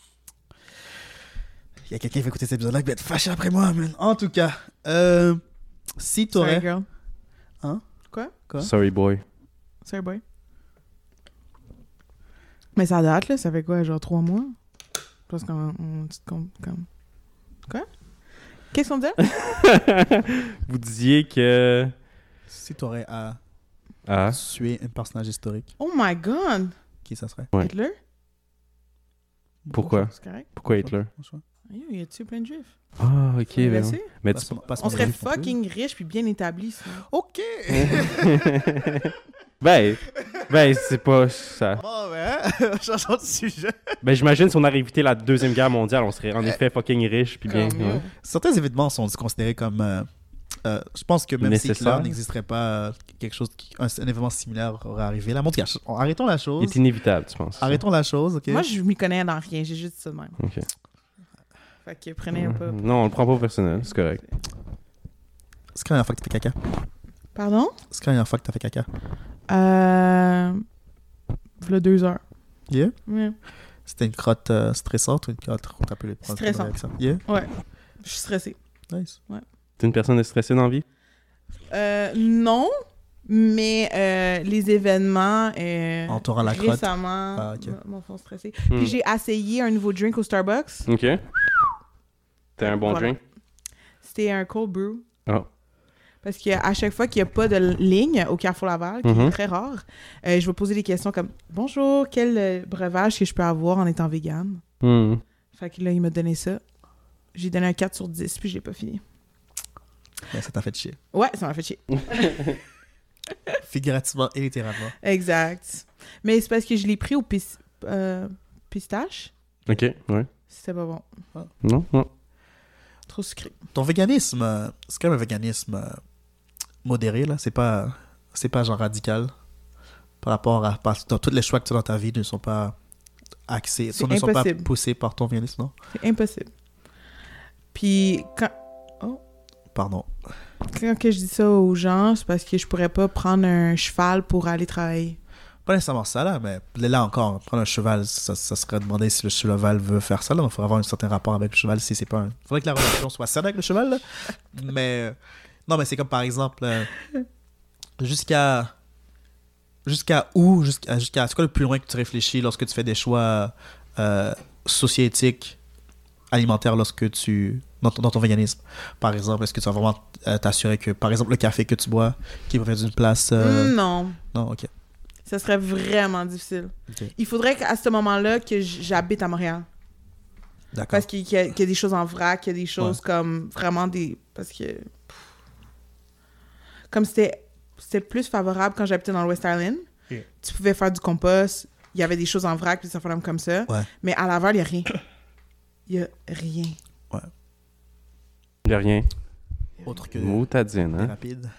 Il y a quelqu'un qui va écouter cet épisode-là qui va être fâché après moi, man. En tout cas, euh, si Sorry, t'aurais. girl. Hein? Quoi? Quoi? Sorry, boy. Sorry, boy. Mais ça date, là. Ça fait quoi, genre trois mois? Parce qu'on... on- comme... comme- Quoi? Qu'est-ce qu'on dit? Vous disiez que. Si t'aurais à Ah. tuer un personnage historique, Oh my God! qui ça serait? Ouais. Hitler? Pourquoi? C'est correct? Pourquoi Hitler? Bon choix. Aïe, il y a tué plein de juifs. Ah, ok. Faut le ben laisser? ouais. Mais Pas tu. son- pas son On serait juif non plus. fucking riche puis bien établi, sinon. Ok! ben. Ben, c'est pas ça. Bon, ben, changeons de sujet. Ben, j'imagine si on avait évité la Deuxième Guerre mondiale, on serait en effet fucking riche puis bien. Comme, ouais. yo. Certains événements sont considérés comme. euh, euh, je pense que même si Nécessaire. Hitler n'existerait pas, euh, quelque chose, qui- un, un événement similaire aurait arrivé. Là, en tout cas, ch- arrêtons la Il chose. est inévitable, tu penses? Arrêtons la chose, ok? Moi, je m'y connais dans rien. J'ai juste dit ça de même. Ok. Fait que prenez un peu. Non, on le prend pas au personnel, c'est correct. C'est quand la dernière fois que t'as fait caca? Pardon? C'est quand la dernière fois que t'as fait caca? Euh... V'là deux heures. Yeah? Ouais. C'était une crotte euh, stressante ou une crotte où t'as pu les prendre Stressante. avec ça? Yeah? Je suis stressée. Nice. T'es une personne stressée dans la vie? Euh, non, mais euh, les événements euh, Entourant la crotte. récemment Ah, ok. m- m'ont fait stresser. Hmm. Puis j'ai essayé un nouveau drink au Starbucks. Ok. T'as un bon Voilà. drink? C'était un cold brew. Ah. Parce qu'à chaque fois qu'il n'y a pas de ligne au Carrefour Laval, qui Mhm. est très rare, euh, je vais poser des questions comme « Bonjour, quel euh, breuvage que je peux avoir en étant vegan? Hmm. » Fait que là, il m'a donné ça. J'ai donné un quatre sur dix, puis j'ai pas fini. Ouais, ça t'a fait chier. Ouais, ça m'a fait chier. Figurativement et littéralement. Exact. Mais c'est parce que je l'ai pris au pis- euh, pistache. Ok, ouais. C'était pas bon. Non, non. Trop sucré. Ton véganisme, euh, c'est quand même un véganisme euh, modéré, là. C'est pas, c'est pas genre radical. Par rapport à. Parce que tous les choix que tu as dans ta vie ne sont pas axés. C'est ne sont pas impossible. poussés par ton véganisme, non? C'est impossible. Puis quand, Pardon. quand que je dis ça aux gens, c'est parce que je pourrais pas prendre un cheval pour aller travailler. Pas nécessairement ça, là, mais là encore, prendre un cheval, ça, ça serait demander si le cheval veut faire ça, là. Il faudrait avoir un certain rapport avec le cheval si c'est pas un. Il faudrait que la relation soit saine avec le cheval, là. Mais. euh, Non, mais c'est comme par exemple. euh, jusqu'à. Jusqu'à où Jusqu'à. jusqu'à c'est quoi le plus loin que tu réfléchis lorsque tu fais des choix euh, socio-éthiques, alimentaires, lorsque tu. Dans ton, dans ton véganisme, par exemple, est-ce que tu vas vraiment euh, t'assurer que, par exemple, le café que tu bois, qui va faire d'une place. euh, Mm, non. Non, ok. Ça serait vraiment difficile. Ok. Il faudrait qu'à ce moment-là, que j- j'habite à Montréal. D'accord. Parce qu'il y, a- qu'il y a des choses en vrac, qu'il y a des choses comme vraiment des... Parce que... pff. Comme c'était c'était plus favorable quand j'habitais dans le West Island. Yeah. Tu pouvais faire du compost. Il y avait des choses en vrac, des affaires comme ça. Ouais. Mais à Laval, il n'y a rien. il y a rien. Il y a rien. Autre que Moutadine, des hein? rapides.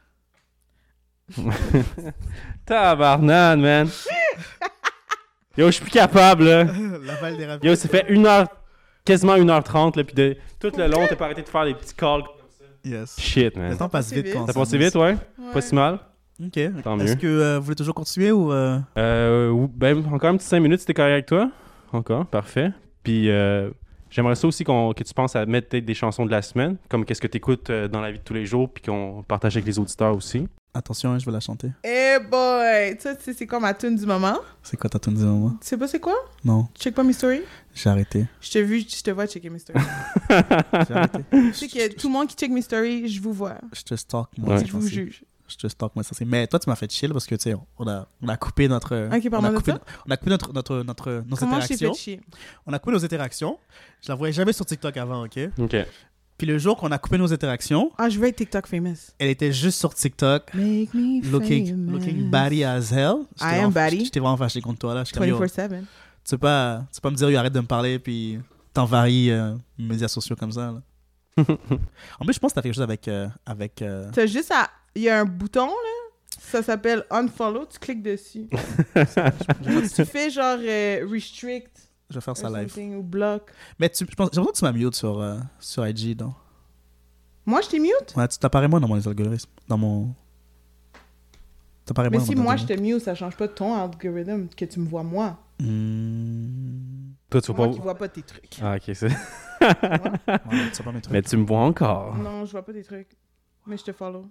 Tabarnane, man! Yo, je suis plus capable, là. Laval des rapides. Yo, ça fait une heure, quasiment une heure trente, là, pis de, tout le long, t'as pas arrêté de faire des petits calls. Yes. Shit, Le man. temps passe passé vite vite. quand on T'as passé vite, s'amuse. ouais? Ouais. Pas si mal? Ok. Tant Est-ce mieux. que euh, vous voulez toujours continuer ou... euh, Euh, ou- ben, encore un petit cinq minutes, c'était correct avec toi? Encore, parfait. Puis, euh, j'aimerais ça aussi qu'on, que tu penses à mettre peut-être des chansons de la semaine, comme qu'est-ce que tu écoutes dans la vie de tous les jours, puis qu'on partage avec les auditeurs aussi. Attention, hein, je vais la chanter. Eh boy! Tu sais, tu sais, c'est quoi ma tune du moment? C'est quoi ta tune du moment? Tu sais pas c'est quoi? Non, Check pas mes stories? j'ai arrêté. Je te vu, je te vois checker mes stories. J'ai arrêté. Tu sais que tout le monde qui check mes stories, je vous vois. Je te stalk, moi. Ouais. c'est Je vous gentil. juge. Je te stalk, moi, ça c'est. Mais toi, tu m'as fait chill parce que, tu sais, on a, on a coupé notre. Ok, on, a parle-moi de coupé, ça. on a coupé notre, notre, notre, nos Comment je t'ai interactions. fait chier? On a coupé nos interactions. Je la voyais jamais sur TikTok avant, ok? OK. Puis le jour qu'on a coupé nos interactions, Ah, je veux être TikTok famous. elle était juste sur TikTok, Make me looking, famous. looking batty as hell. J'étais I am vraiment- batty. J'étais vraiment fâché contre toi, là. J'étais comme, yo, vingt-quatre sept. tu sais pas, tu sais pas me dire, yo, arrête de me parler, puis t'envahis euh, les médias sociaux comme ça, là. En plus, je pense que t'as fait quelque chose avec. euh, avec euh, T'as juste à... Il y a un bouton, là. Ça s'appelle Unfollow. Tu cliques dessus. Tu fais genre euh, Restrict. je vais faire ça or live. something, ou Block. Mais tu, je pense, j'ai l'impression que tu m'as mute sur, euh, sur I G, non? Moi, je t'ai mute? Ouais, tu t'apparais moi dans mon algorithme. Dans mon. T'apparais Mais moi si dans mon moi, je algorithme. te mute, ça change pas ton algorithme que tu me vois moi. Hmm. Toi, tu Moi vois qui pas... vois pas tes trucs. Ah, OK, c'est... Ouais, tu sais pas mes trucs. Mais tu me vois encore. Non, je vois pas tes trucs. Mais je te follow.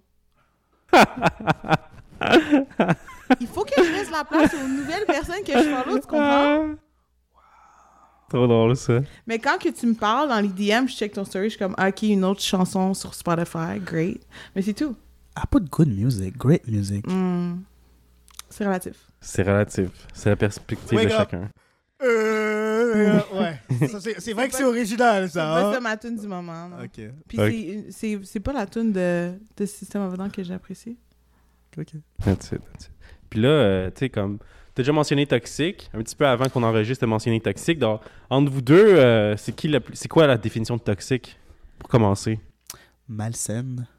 Il faut que je laisse la place aux nouvelles personnes que je follow, tu comprends? Trop drôle, ça. Mais quand que tu me parles dans les D M, je check ton story, je suis comme, ah, ok, une autre chanson sur Spotify, great. Mais c'est tout. I put good music, great music. Hmm. C'est relatif. C'est relatif. C'est la perspective Ouais, de grave. chacun. Euh, ouais. Ça, c'est, c'est vrai que c'est original, C'est pas ça. ça Hein? ma tune du moment. non. Ok. Puis Ok. c'est- c'est c'est pas la tune de, de System of a Down que j'apprécie. Ok. That's it, that's it. Puis là, euh, tu sais, comme... T'as déjà mentionné Toxic. Un petit peu avant qu'on enregistre, t'as mentionné Toxic. Donc, entre vous deux, euh, c'est qui la plus... C'est quoi la définition de Toxic? Pour commencer. Malsaine.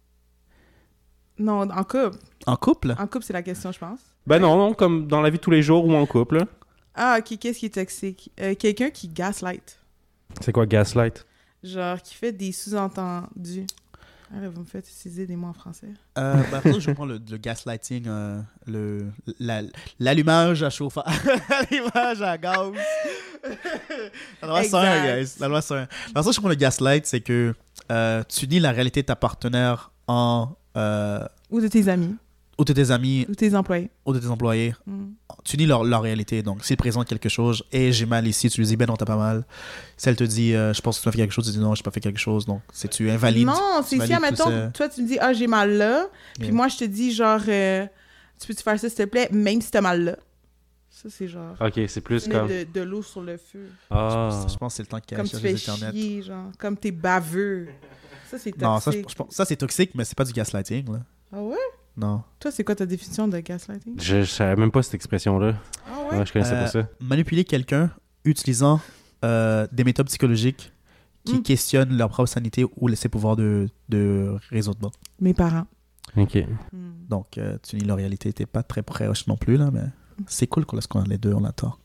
Non, en couple. En couple? En couple, c'est la question, je pense. Ben non, non, comme dans la vie de tous les jours ou en couple. là. Ah, ok, qu'est-ce qui est toxique? Euh, Quelqu'un qui gaslight. C'est quoi gaslight? Genre, qui fait des sous-entendus. Ah là, vous me faites utiliser des mots en français. Euh, bah, après, je prends le, le gaslighting, euh, le, la- l'allumage à chauffage, l'allumage à gaz. La loi cent un, Exact. guys. La loi cent un. La façon dont je prends le gaslight, c'est que euh, tu nies la réalité de ta partenaire en... Euh, Ou de tes amis. ou de tes amis, Ou tes employés. ou de tes employés. Hmm. Tu nies leur, leur réalité. Donc, s'ils présentent quelque chose, et j'ai mal ici, tu lui dis, ben non, t'as pas mal. Si elle te dit, euh, je pense que tu as fait quelque chose, tu dis, non, j'ai pas fait quelque chose. Donc, c'est tu invalides. Non, c'est tu si, valides tout admettons, ça. toi, tu me dis, ah, j'ai mal là. Puis Yeah. moi, je te dis, genre, euh, tu peux-tu faire ça, s'il te plaît, même si t'as mal là. Ça, c'est genre. Ok, c'est plus Tu mets comme... de, de l'eau sur le feu. Ah. Je pense que c'est le temps qu'il y a Comme tu chercher fais les internets. chier, genre. Comme t'es baveux. Ça, c'est toxique. Non, ça, je, je pense, ça, c'est toxique, mais c'est pas du gaslighting. Là. Ah ouais? Non. Toi, c'est quoi ta définition de gaslighting? Je, je savais même pas cette expression-là. Ah ouais? Ouais, je connaissais Euh, pas ça. Manipuler quelqu'un utilisant euh, des méthodes psychologiques qui Mm. questionnent leur propre sanité ou ses pouvoirs de, de raisonnement. Mes parents. Ok. Hmm. Donc, euh, tu nies leur réalité. T'es pas très proche non plus, là, mais c'est cool qu'on laisse qu'on a les deux, on a tort.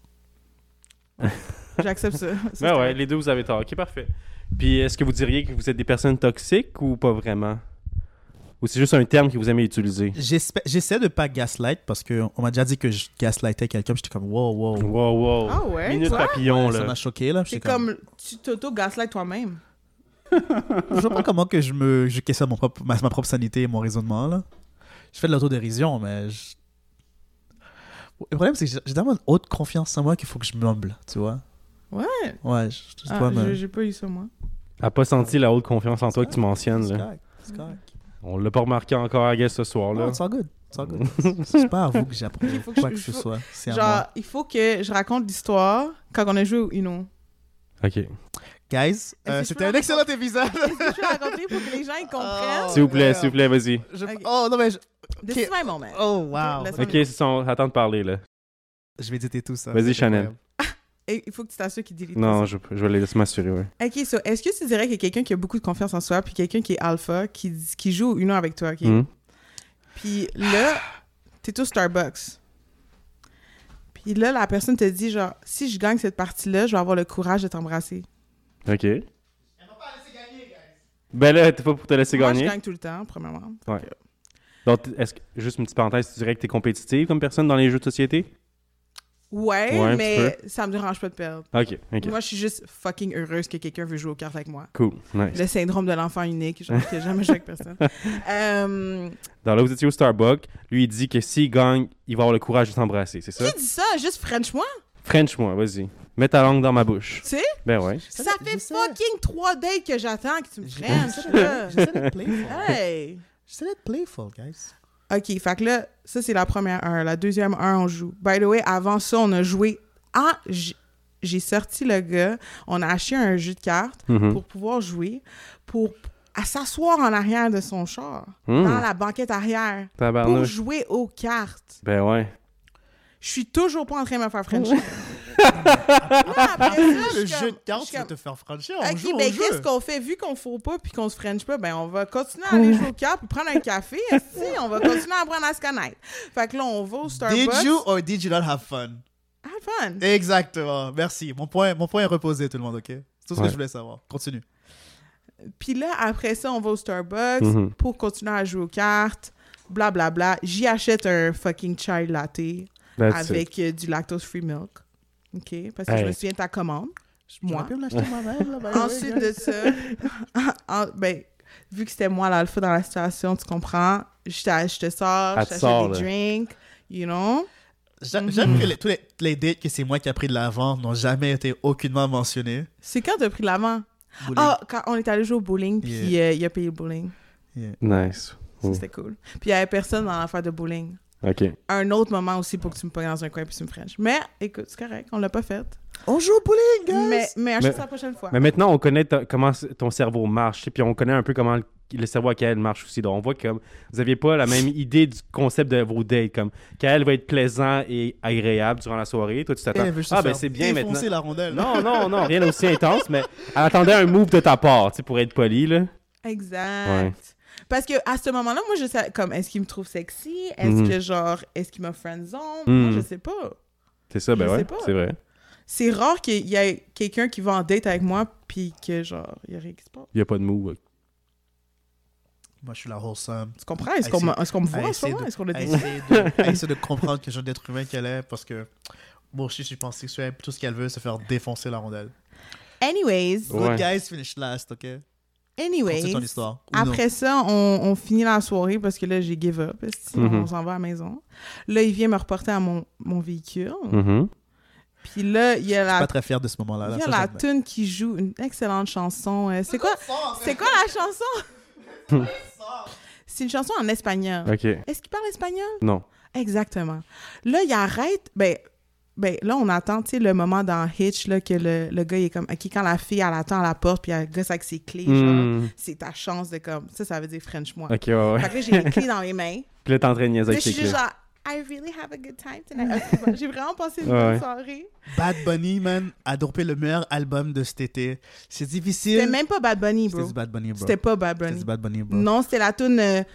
J'accepte ça. Ça, Ben c'est ouais, correct. les deux, vous avez tort. Ok, parfait. Puis, est-ce que vous diriez que vous êtes des personnes toxiques ou pas vraiment? Ou c'est juste un terme que vous aimez utiliser? J'espère- J'essaie de pas gaslight parce qu'on m'a déjà dit que je gaslightais quelqu'un. puis J'étais comme, wow, wow. Wow, wow. Ah ouais? Minute toi? papillon, Ça là. m'a choqué, là. C'est J'étais comme, tu t'auto-gaslight toi-même. Je vois pas comment que je me je questionne mon propre, ma, ma propre sanité et mon raisonnement là. Je fais de l'autodérision, mais je... le problème c'est que j'ai j'ai tellement une haute confiance en moi qu'il faut que je meuble, tu vois. Ouais. Ouais, je, je Ah, dois me- j'ai- j'ai pas eu ça, moi. Elle a pas senti la haute confiance en toi que tu mentionnes, C'est là. correct, c'est correct. On l'a pas remarqué encore à guess ce soir, Non, là. it's all good, it's all good. C'est pas à vous que j'apprends Il faut que quoi je- que ce il faut- soit. C'est à Genre, moi. il faut que je raconte l'histoire quand on a joué au Uno. Ok. Guys, Est-ce euh, que je c'était peux un excellent épisode. Est-ce que je peux raconter pour que les gens ils comprennent? Oh. S'il vous plaît, ouais. s'il vous plaît, vas-y. Je- Ok. Oh non mais je... This is my moment. Oh wow. Laisse-moi Ok, c'est son... Attends de parler, là. Je vais éditer tout ça. Vas-y, c'est Chanel. incroyable. Et il faut que tu t'assures qu'il delete Non, pas je, je vais les laisser m'assurer, ouais. ça. Ok, so, est-ce que tu dirais que quelqu'un qui a beaucoup de confiance en soi, puis quelqu'un qui est alpha, qui, qui joue une heure avec toi, ok? Mhm. Puis là, t'es au Starbucks. Puis là, la personne te dit, genre, si je gagne cette partie-là, je vais avoir le courage de t'embrasser. OK. Ben là, t'es pas pour te laisser Moi, gagner. je gagne tout le temps, premièrement. Ouais. Donc, est-ce que, juste une petite parenthèse, tu dirais que t'es compétitive comme personne dans les jeux de société? Ouais, Ouais, un mais ça me dérange pas de perdre. OK, OK. Moi, je suis juste fucking heureuse que quelqu'un veut jouer aux cartes avec moi. Cool, nice. Le syndrome de l'enfant unique, genre, qui a jamais joué avec personne. euh, Donc là, vous étiez au Starbucks. Lui, il dit que s'il gagne, il va avoir le courage de s'embrasser, c'est ça? qui dit ça? Juste French-moi? French-moi, vas-y. Mets ta langue dans ma bouche. Tu sais? Ben ouais. Ça Je fait sais. fucking trois dates que j'attends que tu me Je- frenches, je- là. J'essaie d'être playful. Hey! J'essaie d'être playful, guys. OK, fait que là, ça, c'est la première heure. La deuxième heure, on joue. By the way, avant ça, on a joué... Ah, j- j'ai sorti le gars. On a acheté un jeu de cartes Mhm. pour pouvoir jouer, pour à s'asseoir en arrière de son char, Hmm. dans la banquette arrière, pour Tabarnouche. jouer aux cartes. Ben ouais. Je suis toujours pas en train de me faire frencher. Après ça, je Le suis jeu comme- de cartes, je suis c'est comme, te faire franchir. On joue OK, au ben jeu. qu'est-ce qu'on fait? Vu qu'on ne faut pas puis qu'on se french pas, ben on va continuer à aller jouer aux cartes puis prendre un café. esti. On va continuer à apprendre à se connaître. Fait que là, on va au Starbucks. Did you or did you not have fun? Have fun. Exactement. Merci. Mon point, mon point est reposé, tout le monde, OK? C'est tout ce Ouais. que je voulais savoir. Continue. Puis là, après ça, on va au Starbucks Mhm. pour continuer à jouer aux cartes. Blablabla. Bla, bla. J'y achète un fucking chai latte That's it. avec euh, du lactose-free milk. OK? Parce que Hey. je me souviens de ta commande. Moi. J'aurais pu me l'acheter moi-même. là, by the way, Ensuite guys. de ça, en- ben, vu que c'était moi l'alpha dans la situation, tu comprends, je, t'a- je te sors, Elle je te t'achète sort, des là. drinks, you know? J'a- Mhm. J'aime que les, tous les, les dates que c'est moi qui a pris de l'avant n'ont jamais été aucunement mentionnés. C'est quand t'as pris l'avant? Bowling. Ah, quand on est allé jouer au bowling, puis Yeah. euh, il a payé le bowling. Yeah. Nice. Ça, Oh. c'était cool. Puis il y avait personne dans l'affaire de bowling. OK. Un autre moment aussi pour que tu me pognes dans un coin puis tu me frenches. Mais, écoute, c'est correct, on l'a pas fait. On joue au bowling, guys! Mais, mais achète Mais- ça la prochaine fois. Mais maintenant, on connaît ta- comment c- ton cerveau marche, tu sais, puis on connaît un peu comment le, le cerveau à Kael marche aussi. Donc, on voit que comme, vous n'aviez pas la même idée du concept de vos dates. Comme, Kael va être plaisant et agréable durant la soirée. Toi, tu t'attends. Elle veut juste Ah, ben faire c'est bien maintenant. défoncer la rondelle. Non, non, non, rien d'aussi intense, mais elle attendait un move de ta part, tu sais, pour être poli, là. Exact. Ouais. Parce que à ce moment-là, moi, je sais, comme, est-ce qu'il me trouve sexy? Est-ce Mhm. que, genre, est-ce qu'il m'a friendzone? Mhm. Moi, je sais pas. C'est ça, ben Je ouais, sais pas. c'est vrai. C'est rare qu'il y ait quelqu'un qui va en date avec moi puis que, genre, il y a rien qui se passe. Il n'y a pas de move. Moi, je suis la wholesome. Tu comprends? Est-ce À qu'on essayer- me, est-ce qu'on me à voit en ce essayer moment? de- Est-ce qu'on a à dit? essayer de, à essayer de comprendre que genre d'être humain qu'elle est parce que moi aussi je suis pansexuel, tout ce qu'elle veut c'est faire défoncer la rondelle. Anyways, Ouais. Good guys finish last, ok? anyways, Continue ton histoire. Ou non. après ça, on, on finit la soirée parce que là, j'ai give up. esti, Mhm. On s'en va à la maison. Là, il vient me reporter à mon, mon véhicule. Mhm. Puis là, il y a Je suis la, pas très fier de ce moment-là. il là, y a ça, la j'admets. tune qui joue une excellente chanson. Euh, c'est quoi, c'est quoi la chanson? C'est une chanson en espagnol. OK. Est-ce qu'il parle espagnol? Non. Exactement. Là, il arrête. Ben, ben là, on attend, tu sais, le moment dans Hitch, là, que le, le gars, il est comme, OK, quand la fille, elle attend à la porte, puis elle gosse avec ses clés, genre, Hmm. c'est ta chance de comme, ça, ça veut dire French moi. OK, ouais, ouais. Fait que là, j'ai les clés dans les mains. Puis là, t'es en train de niaiser Là, avec je suis tes juste clés. genre, I really have a good time tonight. Excuse-moi, j'ai vraiment passé une Ouais, bonne ouais. soirée. Bad Bunny, man, a dopé le meilleur album de cet été. C'est difficile. C'était même pas Bad Bunny, C'était bro. du Bad Bunny, bro. C'était pas Bad C'était Bunny. du Bad Bunny, bro. Non, c'était la tune. euh,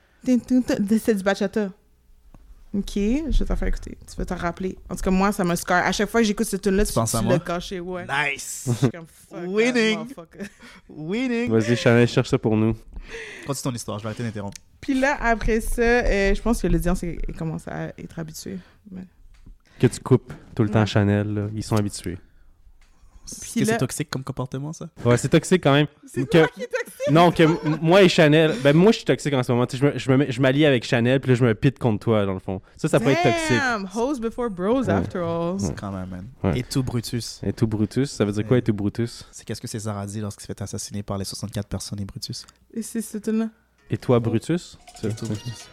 C'est du bachata. Ok, je vais t'en faire écouter. Tu vas t'en rappeler. En tout cas, moi, ça me scar. À chaque fois que j'écoute cette tune-là, tu, Tu penses à tu moi? l'as caché, ouais. Nice! Je suis comme fuck. that Winning. motherfucker. Winning! Vas-y, Chanel, cherche ça pour nous. Continue ton histoire, je vais arrêter d'interrompre. Puis là, après ça, euh, je pense que l'audience est- est- commence à être habituée. Ouais. Que tu coupes tout le temps Ouais. Chanel, là. Ils sont habitués. Est-ce Puis que là- c'est toxique comme comportement, ça? Ouais, c'est toxique quand même. C'est Que- toi qui es toxique. Non, que m- moi et Chanel, ben moi je suis toxique en ce moment. Tu sais, je me- je me mets- je m'allie avec Chanel, puis là je me pite contre toi, dans le fond. Ça, ça peut être toxique. Damn, hoes before bros, Ouais. after all. Ouais. Quand même, man. Ouais. Et tout Brutus. Et tout Brutus, ça veut dire quoi, et tout Brutus? C'est qu'est-ce que César a dit lorsqu'il s'est fait assassiner par les soixante-quatre personnes et Brutus? Et c'est cette tune-là. Et toi, Brutus? Et tout Brutus.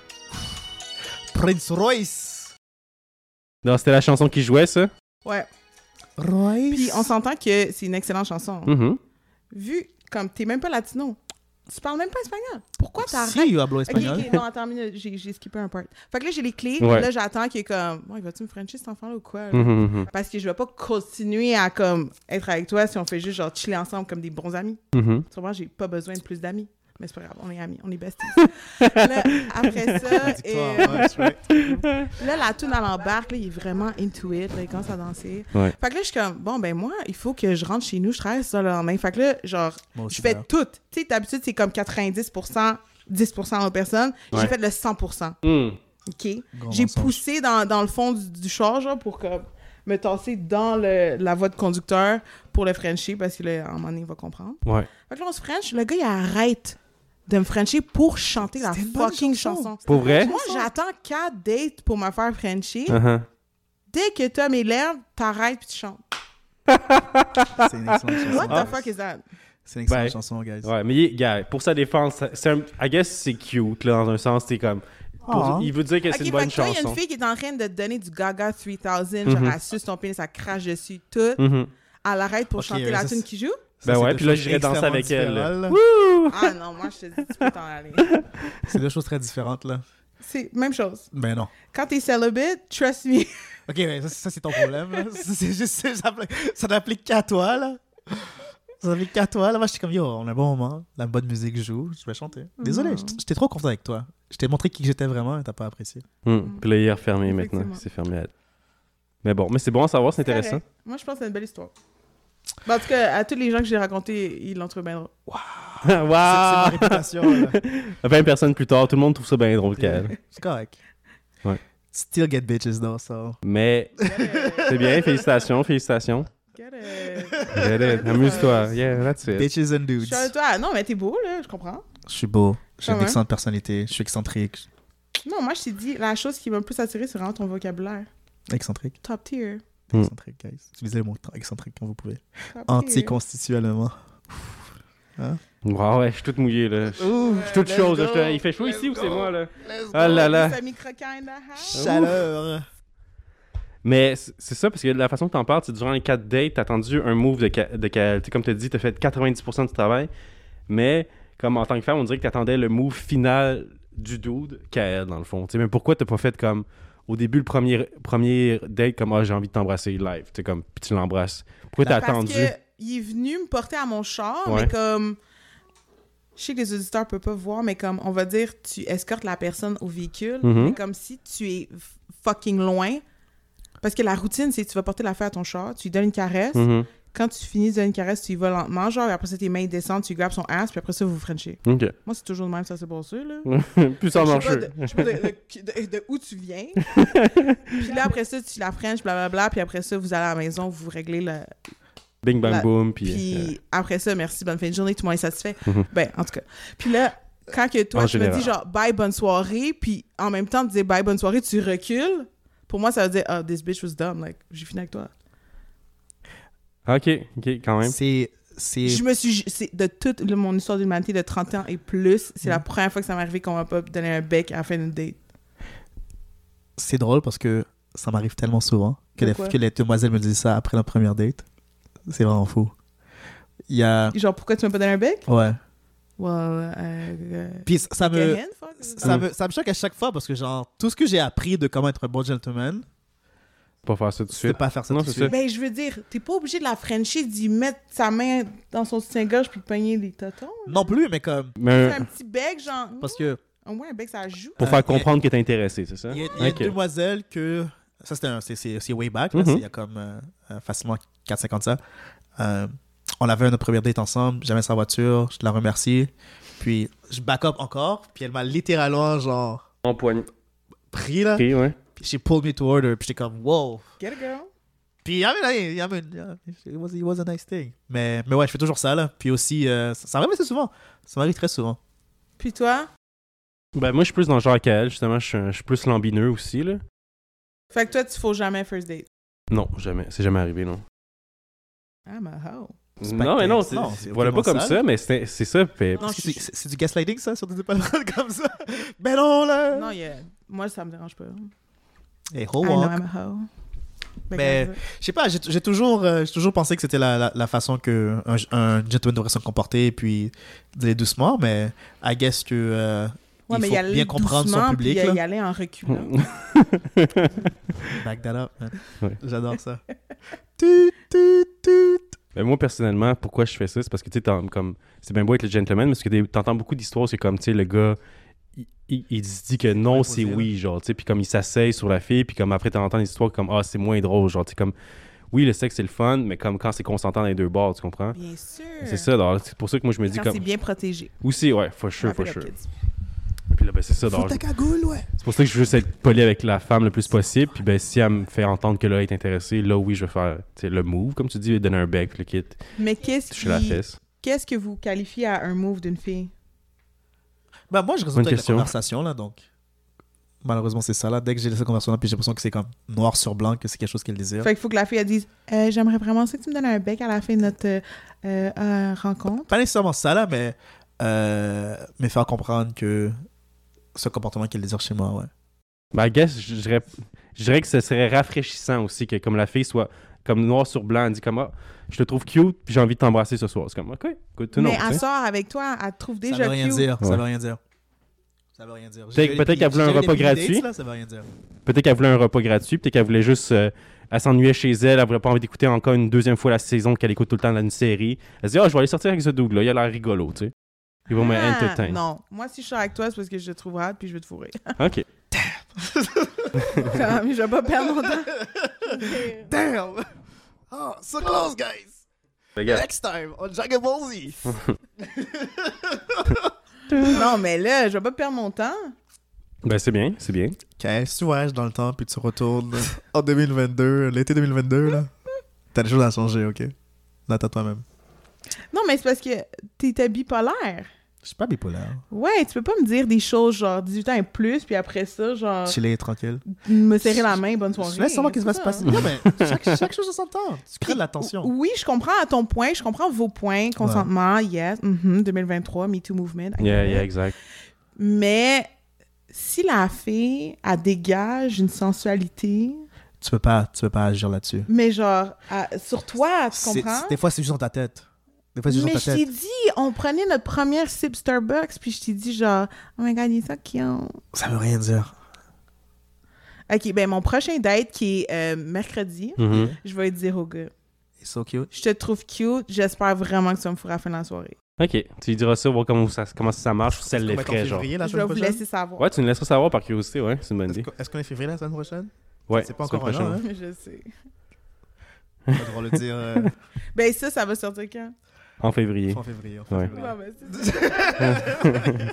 Prince Royce! Non, c'était la chanson qui jouait, ça? Ouais. Royce? Puis on s'entend que c'est une excellente chanson. Mhm. Vu comme t'es même pas latino. Tu parles même pas espagnol. Pourquoi t'arrêtes? Si, yo hablo Ok, espagnol. ok, non, attends une minute, j'ai, j'ai skippé un part. Fait que là, j'ai les clés, Ouais. puis là, j'attends qu'il est comme, bon, il va-tu me frencher cet enfant-là ou quoi? là? Mhm, mhm, Parce que je vais pas continuer à, comme, être avec toi si on fait juste, genre, chiller ensemble comme des bons amis. mhm. Sûrement, j'ai pas besoin de plus d'amis. Mais c'est pas grave, on est amis, on est besties. Là, après ça, et, Contradictoire, euh, ouais, c'est right. là, la toune à l'embarque, là, il est vraiment into it, là, il commence à danser. Ouais. Fait que là, je suis comme, bon, ben moi, il faut que je rentre chez nous, je travaille ça le lendemain. Fait que là, genre, Moi aussi, je fais d'ailleurs. tout. Tu sais, d'habitude, c'est comme quatre-vingt-dix pour cent, dix pour cent d'autres personnes. Ouais. J'ai fait le cent pour cent. Mm. OK? Gros J'ai mensonge. poussé dans, dans le fond du, du char, genre, pour comme, me tasser dans le, la voie de conducteur pour le Frenchie, parce que là, à un moment donné, il va comprendre. Ouais. Fait que là, on se French. Le gars, il arrête de me Frencher pour chanter la C'était une bonne fucking chanson. chanson. Pour vrai? Moi, j'attends quatre dates pour me faire Frencher. Uh-huh. Dès que t'as mes lèvres, t'arrêtes puis tu chantes. C'est une excellente chanson. What Ah. the fuck is that? C'est une excellente Ben, chanson, guys. Ouais, mais il- gars, pour sa défense, c'est un, I guess c'est cute, là, dans un sens, c'est comme... pour- Ah. Il veut dire que c'est Ok, une fait bonne que toi, il y a chanson. une fille qui est en train de te donner du Gaga trois mille, genre, Mhm. elle suce ton pénis, elle crache dessus, tout. Mhm. Elle arrête pour Ok, chanter ouais, la ça, tune c'est- qui joue. Ça, Ben c'est ouais, deux puis là, choses j'irais danser extrêmement avec elle, là. différentes, là. Wouh! Ah non, moi, je te dis, tu peux t'en aller. C'est deux choses très différentes, là. C'est même chose. Ben non. Quand t'es celibate, trust me. Ok, mais ça, ça, c'est ton problème, là. Ça, c'est juste, ça s'applique- ça n'applique qu'à toi, là. Ça n'applique qu'à toi, là. Moi, j'étais comme, yo, on a un bon moment. La bonne musique joue. Je vais chanter. Désolé, Mhm. j'étais- j'étais trop content avec toi. Je t'ai montré qui j'étais vraiment et t'as pas apprécié. Hum, Puis là, il est refermé maintenant. Effectivement. C'est fermé. à- Mais bon, mais c'est bon à savoir, c'est intéressant. Correct. Moi, je pense que c'est une belle histoire. Ben, en tout cas, à tous les gens que j'ai racontés, ils l'ont trouvé bien drôle. C'est c'est ma Waouh! réputation, là. vingt personnes plus tard, tout le monde trouve ça bien drôle, Kael. C'est correct. Ouais. Still get bitches, though, so. Mais c'est bien, félicitations, félicitations. Get it. Get it, Amuse-toi. Yeah, that's it. Bitches and Je dudes. suis avec toi. Non, mais t'es beau, là, je comprends. Je suis beau. J'ai Quand une même. excellente personnalité. Je suis excentrique. Non, moi, je t'ai dit, la chose qui m'a le plus attiré, c'est vraiment ton vocabulaire. Excentrique. Top tier. Hmm. Excentrique, guys. Utilisez le mot excentrique quand vous pouvez. Top tier. Anticonstitutionnellement. Wow, ouais, je suis toute mouillée, là. Je Ouh, suis toute let's chaude, là. go. Je te- Il fait chaud Let's ici ou c'est go. moi, là? Let's Ah là go. là. Les amis croquants in the house. chaleur. Mais c- c'est ça, parce que la façon que t'en parles, c'est durant les quatre dates, t'as attendu un move de, ca- de ca- tu sais, comme t'as dit, t'as fait quatre-vingt-dix pour cent du travail, mais comme en tant que femme, on dirait que t'attendais le move final du dude qu'elle, dans le fond. Tu sais, mais pourquoi t'as pas fait comme, au début, le premier, premier date, comme, ah, j'ai envie de t'embrasser live, tu sais, comme, puis tu l'embrasses. Pourquoi t'as Parce attendu? que il est venu me porter à mon char, Ouais. mais comme... Je sais que les auditeurs ne peuvent pas voir, mais comme, on va dire, tu escortes la personne au véhicule, Mhm. mais comme si tu es f- fucking loin. Parce que la routine, c'est que tu vas porter l'affaire à ton char, tu lui donnes une caresse. Mhm. Quand tu finis de donner une caresse, tu y vas lentement, genre, et après ça, tes mains descendent, tu grabes son ass, puis après ça, vous vous frenchez. OK. Moi, c'est toujours le même, ça, c'est pour ça, là. Plus ça Je sais marche. pas de- je sais pas de, de- de- de où tu viens. Puis là, après ça, tu la frenches, blablabla, puis après ça, vous allez à la maison, vous réglez le... Bing, bang, La- boom, puis... Puis après ça, merci, bonne fin de journée, tout le monde est satisfait. Mhm. Ben, en tout cas. Puis là, quand que toi, En tu me général. dis genre bye, bonne soirée, puis en même temps, tu dis bye, bonne soirée, tu recules, pour moi, ça veut dire, oh, this bitch was dumb, like, j'ai fini avec toi. euh, OK, OK, quand même. C'est. C'est. Je me suis, c'est de toute le- mon histoire d'humanité de trente ans et plus, c'est la première fois que ça m'est arrivé qu'on m'a pas donné un bec à la fin d'une date. C'est drôle parce que ça m'arrive tellement souvent que De les, quoi? que les demoiselles me disent ça après la première date. C'est vraiment fou. Il y a. Genre, pourquoi tu m'as pas donné un bec? Ouais. Well, euh, euh, Puis ça ça me. go ahead, fuck. Ça me, ça me choque à chaque fois parce que, genre, tout ce que j'ai appris de comment être un bon gentleman, Pas faire ça tout de c'est suite. pas faire ça Non, tout de c'est suite. Ben, je veux dire, t'es pas obligé de la frencher, d'y mettre sa main dans son soutien-gorge puis de pogner les totons. Non plus, mais comme. Mais Fais un petit bec, genre. Parce que Au moins, un bec, ça joue. pour Euh, faire il y a- comprendre que t'es intéressé, c'est ça? il y a, il y a OK. une demoiselle que. Ça, c'était un- c'est- c'est c'est way back, là, Mhm. c'est il y a comme euh, euh, facilement quatre cinq ans de ça. Euh, on avait notre première date ensemble, j'avais sa voiture, je la remercie. Puis je back up encore, puis elle m'a littéralement, genre, En poigne. pris là. OK, ouais. Puis she pulled me toward her, puis j'étais comme, wow. Get a girl. Puis, I mean, I, I mean, yeah, it, was, it was a nice thing. Mais, mais ouais, je fais toujours ça, là. Puis aussi, euh, ça, ça m'arrive assez souvent. Ça m'arrive très souvent. Puis toi? Ben, moi, je suis plus dans le genre qu'elle, justement. Je suis, un- je suis plus lambineux aussi, là. Fait que toi, tu fais jamais first date. Non, jamais. C'est jamais arrivé, non. I'm a hoe. C'est pas Non, mais que- non, c'est, non, c'est- c'est voilà pas aucunement comme ça. ça, mais c'est, c'est ça. Fait, Non, Est-ce que je- c'est, c'est- c'est du gaslighting, ça, sur des palmarès comme ça? Ben non, là! Non, yeah. Moi, ça me dérange pas. Hey, I ho know walk. I'm a hoe. Ben, Mais regarde je sais pas, j'ai j'ai toujours, euh, j'ai toujours pensé que c'était la, la, la façon que un, un gentleman devrait se comporter et puis d'aller doucement, mais I guess que euh, ça. Ouais, il mais faut y aller bien comprendre doucement, son public. puis là. y aller en reculant. Back that up, man. Ouais. J'adore ça. Tut, tut, tut. Ben, moi, personnellement, pourquoi je fais ça, c'est parce que, tu sais, t'en- comme, c'est bien beau être le gentleman, mais parce que des- t'entends beaucoup d'histoires, c'est comme, tu sais, le gars, il, il, il se dit que non, c'est imposé, là. oui, genre, tu sais, puis comme il s'asseye sur la fille, puis comme après, t'entends des histoires comme, ah, c'est moins drôle, genre, tu sais, comme, oui, le sexe, c'est le fun, mais comme quand c'est consentant dans les deux bords, tu comprends? Bien sûr. C'est ça, alors, c'est pour ça que moi, je me dis Quand comme... c'est bien protégé. Aussi, ouais, for sure, Wrap for it up, sure. kids. Puis là, ben, c'est ça, Faut alors, ta cagoule, ouais. c'est pour ça que je veux juste être poli avec la femme le plus possible, puis ben, si elle me fait entendre que là, elle est intéressée, là, oui, je vais faire, tu sais, le move, comme tu dis, donner un bec, le kit, Mais qu'est-ce toucher la qui... fesse. Qu'est-ce que vous qualifiez à un move d'une fille? Bah, moi, je résulte Bonne avec question. la conversation, là, donc. Malheureusement, c'est ça, là. Dès que j'ai laissé la conversation, là, puis j'ai l'impression que c'est comme noir sur blanc, que c'est quelque chose qu'elle désire. Fait qu'il faut que la fille elle dise euh, j'aimerais vraiment ça que tu me donnes un bec à la fin de notre euh, euh, euh, rencontre. Pas nécessairement ça, là, mais, euh, mais faire comprendre que ce comportement qu'elle désire chez moi, ouais. Ben, I guess, je dirais, je dirais que ce serait rafraîchissant aussi que comme la fille soit comme noir sur blanc, elle dit comme ah, je te trouve cute, puis j'ai envie de t'embrasser ce soir. C'est comme ok, good to know. Mais tu elle sais. sort avec toi, elle te trouve Ça déjà veut rien cute. dire, ça Ouais. veut rien dire. Ça veut rien dire. Peut-être- J'ai- peut-être qu'elle voulait un j'ai repas des dates, gratuit. là, ça veut rien dire. Peut-être qu'elle voulait un repas gratuit, peut-être qu'elle voulait juste. euh, elle s'ennuyait chez elle, elle voulait pas envie d'écouter encore une deuxième fois la saison qu'elle écoute tout le temps dans une série. Elle se dit ah, je vais aller sortir avec ce dude-là, il a l'air rigolo, tu sais. Il va me Ah, entertain. non, moi si je sors avec toi, c'est parce que je te trouve hot puis je veux te fourrer. Ok. Comme, je vais pas perdre mon temps. Damn! Oh, so close, guys! Regarde. Next time, on Dragon Ball Z! Non, mais là, je vais pas perdre mon temps. Ben, c'est bien, c'est bien. Ok, si tu voyages dans le temps puis tu retournes en deux mille vingt-deux, l'été deux mille vingt-deux, là, t'as des choses à changer, ok? Note à toi-même. Non, mais c'est parce que t'étais bipolaire. Je suis pas bipolaire. Ouais, tu peux pas me dire des choses genre dix-huit ans et plus, puis après ça, genre, Chiller, tranquille. me serrer la main, bonne soirée. Je laisse savoir qu'est-ce qui va se C'est passer. ça. Non, mais chaque, chaque chose a son temps. Tu crées de la tension. Oui, je comprends à ton point, je comprends vos points, consentement, yes, mhm, deux mille vingt-trois, Me Too Movement. I Yeah, get yeah, it. exact. Mais si la fille, elle dégage une sensualité, Tu peux pas, tu peux pas agir là-dessus. mais genre, à- sur toi, tu C'est- comprends? c'est- Des fois, c'est juste dans ta tête. Des fois, c'est juste Mais dans je ta t'ai tête. dit, on prenait notre première sip Starbucks, puis je t'ai dit genre, oh my god, il est ça qui ont. Ça veut rien dire. Ok, ben mon prochain date qui est euh, mercredi, Mhm. je vais te dire au gars, It's so cute. je te trouve cute, j'espère vraiment que tu vas me fourrer à la fin de la soirée. Ok, tu lui diras ça, voir comment ça, comment ça marche, ou si ça Est-ce qu'on va être en l'effraie, genre. février la Je vais semaine vous prochaine? laisser savoir. Ouais, tu nous laisseras savoir par curiosité, ouais, c'est une bonne Est-ce idée. qu'on- est-ce qu'on est février la semaine prochaine? Ouais, C'est pas semaine encore un an, prochaine. hein? Je sais. On va devoir le dire euh, Ben ça, ça va sortir quand? En février. fin février. fin Ouais. février. Ouais, ben, c'est ça.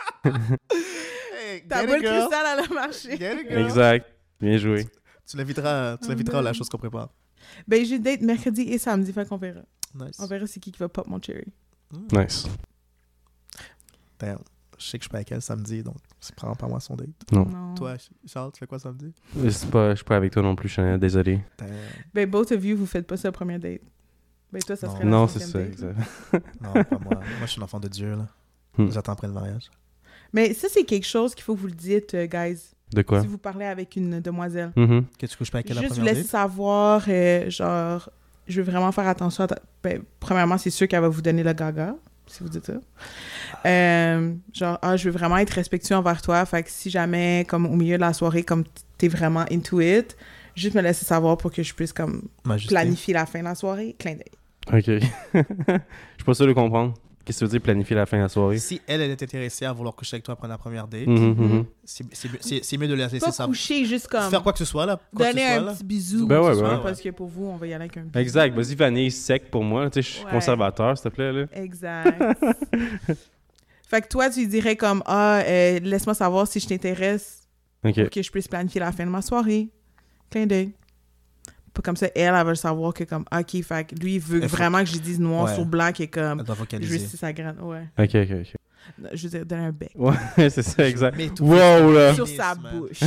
Hey, Ta get boule it, girl. cristal, elle a marché. Get it, girl. Exact. Bien joué. Tu l'inviteras, tu l'inviteras à la chose qu'on prépare. Ben j'ai date mercredi et samedi, fait qu'on verra. Nice. On verra c'est qui qui va pop mon cherry. Nice. Damn. Je sais que je suis pas avec elle samedi, donc c'est prends pas moi son date. Non. Non. Toi, Charles, tu fais quoi samedi? C'est pas, je suis pas avec toi non plus, Chanel, désolé. Damn. Ben both of you, vous faites pas ça première date. Ben toi, ça Non. serait la Non, c'est cinquième ça, date. exact. Non, pas moi. Moi, je suis l'enfant de Dieu, là. Hmm. J'attends après le mariage. Mais ça, c'est quelque chose qu'il faut que vous le dites, euh, guys. De quoi? Si vous parlez avec une demoiselle. Mhm. Que tu couches pas avec elle la Juste vous première laisser date? savoir, euh, genre, je veux vraiment faire attention à ta... Ben, premièrement, c'est sûr qu'elle va vous donner le gaga, si vous dites ça. Euh, genre, ah, je veux vraiment être respectueux envers toi, fait que si jamais, comme au milieu de la soirée, comme t'es vraiment into it, juste me laisser savoir pour que je puisse, comme, Majesté. planifier la fin de la soirée. Clin d'œil. Ok. Je suis pas sûr de comprendre. Qu'est-ce que ça veut dire planifier la fin de la soirée? Si elle, elle est intéressée à vouloir coucher avec toi après la première date, Mhm, mhm. c'est c'est- c'est- c'est mieux de la laisser Pas savoir. coucher, juste comme... Faire quoi que ce soit, là. Quoi que donner ce soit, un là. petit bisou. Ben ouais, ce soir, ouais. Parce que pour vous, on va y aller avec un bisou. Exact. Vas-y, vanille sec pour moi. Tu sais, je suis Ouais. conservateur, s'il te plaît. Là. Exact. Fait que toi, tu lui dirais comme, ah, euh, laisse-moi savoir si je t'intéresse Ok. pour que je puisse planifier la fin de ma soirée. Clin d'œil. Pas comme ça, elle, elle va savoir que comme, ok, fait que lui, il veut Il faut- vraiment que je dise noir Ouais. sur blanc, qui est comme, Elle doit je veux vocaliser. si sa graine, ouais. Ok, ok, ok. Je veux dire, donner un bec. Ouais, c'est ça, exact. Mais tout Wow, là. Sur Pénis, sa man. bouche.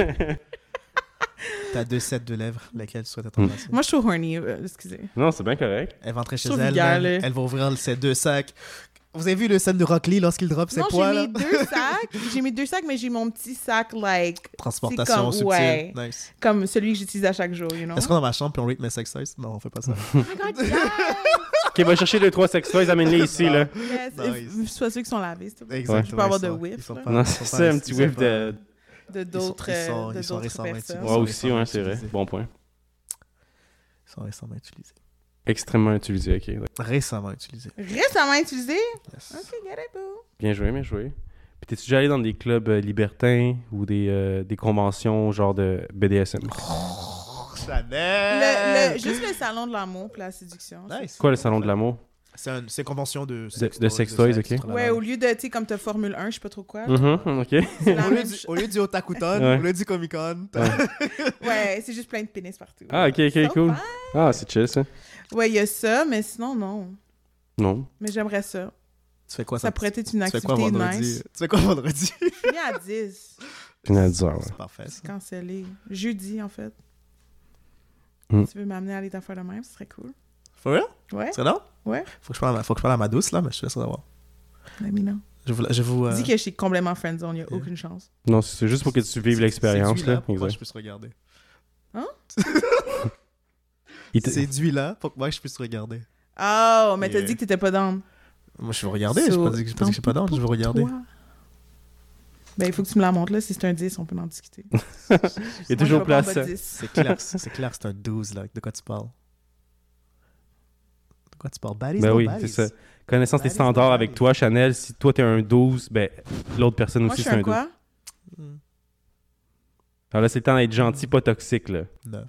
T'as deux sets de lèvres, lesquelles tu souhaites être embrassée. Moi, je suis trop horny, euh, excusez. Non, c'est bien correct. Elle va entrer chez Trop elle, vulgaire, man. là. Elle va ouvrir ses deux sacs. Vous avez vu le scène de Rock Lee lorsqu'il drop ses Non, poids, j'ai là? mis deux sacs. J'ai mis deux sacs, mais j'ai mon petit sac, like, Transportation comme- subtile. ouais. Nice. comme celui que j'utilise à chaque jour, you know? Est-ce qu'on est dans ma chambre puis on rate mes sex toys? Non, on fait pas ça. Oh my God, yes! Ok, va chercher deux, trois sex toys, amène-les ici, là. Yes! Nice. Soit ceux qui sont lavés, s'il te plaît. Exactement. Je peux avoir ils de sont- whiff, ils sont là. pas- Non, ils sont c'est pas- ça, un ils petit sont whiff pas- de. De d'autres ils sont- euh, de ils sont d'autres récemment personnes. utilisés. Ouais, aussi, ouais, c'est vrai. utilisés. Bon point. Ils sont récemment utilisés. Extrêmement utilisé, ok. Ouais. Récemment utilisés. Récemment utilisé? Yes. Ok, get it, boo. Bien joué, bien joué. Puis t'es-tu déjà allé dans des clubs euh, libertins ou des, euh, des conventions genre de B D S M? Oh, Le, Chanel! le, juste le salon de l'amour pour la séduction. Nice. Quoi, le salon de l'amour? C'est un- c'est une convention de de sex toys, ok. tralala. Ouais, au lieu de, tu sais, comme t'as Formule un, je sais pas trop quoi. Mhm, ok. C'est la Au lieu, même du, ch- au lieu du Otakuton, Ouais. au lieu du Comic Con. Ouais, c'est juste plein de pénis partout. Ah, ok, ok, So cool. fun. Ah, c'est chill, ça. Ouais, il y a ça, mais sinon, non. Non. Mais j'aimerais ça. Tu fais quoi Ça pourrait être une Tu fais quoi activité vendredi? nice. Tu fais quoi vendredi? Je finis à dix. Une à dix heures, ouais. C'est parfait, ça. Cancellé. Jeudi, en fait. Hmm. Tu veux m'amener à aller t'en faire de même, ce serait cool. For real? Ouais, C'est là? ouais. Faut que je parle à ma, faut que je parle à ma douce, là, mais je te laisse savoir. Let me know. Je vous... Je vous euh, Dis que je suis complètement friendzone, il n'y a Yeah. aucune chance. Non, c'est juste pour que tu vives l'expérience, séduis-la là. pour que moi, Exact. je puisse regarder. Il te- Séduis-la pour que moi, je puisse regarder. Oh, mais t'as Yeah. dit que t'étais pas down. Moi, je veux regarder. Je So, n'ai pas dit que j'ai pas dit que je suis pas tant dans. pis Je veux pour regarder. toi. Ben, il faut que tu me la montres, là. Si c'est un dix, on peut en discuter. Il y a toujours Moi, je vais place. pas en bas de dix. C'est clair, c'est clair, c'est un douze, là. De quoi tu parles? De quoi tu parles? Baddies, Ben no oui, baddies. c'est ça. Connaissance des Baddies, standards no avec baddies. toi, Chanel. Si toi, t'es un douze, ben l'autre personne Moi, je aussi, suis c'est un un douze. quoi? Hmm, Alors là, c'est le temps d'être gentil, pas toxique, là. neuf.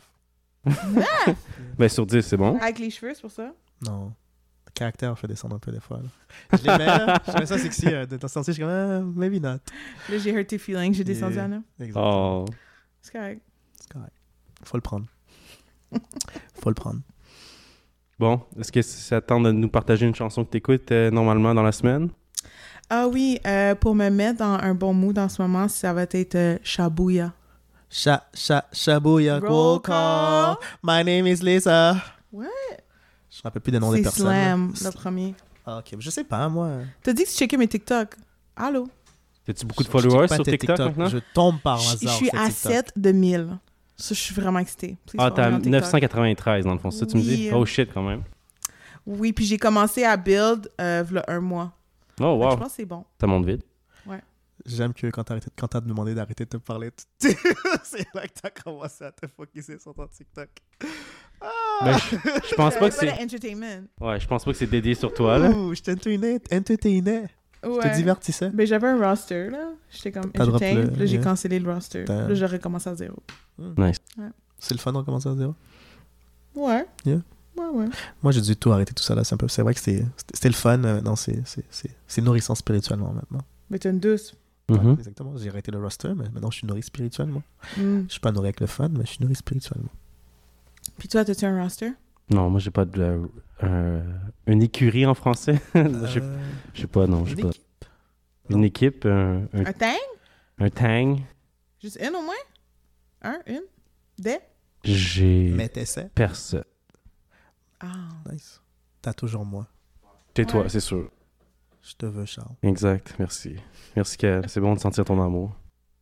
Ben sur dix, c'est bon. Avec les cheveux, c'est pour ça? Non. Le caractère fait descendre un peu des fois. Là. Je les mets, là. Je mets ça sexy. Euh, de temps en temps, je suis comme, ah, maybe not. Là, j'ai hurt tes feelings, j'ai descendu Yeah. à neuf. Exactement. Oh. C'est correct. C'est correct. Faut le prendre. Faut le prendre. Bon, est-ce que ça te tente de nous partager une chanson que t'écoutes euh, normalement dans la semaine? Ah oui, euh, pour me mettre dans un bon mood en ce moment, ça va être euh, Shabouya. Sha, sha, shabouya, Roll roll call. My name is Lisa. Ouais. Je me rappelle plus des noms des C'est personnes. Slam, là. le premier. Ah, ok. Je sais pas, moi. T'as dit que tu checkais mes TikTok. Allô? As-tu beaucoup de Je- followers je check pas sur tes TikTok, maintenant? Je tombe par Je hasard. je suis sur à TikTok. sept de mille. Ça, je suis vraiment excitée. Please Ah, follow t'as me on TikTok. neuf cent quatre-vingt-treize dans le fond, c'est ça que tu me dis? Oui. Oh shit, quand même. Oui, puis j'ai commencé à build euh, v'là un mois. Oh Fait que wow, Je pense que c'est bon. ça monte vite. J'aime que quand t'as arrêté- quand t'as demandé d'arrêter de te parler, tu- c'est là que t'as commencé à te focusser sur ton TikTok. Ah! Ben, je, je pense pas que C'est c'est... entertainment. Ouais, je pense pas que c'est dédié sur toi, là. Ouh, je t'entertainais, entertainais. Je Ouais. te divertissais. Ben, j'avais un roster, là. J'étais comme T'as drop entertain. le- Puis là, j'ai yeah. cancellé le roster. T'as- Là, j'aurais commencé à zéro. Nice. C'est le fun de recommencer à zéro. Ouais. Yeah. Ouais, ouais. Moi, j'ai dû tout arrêter tout ça là. C'est un peu. C'est vrai que c'est- c'était c'était le fun. euh, Non, c'est c'est- c'est- c'est nourrissant spirituellement maintenant. Mais t'as une douce. Ouais, Mhm. exactement. J'ai arrêté le roster, mais maintenant je suis nourri spirituellement. Mm. Je suis pas nourri avec le fun, mais je suis nourri spirituellement. Puis toi, t'as-tu un roster? Non, moi j'ai pas de... euh, euh, une écurie en français? J'ai- Euh, Je sais pas, non, j'ai une pas. équipe. Une équipe, un, un, Un tang? un tang. Juste une au moins? Un, une? Des? J'ai Mais t'essaies. personne. Ah. Nice. T'as toujours moi. C'est toi, Ouais. c'est sûr. Je te veux, Charles. Exact, merci. Merci, Kael. C'est bon de sentir ton amour.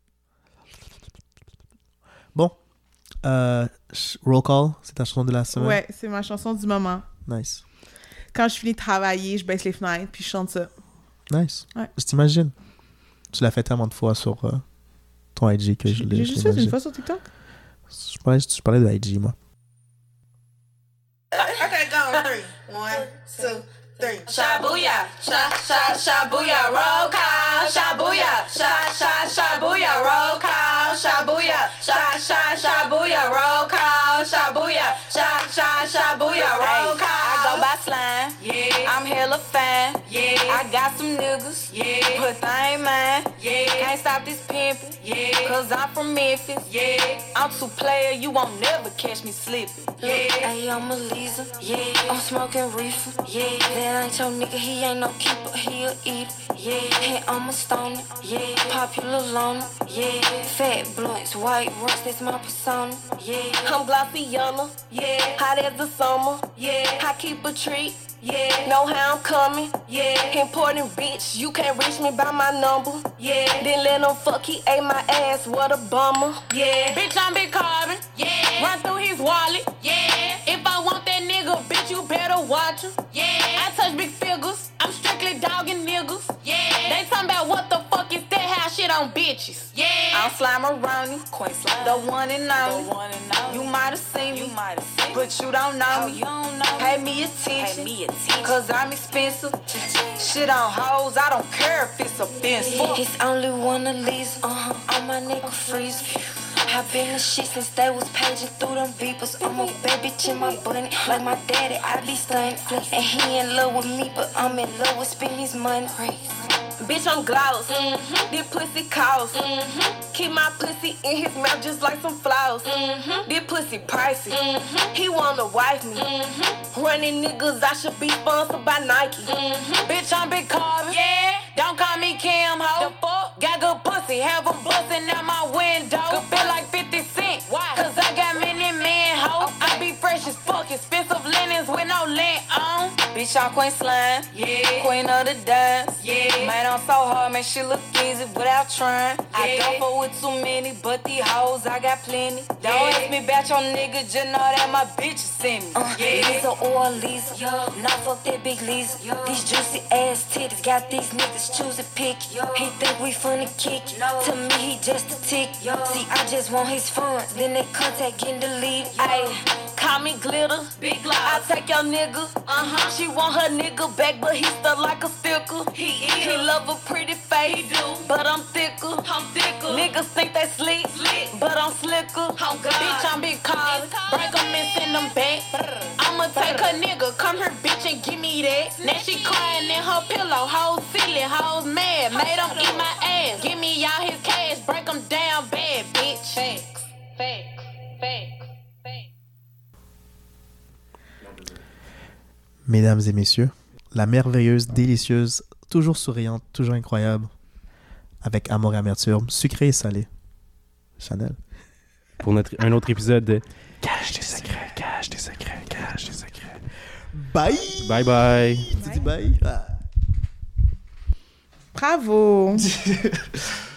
Bon. Euh, sh- roll call, c'est ta chanson de la semaine. Ouais, c'est ma chanson du moment. Nice. Quand je finis de travailler, je baisse les fenêtres puis je chante ça. Nice. Ouais. Je t'imagine. Tu l'as fait tellement de fois sur euh, ton I G que je J'ai l'ai. j'ai je juste fait une l'imagine. fois sur TikTok. Je parlais, je parlais de I G, moi. Okay, go. Three. One, two, three. Shabuya, sha sha shabuya, roll call. Shabuya, sha sha shabuya, roll call. Shabuya, sha sha shabuya, roll call. Shabuya, sha sha shabuya, roll call. I go by slime. Yeah, I'm hella fine. Yeah, I got some niggas. Yeah, but they ain't mine. Yeah, can't stop this pimpin'. Yeah, cause I'm from Memphis. Yeah, I'm too player. You won't never catch me slipping. Yeah, hey, I'm a Lisa. Yeah, I'm smoking reefer. Yeah, that ain't your nigga. He ain't no keeper. He a eater. Yeah, hey, I'm a stoner. Yeah, popular loner. Yeah, fat blunts, white runs. That's my persona. Yeah, I'm glossy yellow. Yeah, hot as the summer. Yeah, I keep a treat. Yeah. Know how I'm coming? Yeah. Important bitch, you can't reach me by my number. Yeah. Then let him fuck, he ate my ass, what a bummer. Yeah. Bitch, I'm Big Carbon. Yeah. Run through his wallet. Yeah. If I want that nigga, bitch, you better watch him. Yeah. I touch big figures. I'm strictly dogging niggas. Yeah. They talking about what the fuck is that? How shit on bitches. Yeah. I'm Slime around you. Queen Slime. The one and only. The one and only. You might have seen me. You might have seen me. But you don't know oh, me. You don't know Pay me attention. Pay me attention. Cause I'm expensive. Shit on hoes. I don't care if it's offensive. It's only one of these. Uh-huh. On my nigga freeze. I've been in shit since they was paging through them beepers. I'm a bad bitch in my bunny. Like my daddy, I be stunning. And he in love with me, but I'm in love with spending his money. Bitch, I'm gloss. Mm-hmm. This pussy cost. Mm-hmm. Keep my pussy in his mouth just like some flowers. Mm-hmm. This pussy pricey. Mm-hmm. He wanna wife me. Mm-hmm. Running niggas, I should be sponsored by Nike. Mm-hmm. Bitch, I'm Big Carbon. Yeah. Don't call me Cam Ho. The fuck? Got good pussy. Have them busting out my window. Could feel like fifty cent. Why? Cause I got many men ho. Okay. I be fresh as fuck. Expensive linens with no lint on. Bitch, I'm Queen Slime. Yeah. Queen of the dance. Yeah. Man, I'm so hard, man, shit look easy without trying. Yeah. I don't fuck with too many, but these hoes, I got plenty. Yeah. Don't ask me about your nigga, just know that my bitch send me. Uh, yeah. Lisa or Lisa, yeah. Nah, fuck that big Lisa. Yeah. These juicy ass titties got these niggas choose a pick. Yeah. He think we funny kick. No. To me, he just a tick. Yeah. See, I just want his fun, then that contact getting deleted. Yeah. Ayy, call me Glitter, Big Loud. I take your nigga. Uh-huh. She want her nigga back, but he stuck like a sticker. He is. He love a pretty face, he do. But I'm thicker. I'm thicker. Niggas think they slick, slick. But I'm slicker. Oh God. Bitch, I'm Big Carbon. Break them and send them back. I'ma take her nigga, come here, bitch, and give me that. Now she crying in her pillow, hoes silly, hoes mad. Made them eat my ass. Give me all his cash, break them down bad, bitch. Facts, facts, facts, facts. Mesdames et messieurs, la merveilleuse, délicieuse, toujours souriante, toujours incroyable, avec amour et amertume, sucré et salé, Chanel. Pour notre, un autre épisode de Cache tes secrets, cache tes secrets, cache tes secrets. Bye! Bye bye! Tu dis bye? Ah. Bravo!